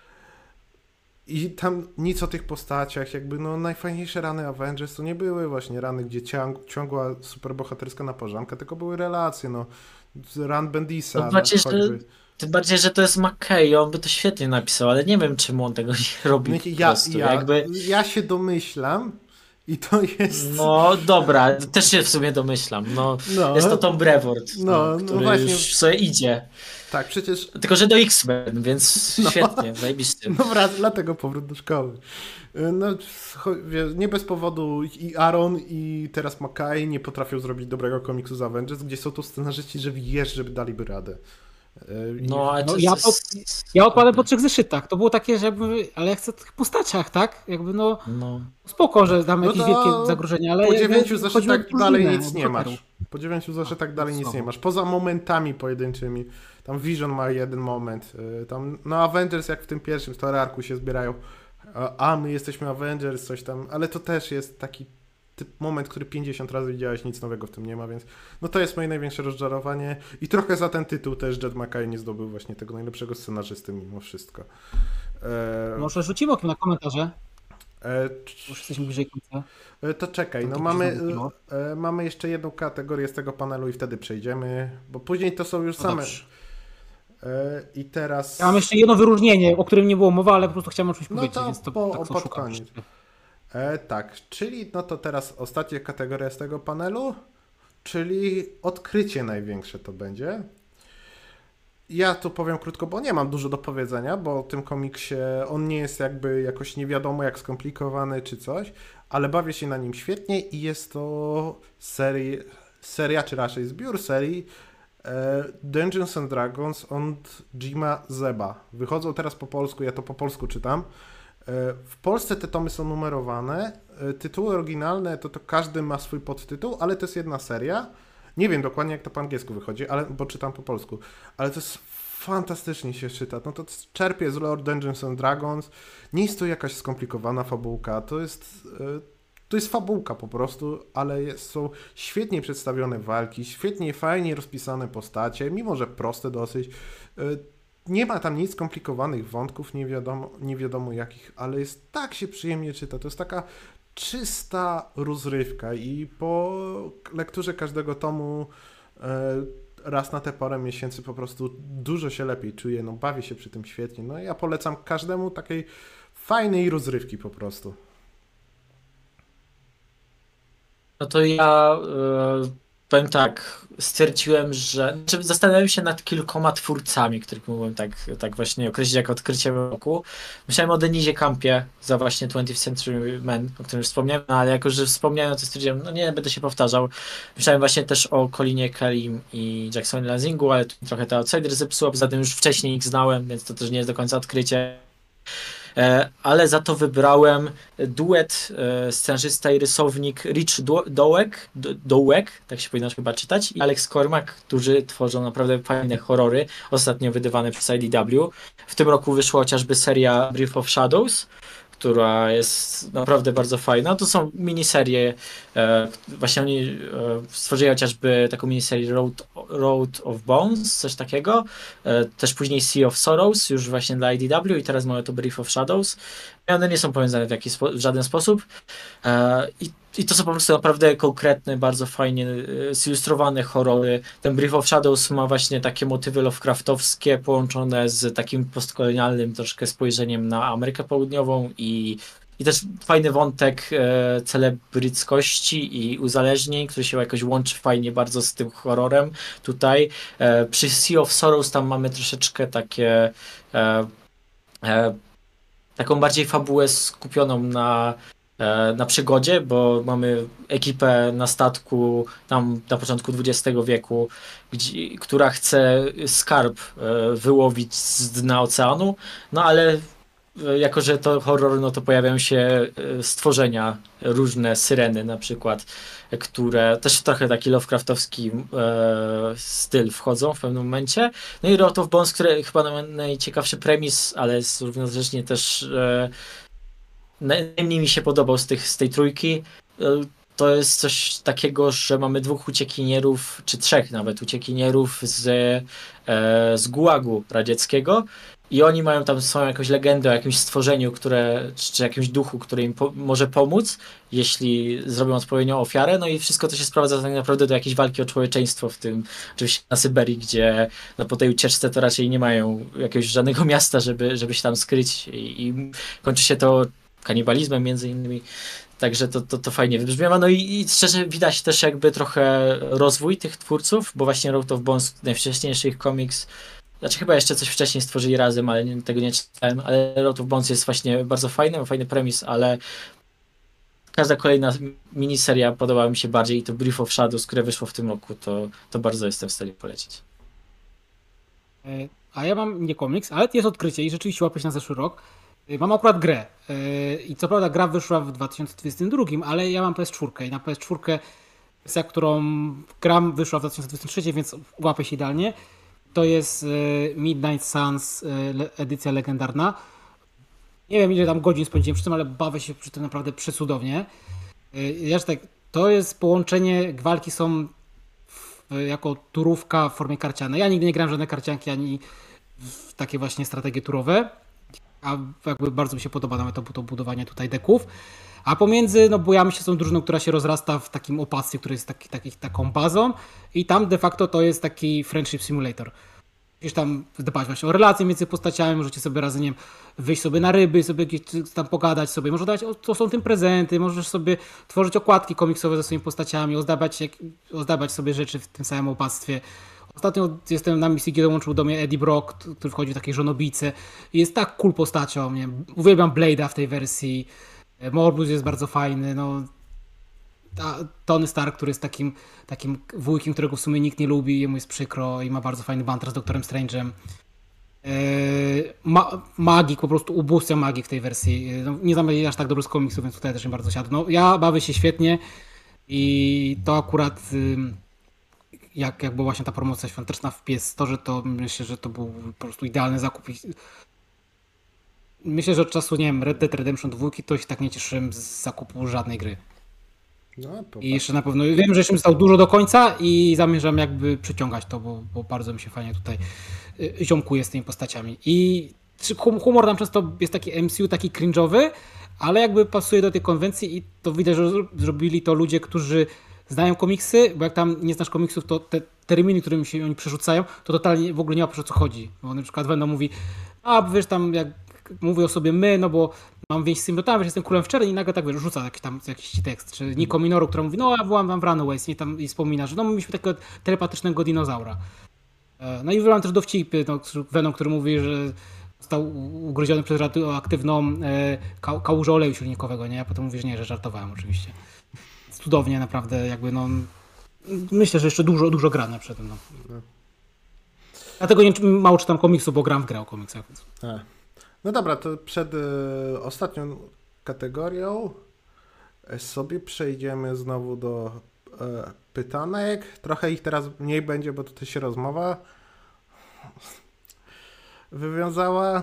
i tam nic o tych postaciach, jakby najfajniejsze rany Avengers to nie były właśnie rany, gdzie ciągła superbohaterska naparzanka, tylko były relacje, run Bendisa choćby. Tym bardziej, że to jest McKay, on by to świetnie napisał, ale nie wiem, czemu on tego nie robi po prostu. Ja się domyślam i to jest... No dobra, też się w sumie domyślam. Jest to Tom Brevoort, który właśnie już sobie idzie. Tak, przecież... Tylko, że do X-Men, więc świetnie, zajebiście. Dlatego powrót do szkoły. Nie bez powodu i Aaron i teraz McKay nie potrafią zrobić dobrego komiksu z Avengers, gdzie są to scenarzyści, że wiesz, żeby daliby radę. Ja odpadłem po 3 zeszytach. To było takie, że ale ja chcę w tych postaciach, tak? Jakby spoko, że damy jakieś wielkie zagrożenia, ale... Po 9 zeszytach dalej nic nie masz. Po 9 zeszytach dalej nic nie masz. Poza momentami pojedynczymi. Tam Vision ma jeden moment. Tam, Avengers jak w tym pierwszym story arcu się zbierają. A my jesteśmy Avengers, coś tam. Ale to też jest taki moment, który 50 razy widziałeś, nic nowego w tym nie ma, więc to jest moje największe rozczarowanie i trochę za ten tytuł też Jed McKay nie zdobył właśnie tego najlepszego scenarzysty mimo wszystko. Może rzucimy okiem na komentarze. Już jesteśmy bliżej końca. To czekaj, mamy jeszcze jedną kategorię z tego panelu i wtedy przejdziemy, bo później to są już same. Dobrze. I teraz... Ja mam jeszcze jedno wyróżnienie, o którym nie było mowa, ale po prostu chciałem o czymś powiedzieć, więc to pod koniec. Tak, czyli to teraz ostatnia kategoria z tego panelu, czyli odkrycie największe to będzie. Ja tu powiem krótko, bo nie mam dużo do powiedzenia, bo o tym komiksie on nie jest jakby jakoś nie wiadomo jak skomplikowany czy coś, ale bawię się na nim świetnie i jest to seria, czy raczej zbiór serii Dungeons and Dragons od Jima Zeba. Wychodzą teraz po polsku, ja to po polsku czytam. W Polsce te tomy są numerowane. Tytuły oryginalne to każdy ma swój podtytuł, ale to jest jedna seria. Nie wiem dokładnie jak to po angielsku wychodzi, bo czytam po polsku. Ale to jest fantastycznie się czyta. To czerpie z lore Dungeons and Dragons. Nie jest to jakaś skomplikowana fabułka. To jest fabułka po prostu, ale są świetnie przedstawione walki, fajnie rozpisane postacie, mimo że proste dosyć. Nie ma tam nic skomplikowanych wątków, nie wiadomo jakich, ale jest tak się przyjemnie czyta. To jest taka czysta rozrywka i po lekturze każdego tomu raz na te parę miesięcy po prostu dużo się lepiej czuję, bawię się przy tym świetnie. Ja polecam każdemu takiej fajnej rozrywki po prostu. No to ja powiem tak, stwierdziłem, że zastanawiałem się nad kilkoma twórcami, których mógłbym tak właśnie określić jako odkrycie roku. Myślałem o Denizie Campie za właśnie 20th Century Men, o którym już wspomniałem, ale jako, że wspomniałem, to stwierdziłem, nie będę się powtarzał. Myślałem właśnie też o Colinie Kelim i Jacksonie Lanzingu, ale tu trochę te Outsider zepsuło, poza tym już wcześniej ich znałem, więc to też nie jest do końca odkrycie. Ale za to wybrałem duet scenarzysta i rysownik Rich Douek, tak się powinno chyba czytać, i Alex Cormack, którzy tworzą naprawdę fajne horrory, ostatnio wydawane przez IDW. W tym roku wyszła chociażby seria Brief of Shadows, która jest naprawdę bardzo fajna. To są miniserie, właśnie oni stworzyli chociażby taką miniserię Road of Bones, coś takiego. Też później Sea of Sorrows, już właśnie dla IDW i teraz mamy to Brief of Shadows. one nie są powiązane w żaden sposób. I to są po prostu naprawdę konkretne, bardzo fajnie zilustrowane horrory. Ten Brief of Shadows ma właśnie takie motywy Lovecraftowskie połączone z takim postkolonialnym troszkę spojrzeniem na Amerykę Południową i też fajny wątek celebryckości i uzależnień, który się jakoś łączy fajnie bardzo z tym horrorem tutaj. Przy Sea of Sorrows tam mamy troszeczkę taką bardziej fabułę skupioną na przygodzie, bo mamy ekipę na statku tam na początku XX wieku, która chce skarb wyłowić z dna oceanu, no ale jako że to horror, no to pojawiają się stworzenia, różne syreny na przykład, które też trochę taki Lovecraftowski styl wchodzą w pewnym momencie. No i Road of Bones, które chyba najciekawszy premis, ale jest równocześnie też najmniej mi się podobał z tej trójki. To jest coś takiego, że mamy 2 uciekinierów, czy 3 nawet uciekinierów z Gułagu radzieckiego i oni mają tam swoją jakąś legendę o jakimś stworzeniu, czy jakimś duchu, który im może pomóc, jeśli zrobią odpowiednią ofiarę, no i wszystko to się sprowadza tak naprawdę do jakiejś walki o człowieczeństwo, w tym oczywiście na Syberii, gdzie no, po tej ucieczce to raczej nie mają jakiegoś żadnego miasta, żeby się tam skryć i kończy się to kanibalizmem między innymi. Także to fajnie wybrzmiewa. No i szczerze widać też jakby trochę rozwój tych twórców, bo właśnie Road of Bones, najwcześniejszy ich komiks, znaczy chyba jeszcze coś wcześniej stworzyli razem, ale tego nie czytałem, ale Road of Bones jest właśnie bardzo fajny, ma fajny premis, ale każda kolejna miniseria podobała mi się bardziej i to Brief of Shadows, które wyszło w tym roku, to bardzo jestem w stanie polecić. A ja mam nie komiks, ale jest odkrycie i rzeczywiście łapie się na zeszły rok. Mam akurat grę i co prawda gra wyszła w 2022, ale ja mam PS4 i na PS4 wersja, którą gram, wyszła w 2023, więc łapie się idealnie. To jest Midnight Suns edycja legendarna. Nie wiem ile tam godzin spędziłem przy tym, ale bawię się przy tym naprawdę przecudownie. Tak, to jest połączenie, walki są jako turówka w formie karcianej. Ja nigdy nie grałem w żadne karcianki ani w takie właśnie strategie turowe. A jakby bardzo mi się podoba nawet to budowanie tutaj deków. A pomiędzy, no bojamy się z tą drużyną, która się rozrasta w takim opactwie, który jest taką bazą i tam de facto to jest taki friendship simulator. Musisz tam dbać właśnie o relacje między postaciami, możecie sobie razem, nie wiem, wyjść sobie na ryby, sobie gdzieś tam pogadać sobie, może dać, co są tym prezenty, możesz sobie tworzyć okładki komiksowe ze swoimi postaciami, ozdabiać sobie rzeczy w tym samym opactwie. Ostatnio jestem na misji, gdzie dołączył do mnie Eddie Brock, który wchodzi w takiej żonobijce. Jest tak cool postacią, nie wiem, uwielbiam Blade'a w tej wersji. Morbus jest bardzo fajny, no. Tony Stark, który jest takim wujkiem, którego w sumie nikt nie lubi, jemu jest przykro i ma bardzo fajny banter z Doktorem Strange'em. Magik, po prostu ubóstwia magii w tej wersji. No, nie znam aż tak dobrze z komiksów, więc tutaj też mi bardzo siadł. No, ja bawię się świetnie i to akurat jak była właśnie ta promocja świąteczna w PS Store, to myślę, że to był po prostu idealny zakup. Myślę, że od czasu, nie wiem, Red Dead Redemption 2 to się tak nie cieszyłem z zakupu żadnej gry. No, I jeszcze na pewno, wiem, że jeszcze mi zostało dużo do końca i zamierzam jakby przyciągać to, bo bardzo mi się fajnie tutaj ziomkuje z tymi postaciami. I humor tam często jest taki MCU, taki cringe'owy, ale jakby pasuje do tej konwencji i to widać, że zrobili to ludzie, którzy znają komiksy, bo jak tam nie znasz komiksów, to te terminy, którymi się oni przerzucają, to totalnie w ogóle nie ma o co chodzi. Bo na przykład Venom mówi, a wiesz tam, jak mówię o sobie my, no bo mam więź z symbiotem, wiesz, jestem królem w czerni i nagle tak wiesz, rzuca jakiś tekst. Czy Nico Minoru, która mówi, no ja byłam tam w Runaways i wspomina, że no mieliśmy takiego telepatycznego dinozaura. No i wybrałem też dowcipy, no, Venom, który mówi, że został ugryziony przez radioaktywną kałużę oleju silnikowego, nie? A potem mówi, że nie, że żartowałem oczywiście. Cudownie naprawdę, jakby no. Myślę, że jeszcze dużo gram przed tym. No. Dlatego mało czytam komiksu, bo gram w grę o komiksach. Więc. No dobra, to przed ostatnią kategorią sobie przejdziemy znowu do pytanek. Trochę ich teraz mniej będzie, bo tutaj się rozmowa wywiązała.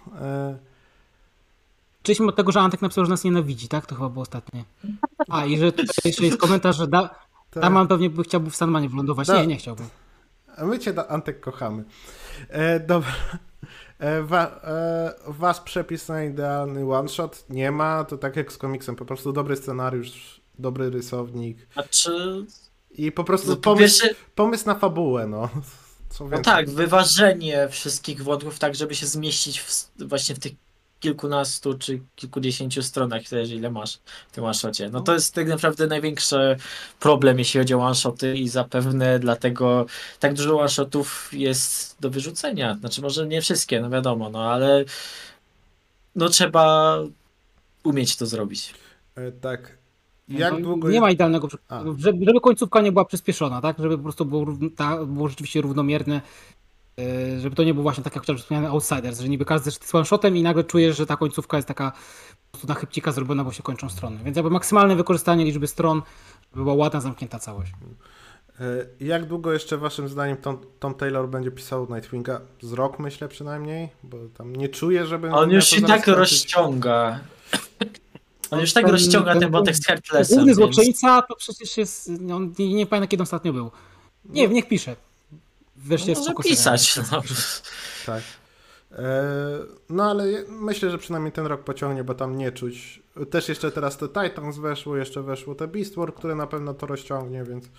Przejdźmy od tego, że Antek napisał, że nas nienawidzi, tak? To chyba było ostatnie. A, i że tutaj jeszcze jest komentarz, że Daman pewnie chciałby w Sandmanie wylądować. Nie chciałbym. A my cię, Antek, kochamy. Dobra. Wasz przepis na idealny one-shot nie ma, to tak jak z komiksem, po prostu dobry scenariusz, dobry rysownik Znaczy, i po prostu no, po pierwsze, pomysł na fabułę, no. Co no więcej. tak, wyważenie wszystkich wątków tak, żeby się zmieścić właśnie w tych kilkunastu czy kilkudziesięciu stronach, zależy ile masz w tym one-shocie. No to jest tak naprawdę największy problem, jeśli chodzi o one-shoty i zapewne dlatego tak dużo one-shotów jest do wyrzucenia. Znaczy może nie wszystkie, no wiadomo, no ale no trzeba umieć to zrobić. Tak. Jak długo Nie ma idealnego A. przykładu, żeby końcówka nie była przyspieszona, tak? Żeby po prostu było rzeczywiście równomierne, żeby to nie był właśnie tak jak chociażby wspomniany Outsiders, że niby każdy jest one-shotem i nagle czujesz, że ta końcówka jest taka po prostu na chybcika zrobiona, bo się kończą strony. Więc jakby maksymalne wykorzystanie liczby stron, żeby była ładna, zamknięta całość. Jak długo jeszcze waszym zdaniem Tom Taylor będzie pisał Nightwinga? Z rok myślę przynajmniej, bo tam nie czuję, żeby... On już to się zaraz tak skończyć. rozciąga. On już tak rozciąga ten wątek z Heartlessem. Główny Więc... złoczyńca to przecież jest, on nie pamiętam kiedy ostatnio był. Nie wiem, niech pisze. Wreszcie No, jest może spoko pisać. serial. No. Tak. No ale myślę, że przynajmniej ten rok pociągnie, bo tam nie czuć. Też jeszcze teraz te Titans weszło, jeszcze weszło te Beast War, które na pewno to rozciągnie, więc...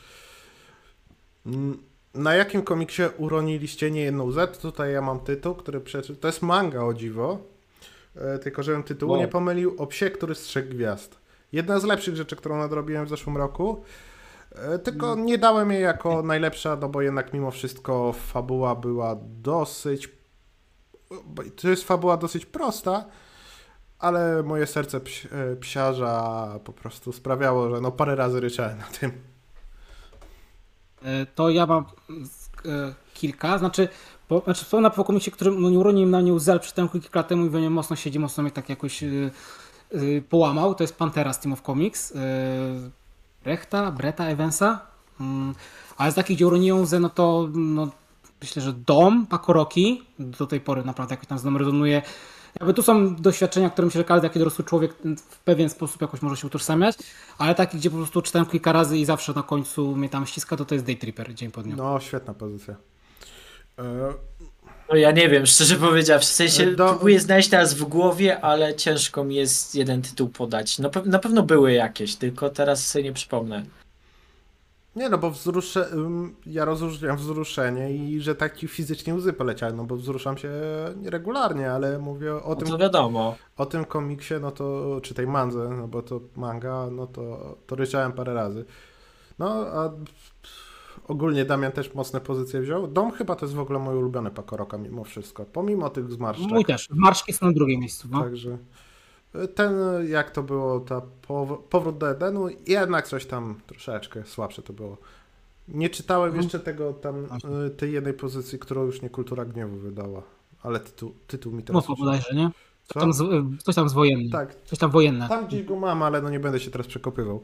Na jakim komiksie uroniliście niejedną Z? Tutaj ja mam tytuł, który to jest manga, o dziwo. Tylko żebym tytułu nie pomylił. O psie, który strzegł gwiazd. Jedna z lepszych rzeczy, którą nadrobiłem w zeszłym roku. Tylko nie dałem jej jako najlepsza, no bo jednak mimo wszystko fabuła była dosyć... To jest fabuła dosyć prosta, ale moje serce psiarza po prostu sprawiało, że no parę razy ryczałem na tym. To ja mam kilka, znaczy wspomnę po komiksie, który nie uronił na nie łzy, ale przeczytałem kilka lat temu i we mnie mocno siedzi, mocno mnie tak jakoś połamał. To jest Pantera z Team of Comics. Bretta Evansa. Ale z takich, gdzie uroniłem łzę, no to myślę, że Dom Pakoroki do tej pory naprawdę jakoś tam z mną rezonuje. Jakby tu są doświadczenia, które myślę, że każdy taki dorosły człowiek w pewien sposób jakoś może się utożsamiać, ale taki, gdzie po prostu czytałem kilka razy i zawsze na końcu mnie tam ściska, to jest Day Tripper, dzień po dniu. No, świetna pozycja. No ja nie wiem, szczerze powiedziawszy, w sensie próbuję znaleźć teraz w głowie, ale ciężko mi jest jeden tytuł podać. Na pewno były jakieś, tylko teraz sobie nie przypomnę. Nie no, bo ja rozróżniam wzruszenie i że tak ci fizycznie łzy poleciały, no bo wzruszam się regularnie, ale mówię o tym... To wiadomo. O tym komiksie, no to, czy tej mandze, no bo to manga, no to ryczałem parę razy. No, a ogólnie Damian też mocne pozycje wziął. Dom chyba to jest w ogóle moje ulubione Pakoroka mimo wszystko, pomimo tych zmarszczek. Mój też. Marszki są na drugim miejscu. No. Także ten, jak to było, powrót do Edenu, jednak coś tam troszeczkę słabsze to było. Nie czytałem jeszcze tej jednej pozycji, którą już nie Kultura Gniewu wydała, ale tytuł mi teraz... No to bodajże, nie? Co? Coś tam z wojennym. Tak. Coś tam wojenne. Tam gdzieś go mam, ale no nie będę się teraz przekopywał.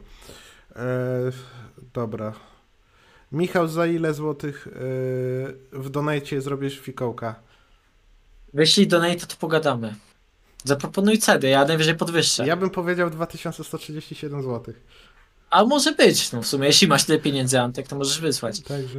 Dobra. Michał, za ile złotych w donajcie zrobisz fikołka? Jeśli donate, to pogadamy. Zaproponuj ceny, ja najwyżej podwyższę. Ja bym powiedział 2137 zł. A może być, no w sumie, jeśli masz tyle pieniędzy, Antek, to możesz wysłać. Także.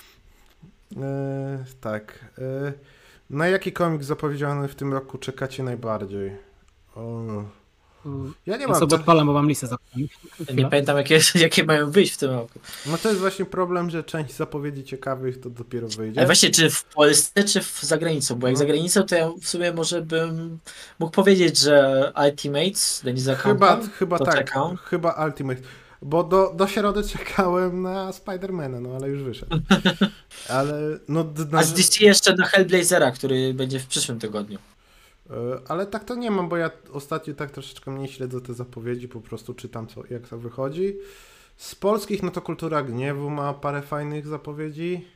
Tak. Na jaki komik zapowiedziany w tym roku czekacie najbardziej? Ja nie Ja mam. sobie odpalam, bo mam listę zapomnieć. Nie pamiętam, jakie mają wyjść w tym roku. No to jest właśnie problem, że część zapowiedzi ciekawych to dopiero wyjdzie. Ale właśnie, czy w Polsce, czy za granicą? Bo jak za granicą, to ja w sumie może bym mógł powiedzieć, że Ultimates, Denisa Chyba to tak. czekam. Chyba Ultimate. Bo do środy czekałem na Spidermana, no ale już wyszedł. Ale no... A z DC jeszcze na Hellblazera, który będzie w przyszłym tygodniu. Ale tak to nie mam, bo ja ostatnio tak troszeczkę mniej śledzę te zapowiedzi, po prostu czytam jak to wychodzi. Z polskich, no to Kultura Gniewu ma parę fajnych zapowiedzi.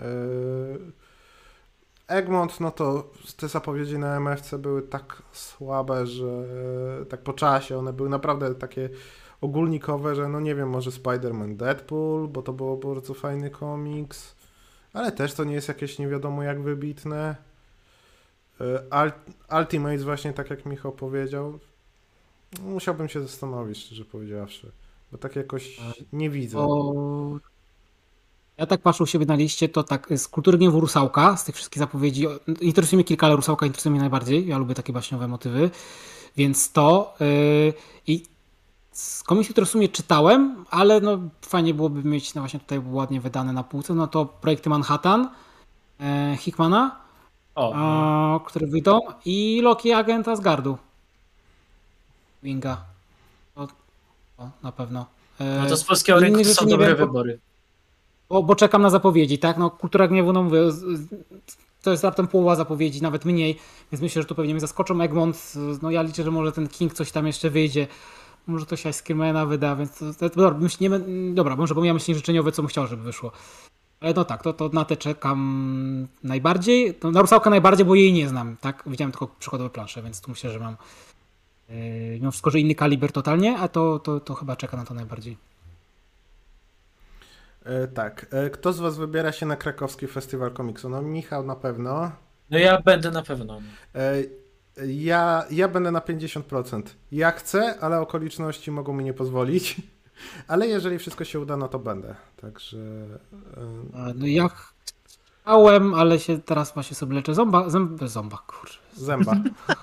Egmont, no to te zapowiedzi na MFC były tak słabe, że tak po czasie one były naprawdę takie ogólnikowe, że no nie wiem, może Spider-Man Deadpool, bo to było bardzo fajny komiks, ale też to nie jest jakieś nie wiadomo jak wybitne. Ultimates właśnie, tak jak Michał powiedział, musiałbym się zastanowić, szczerze powiedziawszy, bo tak jakoś nie widzę. Ja tak patrzę u siebie na liście, to tak z Kultury Gniewu Rusałka, z tych wszystkich zapowiedzi, interesuje mnie kilka, ale Rusałka interesuje mnie najbardziej. Ja lubię takie baśniowe motywy, więc to i z komiksów, które w sumie czytałem, ale no fajnie byłoby mieć no właśnie tutaj ładnie wydane na półce, no to Projekty Manhattan Hickmana, które wyjdą i Loki Agent Asgardu. Winga. To na pewno. No to z polskiego rynku to są dobre wybory. Bo czekam na zapowiedzi, tak? No Kultura Gniewu, no mówię, to jest raptem połowa zapowiedzi, nawet mniej, więc myślę, że tu pewnie mnie zaskoczą. Egmont, no ja liczę, że może ten King coś tam jeszcze wyjdzie. Może to się Iceman wyda, więc dobra, może pomijamy myśli życzeniowe, co bym chciał, żeby wyszło. Ale no tak, to na te czekam najbardziej. To na Rusałkę najbardziej, bo jej nie znam, tak? Widziałem tylko przykładowe plansze, więc tu myślę, że mam mimo wszystko, że inny kaliber totalnie, a to chyba czeka na to najbardziej. Tak. Kto z was wybiera się na krakowski festiwal komiksu? No Michał na pewno. No ja będę na pewno. Ja będę na 50%. Ja chcę, ale okoliczności mogą mi nie pozwolić. Ale jeżeli wszystko się uda, no to będę. Także... No ja chciałem, ale się teraz właśnie sobie leczę zęba, kurczę. Zęba.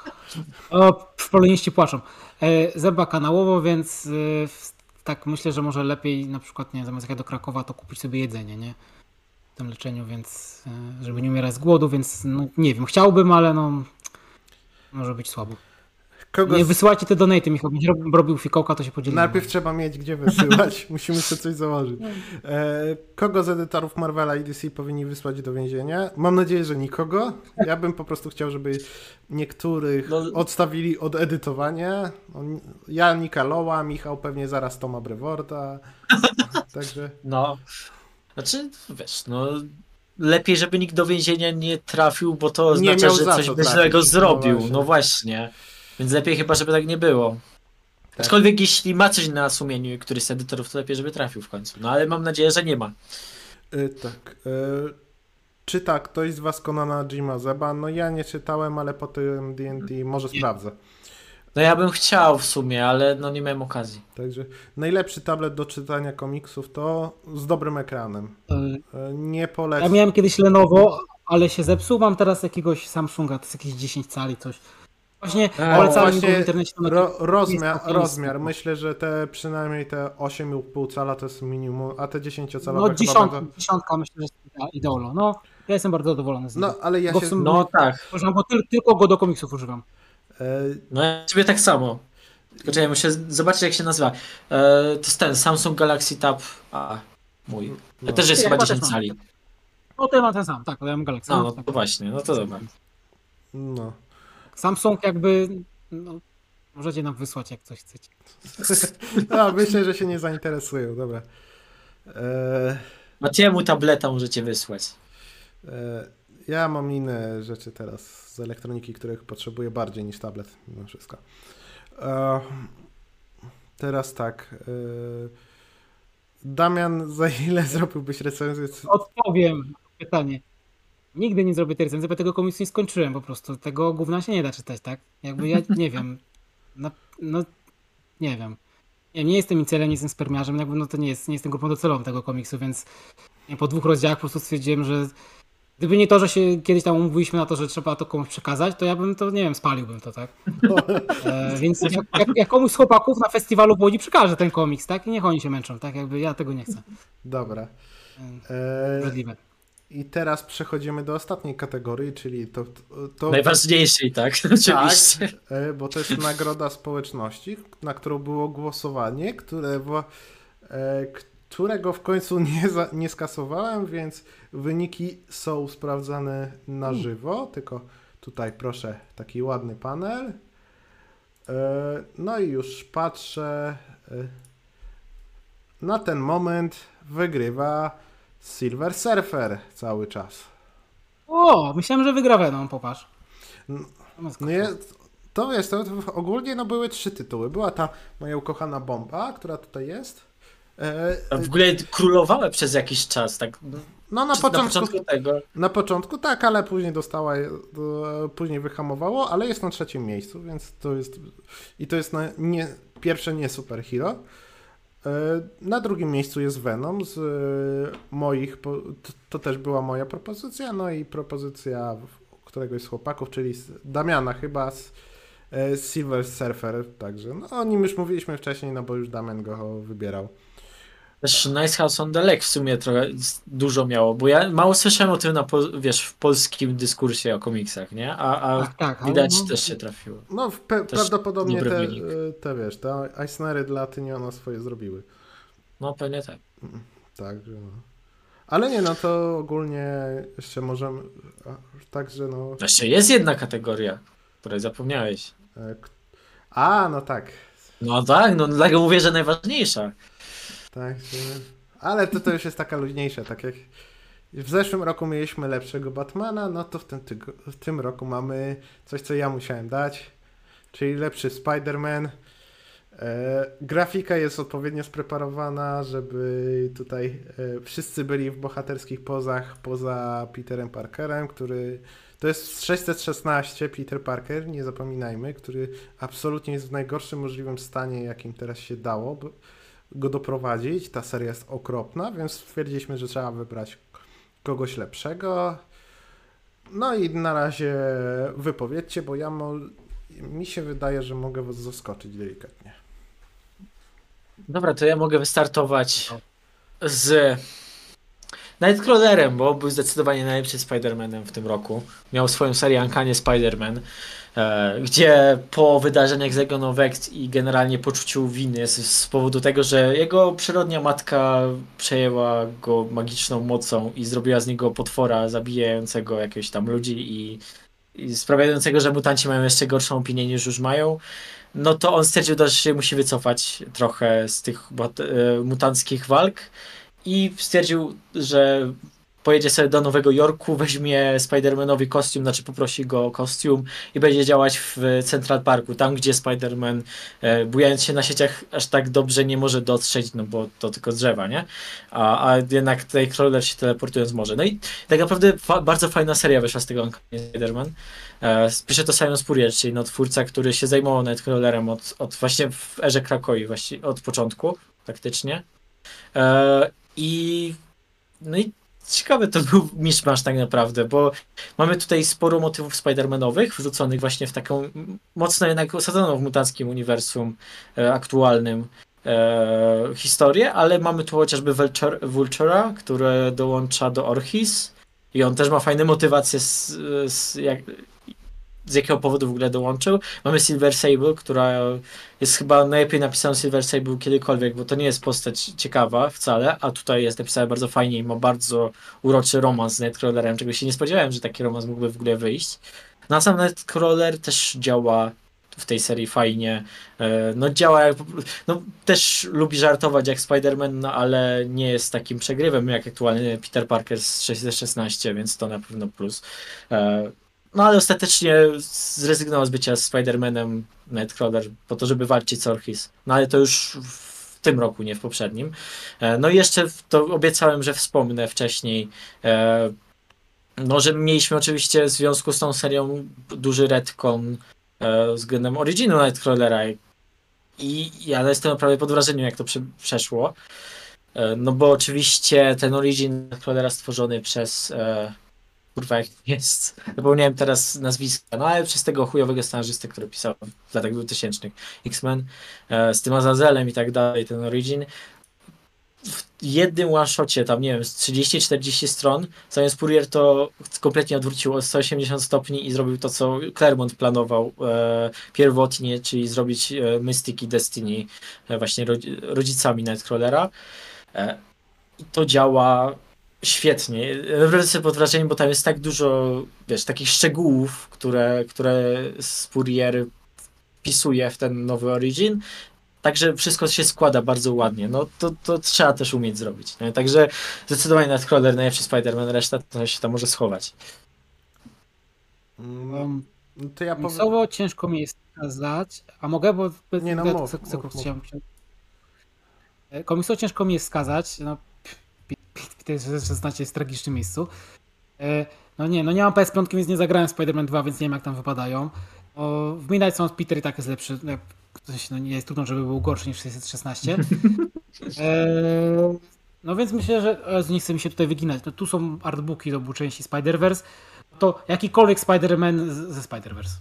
O, poloniści płaczą. Zęba kanałowo, więc tak myślę, że może lepiej na przykład, nie, zamiast jechać do Krakowa, to kupić sobie jedzenie, nie? W tym leczeniu, więc żeby nie umierać z głodu, więc no, nie wiem, chciałbym, ale no może być słabo. Nie wysyłajcie te donaty, Michał, będzie robił fikołka, to się podzielimy. Najpierw trzeba mieć gdzie wysyłać, musimy sobie coś założyć. Kogo z edytorów Marvela i DC powinni wysłać do więzienia? Mam nadzieję, że nikogo. Ja bym po prostu chciał, żeby niektórych odstawili od edytowania. Ja Nicka Lowa, Michał pewnie zaraz Toma Brevorta. Także... No, znaczy wiesz, no lepiej, żeby nikt do więzienia nie trafił, bo to oznacza, że coś by źlego zrobił. No właśnie. Więc lepiej chyba, żeby tak nie było. Tak. Aczkolwiek jeśli ma coś na sumieniu któryś z edytorów, to lepiej, żeby trafił w końcu. No ale mam nadzieję, że nie ma. Tak. Czyta ktoś z was Conana Jima Zeba? No ja nie czytałem, ale po tym D&D może sprawdzę. No ja bym chciał w sumie, ale no nie miałem okazji. Także najlepszy tablet do czytania komiksów to z dobrym ekranem. Nie polecam. Ja miałem kiedyś Lenovo, ale się zepsuł. Mam teraz jakiegoś Samsunga, to jest jakieś 10 cali coś. Właśnie polecałem go w internecie. Rozmiar. Myślę, że przynajmniej te 8,5 cala to jest minimum, a te 10-calowe no, dziesiątka myślę, że jest ideolo. No, ja jestem bardzo zadowolony z niego. No, ale ja się... No tak. Bo tylko go do komiksów używam. No ja ciebie tak samo. Tylko czekaj, muszę zobaczyć jak się nazywa. To jest ten Samsung Galaxy Tab A. Mój. To też jest chyba 10 cali. No to ja mam ten sam, tak, ja mam Galaxy. No to właśnie, no to dobra. No. Samsung jakby, no, możecie nam wysłać jak coś chcecie. No, myślę, że się nie zainteresują, dobra. Matiemu tableta możecie wysłać. Ja mam inne rzeczy teraz z elektroniki, których potrzebuję bardziej niż tablet, mimo wszystko. Teraz tak. Damian, za ile zrobiłbyś recenzję? Odpowiem na pytanie. Nigdy nie zrobię tej recenzji, bo tego komiksu nie skończyłem po prostu. Tego gówna się nie da czytać, tak? Jakby ja nie wiem. No nie wiem. Nie jestem incelem, nie jestem spermiarzem, jakby no to nie jestem grupą docelową tego komiksu, więc po 2 rozdziałach po prostu stwierdziłem, że gdyby nie to, że się kiedyś tam umówiliśmy na to, że trzeba to komuś przekazać, to ja bym to, nie wiem, spaliłbym to, tak? Więc jak komuś z chłopaków na festiwalu w Łodzi przekażę ten komiks, tak? I niech oni się męczą, tak? Jakby ja tego nie chcę. Dobra. Obrzydliwe. I teraz przechodzimy do ostatniej kategorii, czyli to najważniejszej, tak? Oczywiście. Tak, bo to jest nagroda społeczności, na którą było głosowanie, którego w końcu nie skasowałem, więc wyniki są sprawdzane na żywo, tylko tutaj proszę, taki ładny panel. No i już patrzę. Na ten moment wygrywa Silver Surfer cały czas. O, myślałem, że wygra Venom, popatrz. To ogólnie były 3 tytuły. Była ta moja ukochana bomba, która tutaj jest. W ogóle królowała przez jakiś czas, tak? No na początku tego. Na początku tak, ale później później wyhamowało, ale jest na 3. miejscu, więc to jest pierwsze nie superhero. Na drugim miejscu jest Venom z moich, to też była moja propozycja, no i propozycja któregoś z chłopaków, czyli z Damiana chyba z Silver Surfer, także no o nim już mówiliśmy wcześniej, no bo już Damian go wybierał. Też Nice House on the Lake w sumie trochę dużo miało, bo ja mało słyszałem o tym wiesz, w polskim dyskursie o komiksach, nie? A Tak, widać ale też się trafiło. No Też prawdopodobnie dobry wynik. te wiesz, te Eisnery dla Tyniona swoje zrobiły. No pewnie tak. Także no. Ale nie, no to ogólnie jeszcze możemy, także no... Jeszcze jest jedna kategoria, której zapomniałeś. No tak. No tak, no dlatego mówię, że najważniejsza. Tak, ale to już jest taka luźniejsza, tak jak w zeszłym roku mieliśmy lepszego Batmana, no to w tym roku mamy coś, co ja musiałem dać, czyli lepszy Spider-Man. Grafika jest odpowiednio spreparowana, żeby tutaj wszyscy byli w bohaterskich pozach poza Peterem Parkerem, który to jest 616 Peter Parker, nie zapominajmy, który absolutnie jest w najgorszym możliwym stanie, jakim teraz się dało go doprowadzić. Ta seria jest okropna, więc stwierdziliśmy, że trzeba wybrać kogoś lepszego. No i na razie wypowiedzcie, bo mi się wydaje, że mogę was zaskoczyć delikatnie. Dobra, to ja mogę wystartować z Nightcrawlerem, bo był zdecydowanie najlepszym Spider-Manem w tym roku. Miał swoją serię Uncanny Spider-Man, gdzie po wydarzeniach z Legion of X i generalnie poczuciu winy z powodu tego, że jego przyrodnia matka przejęła go magiczną mocą i zrobiła z niego potwora zabijającego jakiegoś tam ludzi i sprawiającego, że mutanci mają jeszcze gorszą opinię niż już mają, no to on stwierdził, że się musi wycofać trochę z tych mutanckich walk i stwierdził, że pojedzie sobie do Nowego Jorku, weźmie Spider-Manowi kostium, znaczy poprosi go o kostium i będzie działać w Central Parku, tam gdzie Spider-Man bujając się na sieciach aż tak dobrze nie może dotrzeć, no bo to tylko drzewa, nie? A jednak tutaj Crawler się teleportując może. No i tak naprawdę bardzo fajna seria wyszła z tego Spider-Man. Pisze to Simon Spurrier, czyli no, twórca, który się zajmował Nightcrawlerem od właśnie w erze Krakoi, właśnie od początku praktycznie. No i ciekawy to był miszmasz tak naprawdę, bo mamy tutaj sporo motywów Spider-Manowych wrzuconych właśnie w taką mocno jednak osadzoną w mutanckim uniwersum aktualnym historię, ale mamy tu chociażby Vulture'a, który dołącza do Orchis i on też ma fajne motywacje z jakiego powodu w ogóle dołączył. Mamy Silver Sable, która jest chyba najlepiej napisana Silver Sable kiedykolwiek, bo to nie jest postać ciekawa wcale, a tutaj jest napisana bardzo fajnie i ma bardzo uroczy romans z Nightcrawlerem, czego się nie spodziewałem, że taki romans mógłby w ogóle wyjść. No a sam Nightcrawler też działa w tej serii fajnie. No działa jak... No też lubi żartować jak Spider-Man, no ale nie jest takim przegrywem jak aktualny Peter Parker z 616, więc to na pewno plus. No ale ostatecznie zrezygnował z bycia Spider-Manem Nightcrawler po to, żeby walczyć z Orchis. No ale to już w tym roku, nie w poprzednim. No i jeszcze to obiecałem, że wspomnę wcześniej. No, że mieliśmy oczywiście w związku z tą serią duży retcon względem originu Nightcrawlera. I ja jestem naprawdę pod wrażeniem, jak to przeszło. No bo oczywiście ten origin Nightcrawlera stworzony przez... Kurwa, jak jest. Zapomniałem teraz nazwiska, no ale przez tego chujowego scenarzystę, który pisał w latach 2000 X-Men, z tym Azazelem i tak dalej, ten origin. W jednym one-shocie, tam nie wiem, z 30-40 stron, Simon Spurrier to kompletnie odwrócił o 180 stopni i zrobił to, co Claremont planował pierwotnie, czyli zrobić Mystic i Destiny właśnie rodzicami Nightcrawlera. I to działa świetnie. Naprawdę sobie pod wrażeniem, bo tam jest tak dużo, wiesz, takich szczegółów, które Spurrier wpisuje w ten nowy origin. Także wszystko się składa bardzo ładnie. No to trzeba też umieć zrobić. Nie? Także zdecydowanie Nightcrawler, najlepszy Spider-Man, reszta to się tam może schować. To ja komiksowo ciężko mi jest wskazać, a mogę, bo nie, no, mów. Komiksowo ciężko mi jest wskazać, no Peter 16 jest w tragicznym miejscu. No nie mam PS5, więc nie zagrałem Spider-Man 2, więc nie wiem jak tam wypadają. W Midnight Suns Peter i tak jest lepszy. no nie jest trudno, żeby był gorszy niż 616. No więc myślę, że nie chce mi się tutaj wyginać. Tu są artbooki do obu części Spider-Verse. To jakikolwiek Spider-Man ze Spider-Verse.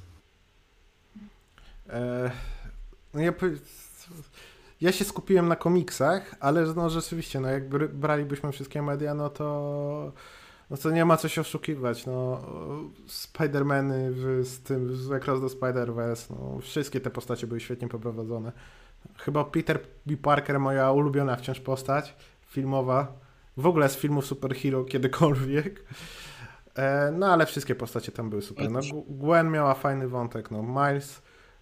No ja się skupiłem na komiksach, ale no rzeczywiście, no jak bralibyśmy wszystkie media, no to nie ma co się oszukiwać. No, Spider-Many z Across the Spider-Verse, no, wszystkie te postacie były świetnie poprowadzone. Chyba Peter B. Parker, moja ulubiona wciąż postać filmowa, w ogóle z filmów superhero kiedykolwiek. No ale wszystkie postacie tam były super. No, Gwen miała fajny wątek, no Miles,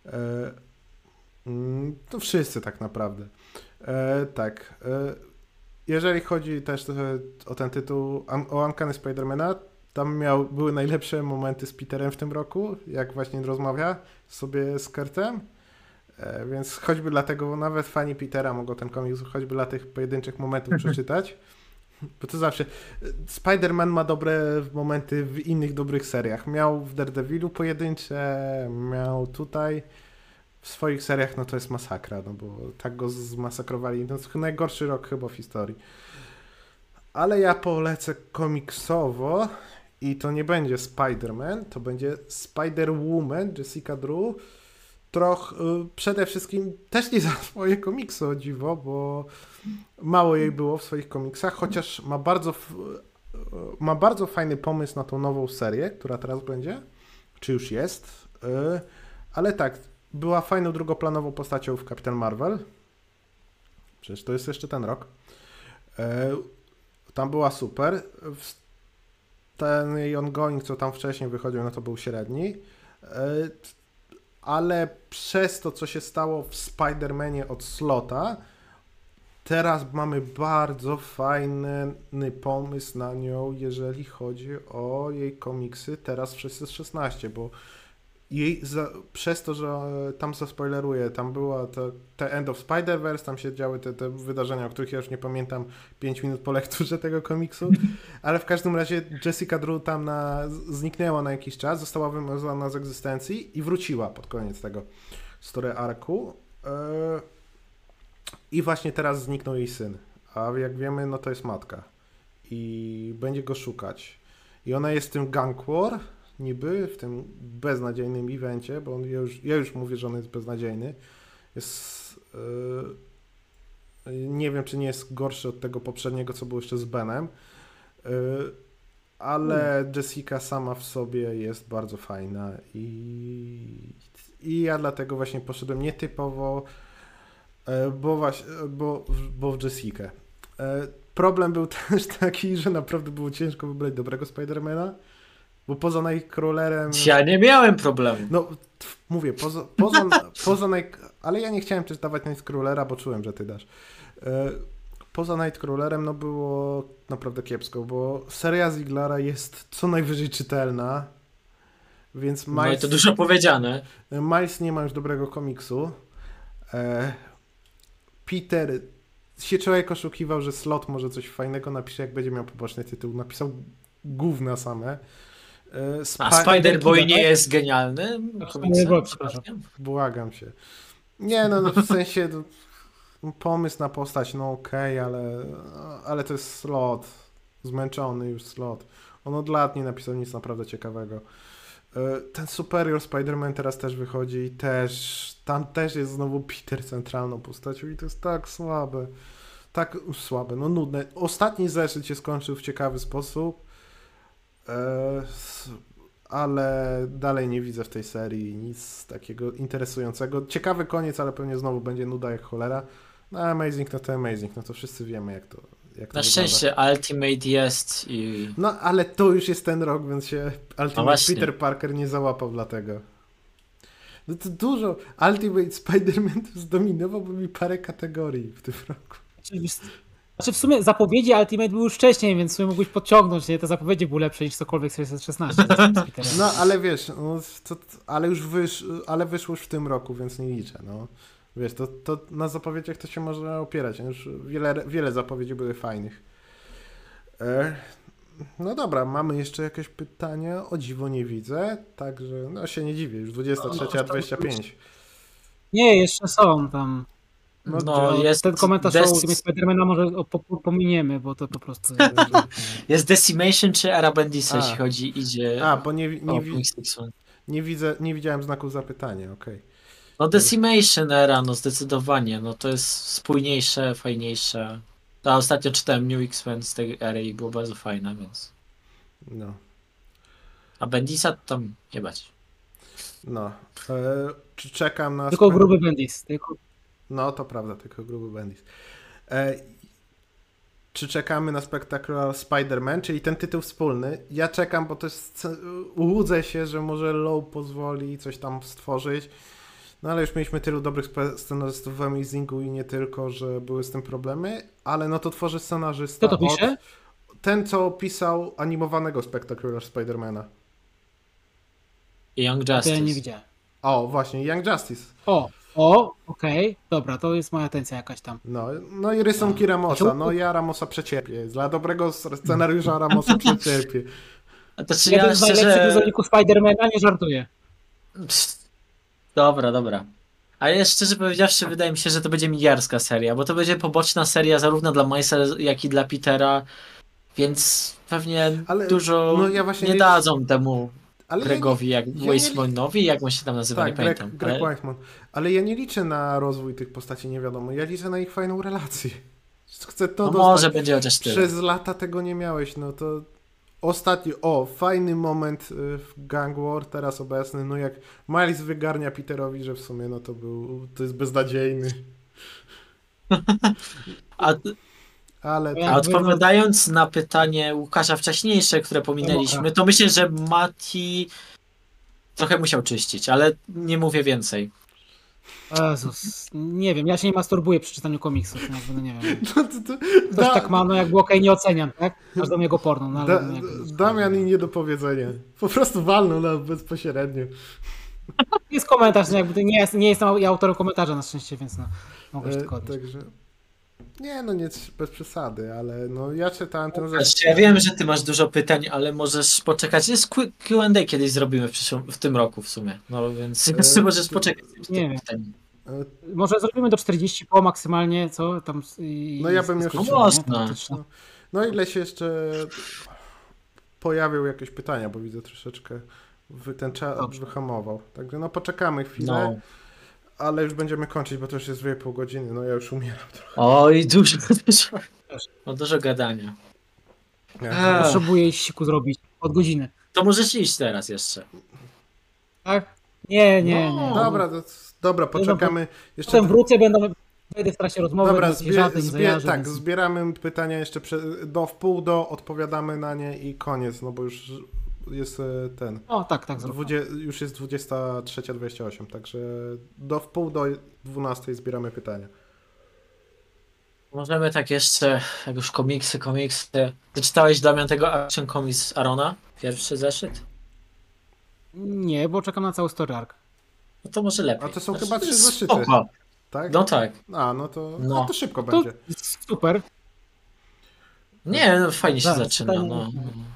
to wszyscy tak naprawdę. Tak. Jeżeli chodzi też o ten tytuł, o Uncanny Spidermana, tam były najlepsze momenty z Peterem w tym roku, jak właśnie rozmawia sobie z Kurtem. Więc choćby dlatego, nawet fani Petera mogą ten komiks choćby dla tych pojedynczych momentów przeczytać. Bo to zawsze Spider-Man ma dobre momenty w innych dobrych seriach. Miał w Daredevilu pojedyncze, miał tutaj. W swoich seriach no to jest masakra, no bo tak go zmasakrowali. No, to jest najgorszy rok chyba w historii. Ale ja polecę komiksowo i to nie będzie Spider-Man, to będzie Spider-Woman, Jessica Drew. Przede wszystkim też nie za swoje komiksy, o dziwo, bo mało jej było w swoich komiksach, chociaż ma bardzo fajny pomysł na tą nową serię, która teraz będzie, czy już jest, ale tak, była fajną drugoplanową postacią w Captain Marvel, przecież to jest jeszcze ten rok, tam była super, ten jej ongoing, co tam wcześniej wychodził, no to był średni, ale przez to, co się stało w Spider-Manie od Slota, teraz mamy bardzo fajny pomysł na nią, jeżeli chodzi o jej komiksy teraz w 616, bo przez to, że tam zaspoileruję, tam było te End of Spider-Verse, tam się działy te wydarzenia, o których ja już nie pamiętam 5 minut po lekturze tego komiksu, ale w każdym razie Jessica Drew tam zniknęła na jakiś czas, została wymazana z egzystencji i wróciła pod koniec tego story arcu i właśnie teraz zniknął jej syn, a jak wiemy, no to jest matka i będzie go szukać i ona jest w tym gang war niby, w tym beznadziejnym evencie, bo ja już mówię, że on jest beznadziejny. Nie wiem, czy nie jest gorszy od tego poprzedniego, co było jeszcze z Benem, ale Jessica sama w sobie jest bardzo fajna i ja dlatego właśnie poszedłem nietypowo, bo w Jessikę. Problem był też taki, że naprawdę było ciężko wybrać dobrego Spidermana, bo poza Nightcrawlerem... Ja nie miałem problemu. No, mówię, ale ja nie chciałem też dawać Nightcrawlera, bo czułem, że ty dasz. Poza Nightcrawlerem no było naprawdę kiepsko, bo seria Zieglara jest co najwyżej czytelna, więc Miles... No i to dużo powiedziane. Miles nie ma już dobrego komiksu. Peter się człowiek oszukiwał, że Slot może coś fajnego napisze, jak będzie miał poboczny tytuł. Napisał gówna same. A Spider-Boy nie jest genialny? Błagam się. Nie, no w sensie pomysł na postać, no okej, ale to jest Slot. Zmęczony już Slot. On od lat nie napisał nic naprawdę ciekawego. Ten Superior Spider-Man teraz też wychodzi i tam też jest znowu Peter centralną postacią i to jest tak słabe. Tak słabe, no nudne. Ostatni zeszyt się skończył w ciekawy sposób, ale dalej nie widzę w tej serii nic takiego interesującego. Ciekawy koniec, ale pewnie znowu będzie nuda jak cholera. No Amazing, no to Amazing, no to wszyscy wiemy jak to na szczęście Ultimate jest i... No ale to już jest ten rok, więc się Ultimate Peter Parker nie załapał dlatego. No to dużo. Ultimate Spider-Man zdominowałby mi parę kategorii w tym roku. Znaczy w sumie zapowiedzi Ultimate były już wcześniej, więc w sumie mógłbyś podciągnąć, nie? Te zapowiedzi były lepsze niż cokolwiek 616. No ale wiesz, no, ale wyszło już w tym roku, więc nie liczę, no. Wiesz, to na zapowiedziach to się można opierać. Już wiele zapowiedzi były fajnych. No dobra, mamy jeszcze jakieś pytania? O dziwo nie widzę, także no się nie dziwię, już 23:25. Nie, jeszcze są tam. No, No, No, jest ten komentarz o Des- Ultimate Spidermana może pominiemy, bo to po prostu Jest Decimation czy Arabendisa, A. jeśli idzie A, bo o Comics X1. nie widziałem znaku zapytania, okej. No Decimation era, no zdecydowanie, no to jest spójniejsze, fajniejsze. A ostatnio czytałem New X-Men z tej ery i było bardzo fajne, więc... No, A Bendisa tam nie bać. no. Czy czekam na... tylko gruby Bendis. Tylko... No, to prawda, tylko gruby Bendis. Czy czekamy na Spectacular Spider-Man, czyli ten tytuł wspólny? Ja czekam, bo to jest... Łudzę się, że może Low pozwoli coś tam stworzyć. No ale już mieliśmy tylu dobrych scenarzystów w Amazingu i nie tylko, że były z tym problemy, ale no to tworzy scenarzysta. Kto to pisze? Ten, co pisał animowanego Spectacular Spider-Mana. Young To Justice. ja nie widziałem. O, właśnie, Young Justice. Okej, dobra, to jest moja atencja jakaś tam. No i rysunki Ramosa. No ja Ramosa przecierpię. Dla dobrego scenariusza Ramosa przecierpię. A to czy Jeden ja z najlepszych szczerze... rysowników Spidermana, nie żartuję. Dobra. A ja szczerze powiedziawszy, wydaje mi się, że to będzie miliarska seria, bo to będzie poboczna seria zarówno dla Milesa, jak i dla Petera, więc pewnie Ale, dużo no ja właśnie nie nie- dadzą temu Ale Gregowi, jak ja nie- Weismanowi, jak on się tam nazywa, Tak, nie pamiętam. Greg ale... Weisman. Ale ja nie liczę na rozwój tych postaci, nie wiadomo. Ja liczę na ich fajną relację. Chcę to No dostać. może będzie chociaż tyle. Przez lata tego nie miałeś, no to ostatni, fajny moment w Gang War, teraz obecny, no jak Miles wygarnia Peterowi, że w sumie no to jest beznadziejny. A, Ale Ja- a odpowiadając na pytanie Łukasza wcześniejsze, które pominęliśmy, to myślę, że Mati trochę musiał czyścić, ale nie mówię więcej. Jezus, nie wiem, ja się nie masturbuję przy czytaniu komiksów, no, jakby, no nie wiem. Ktoś Da- tak ma, no jakby okej, nie oceniam, tak? Aż do jego porno, no ale... no, jakby, Damian i nie do powiedzenia. Po prostu walnął na bezpośrednio. Jest komentarz, no jakby to nie jestem ja autorem komentarza na szczęście, więc no mogę się tylko odnieść. Także nie, no nie bez przesady, ale no ja czytałem ten Łukasz, ja wiem, że ty masz dużo pytań, ale możesz poczekać. Jest Q&A kiedyś zrobimy w tym roku w sumie. No więc możesz poczekać. nie wiem. Pytań. Może zrobimy do 40 po maksymalnie, co tam... No ja bym już- skończymy, No nie? można. Teoretycznie. No ile się jeszcze pojawią jakieś pytania, bo widzę troszeczkę ten czas Dobrze. wyhamował. Także no poczekamy chwilę, No. ale już będziemy kończyć, bo to już jest 2,5 godziny, no ja już umieram trochę. Oj, dużo. No dużo gadania. Ja, Potrzebuję iść siku zrobić od godziny. To możesz iść teraz jeszcze. Tak? Nie. No. dobra, poczekamy. Jeszcze Potem wrócę, wejdę w trakcie rozmowy, Dobra, będzie żarty, nie zajarzę, tak, więc- zbieramy pytania jeszcze wpół do, odpowiadamy na nie i koniec, no bo już jest ten. O, tak, zrobię. Już jest 23:28, także wpół do 12 zbieramy pytania. Możemy tak jeszcze, jak już komiksy. Ty czytałeś, Damian, tego Action Comics Arona? Pierwszy zeszyt? Nie, bo czekam na cały story arc. No to może lepiej. A to są Znaczy, chyba 3 jest zeszyty. spoko. Tak? No tak. No to, No. to szybko To będzie. jest super. Nie, no, fajnie się Zaraz, zaczyna. czytajmy. No.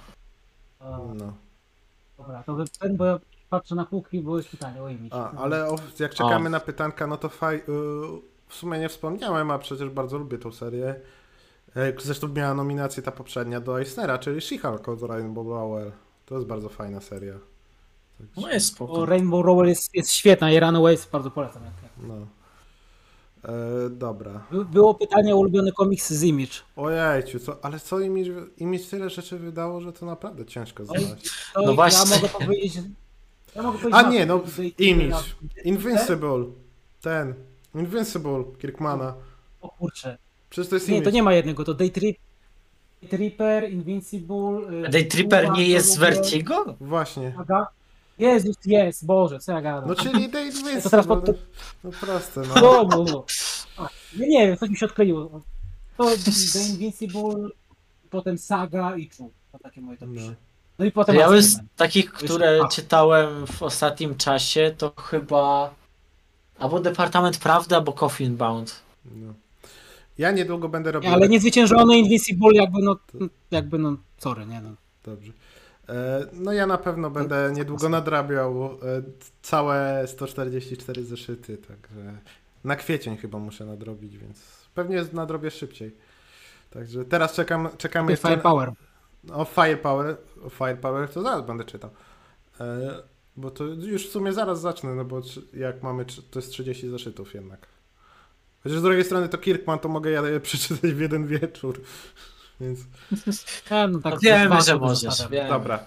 No. Dobra, to ten, bo ja patrzę na półki, bo jest pytanie o imię. Ale jak czekamy na pytanka, no to w sumie nie wspomniałem, a przecież bardzo lubię tą serię. Zresztą miała nominację ta poprzednia do Eisnera, czyli She-Hulk od Rainbow Rowell. To jest bardzo fajna seria. Także, No jest spoko. Rainbow Rowell jest świetna i Runaways bardzo polecam. no. Dobra. Było pytanie o ulubiony komiks z Image. Ojejciu, ale co Image tyle rzeczy wydało, że to naprawdę ciężko znaleźć. To No właśnie. Ja mogę powiedzieć... A nie, no Image. Invincible. Invincible Kirkmana. O kurczę. Przecież to jest Nie, Image. to nie ma jednego, to Tripper, Invincible... Day Tripper nie jest z lubię. Vertigo? Właśnie. Aga? Jezus, jest, Boże, co ja gadam. No czyli The Invincible. To teraz pod... No proste, no. No. Nie wiem, coś mi się odkleiło. To The Invincible, potem Saga i Chu. To takie moje top 3. No i potem Ja z Astroman. takich, które czytałem w ostatnim czasie, to chyba albo Departament Prawdy, albo Coffin Bound. No. Ja niedługo będę robił... Ale niezwyciężony Invincible jakby no, sorry, nie no. Dobrze. No ja na pewno będę niedługo nadrabiał całe 144 zeszyty, także na kwiecień chyba muszę nadrobić, więc pewnie nadrobię szybciej. Także teraz czekamy jeszcze... Firepower. O Firepower to zaraz będę czytał. Bo to już w sumie zaraz zacznę, no bo jak mamy, to jest 30 zeszytów jednak. Chociaż z drugiej strony to Kirkman, to mogę ja przeczytać w jeden wieczór, więc... No tak, Wiemy, że możesz. Wiemy. Dobra.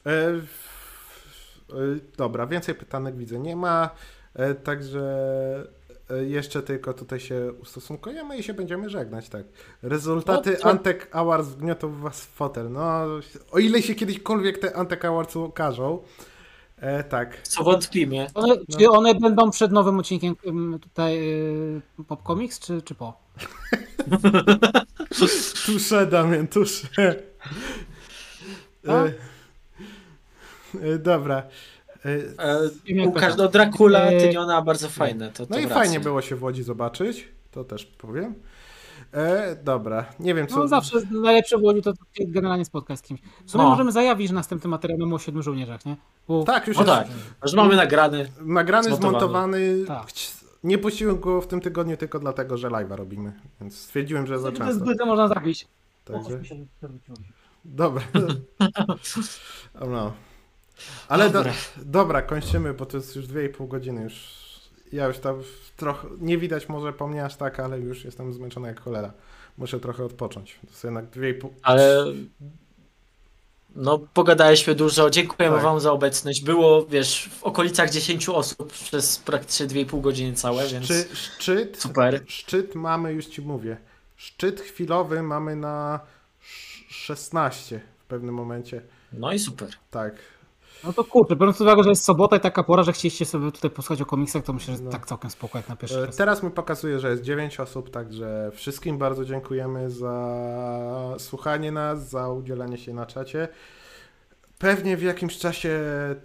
Dobra, więcej pytanek widzę nie ma, także jeszcze tylko tutaj się ustosunkujemy i się będziemy żegnać, tak. Rezultaty Antek Awards wgniotą was w fotel. No, o ile się kiedyśkolwiek te Antek Awards ukażą, tak. Co wątpimy. Czy one będą przed nowym odcinkiem tutaj Popcomics, czy po? Tusze, Damian, tusze. Dobra. Łukasz, no Dracula, Tyniona, bardzo fajne. To no i wraca. fajnie było się w Łodzi zobaczyć, to też powiem. Dobra, nie wiem co... No zawsze najlepsze było to generalnie spotkać z kimś. W sumie możemy zajawić, że następny materiał mamy o 7 żołnierzach, nie? Tak, już jest. Tak, już mamy nagrany. Nagrany, zmontowany. Tak. Nie puściłem go w tym tygodniu tylko dlatego, że live'a robimy, więc stwierdziłem, że za często. To można zabić. Także... Dobra. No. Ale dobra, kończymy, bo to jest już 2,5 godziny. Ja już tam trochę, nie widać może po mnie aż tak, ale już jestem zmęczony jak cholera. Muszę trochę odpocząć. To jest jednak 2,5... Ale no pogadaliśmy dużo. Dziękujemy Tak. wam za obecność. Było, wiesz, w okolicach 10 osób przez praktycznie 2,5 godziny całe, więc super. Szczyt mamy, już ci mówię. Szczyt chwilowy mamy na 16 w pewnym momencie. No i super. Tak. No to kurczę, biorąc pod uwagę, że jest sobota i taka pora, że chcieliście sobie tutaj posłuchać o komiksach, to myślę, że tak całkiem spoko jak na pierwszy raz. Teraz mi pokazuje, że jest 9 osób, także wszystkim bardzo dziękujemy za słuchanie nas, za udzielanie się na czacie. Pewnie w jakimś czasie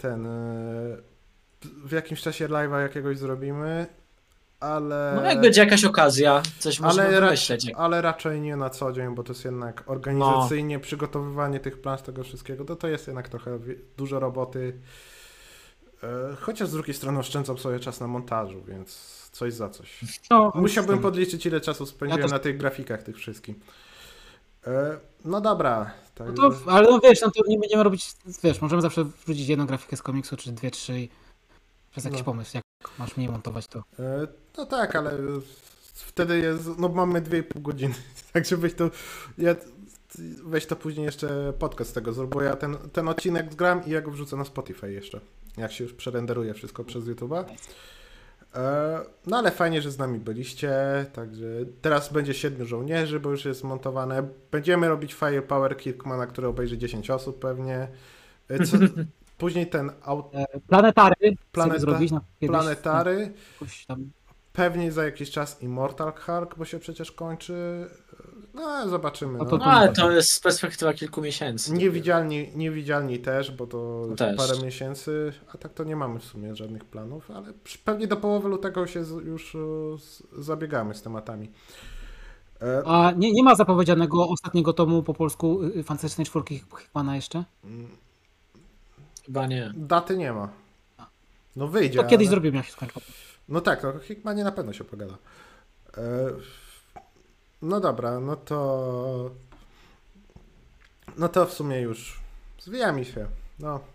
live'a jakiegoś zrobimy, ale... No jak będzie jakaś okazja, coś możemy wymyśleć. Ale raczej nie na co dzień, bo to jest jednak organizacyjnie przygotowywanie tych plansz, tego wszystkiego, to jest jednak trochę dużo roboty. Chociaż z drugiej strony oszczędzam sobie czas na montażu, więc coś za coś. No, Musiałbym podliczyć, ile czasu spędziłem na tych grafikach, tych wszystkim. No dobra. Tak, no to, ale no wiesz, no to nie będziemy robić, wiesz, możemy zawsze wrzucić jedną grafikę z komiksu, czy 2, 3 i przez jakiś pomysł, jak masz mniej montować to. No tak, ale wtedy jest, no mamy 2,5 godziny, także weź to później jeszcze podcast z tego zrób, bo ja ten odcinek zgram i ja go wrzucę na Spotify jeszcze, jak się już przerenderuje wszystko przez YouTube'a. No ale fajnie, że z nami byliście, także teraz będzie 7 żołnierzy, bo już jest zmontowane. Będziemy robić Firepower Kirkmana, który obejrzy 10 osób pewnie. Później Planetary zrobić na Planetary. Tam. Pewnie za jakiś czas Immortal Hulk, bo się przecież kończy. No, zobaczymy. No ale to jest perspektywa kilku miesięcy. Niewidzialni też, bo to parę miesięcy, a tak to nie mamy w sumie żadnych planów, ale pewnie do połowy lutego się już zabiegamy z tematami. A nie ma zapowiedzianego ostatniego tomu po polsku Fantastycznej Czwórki Hickmana jeszcze? Chyba nie. Daty nie ma. No wyjdzie. To kiedyś zrobimy, jak się skończy. No tak, to Hickmanie na pewno się pogada. No dobra, no to w sumie już zwijamy się. No.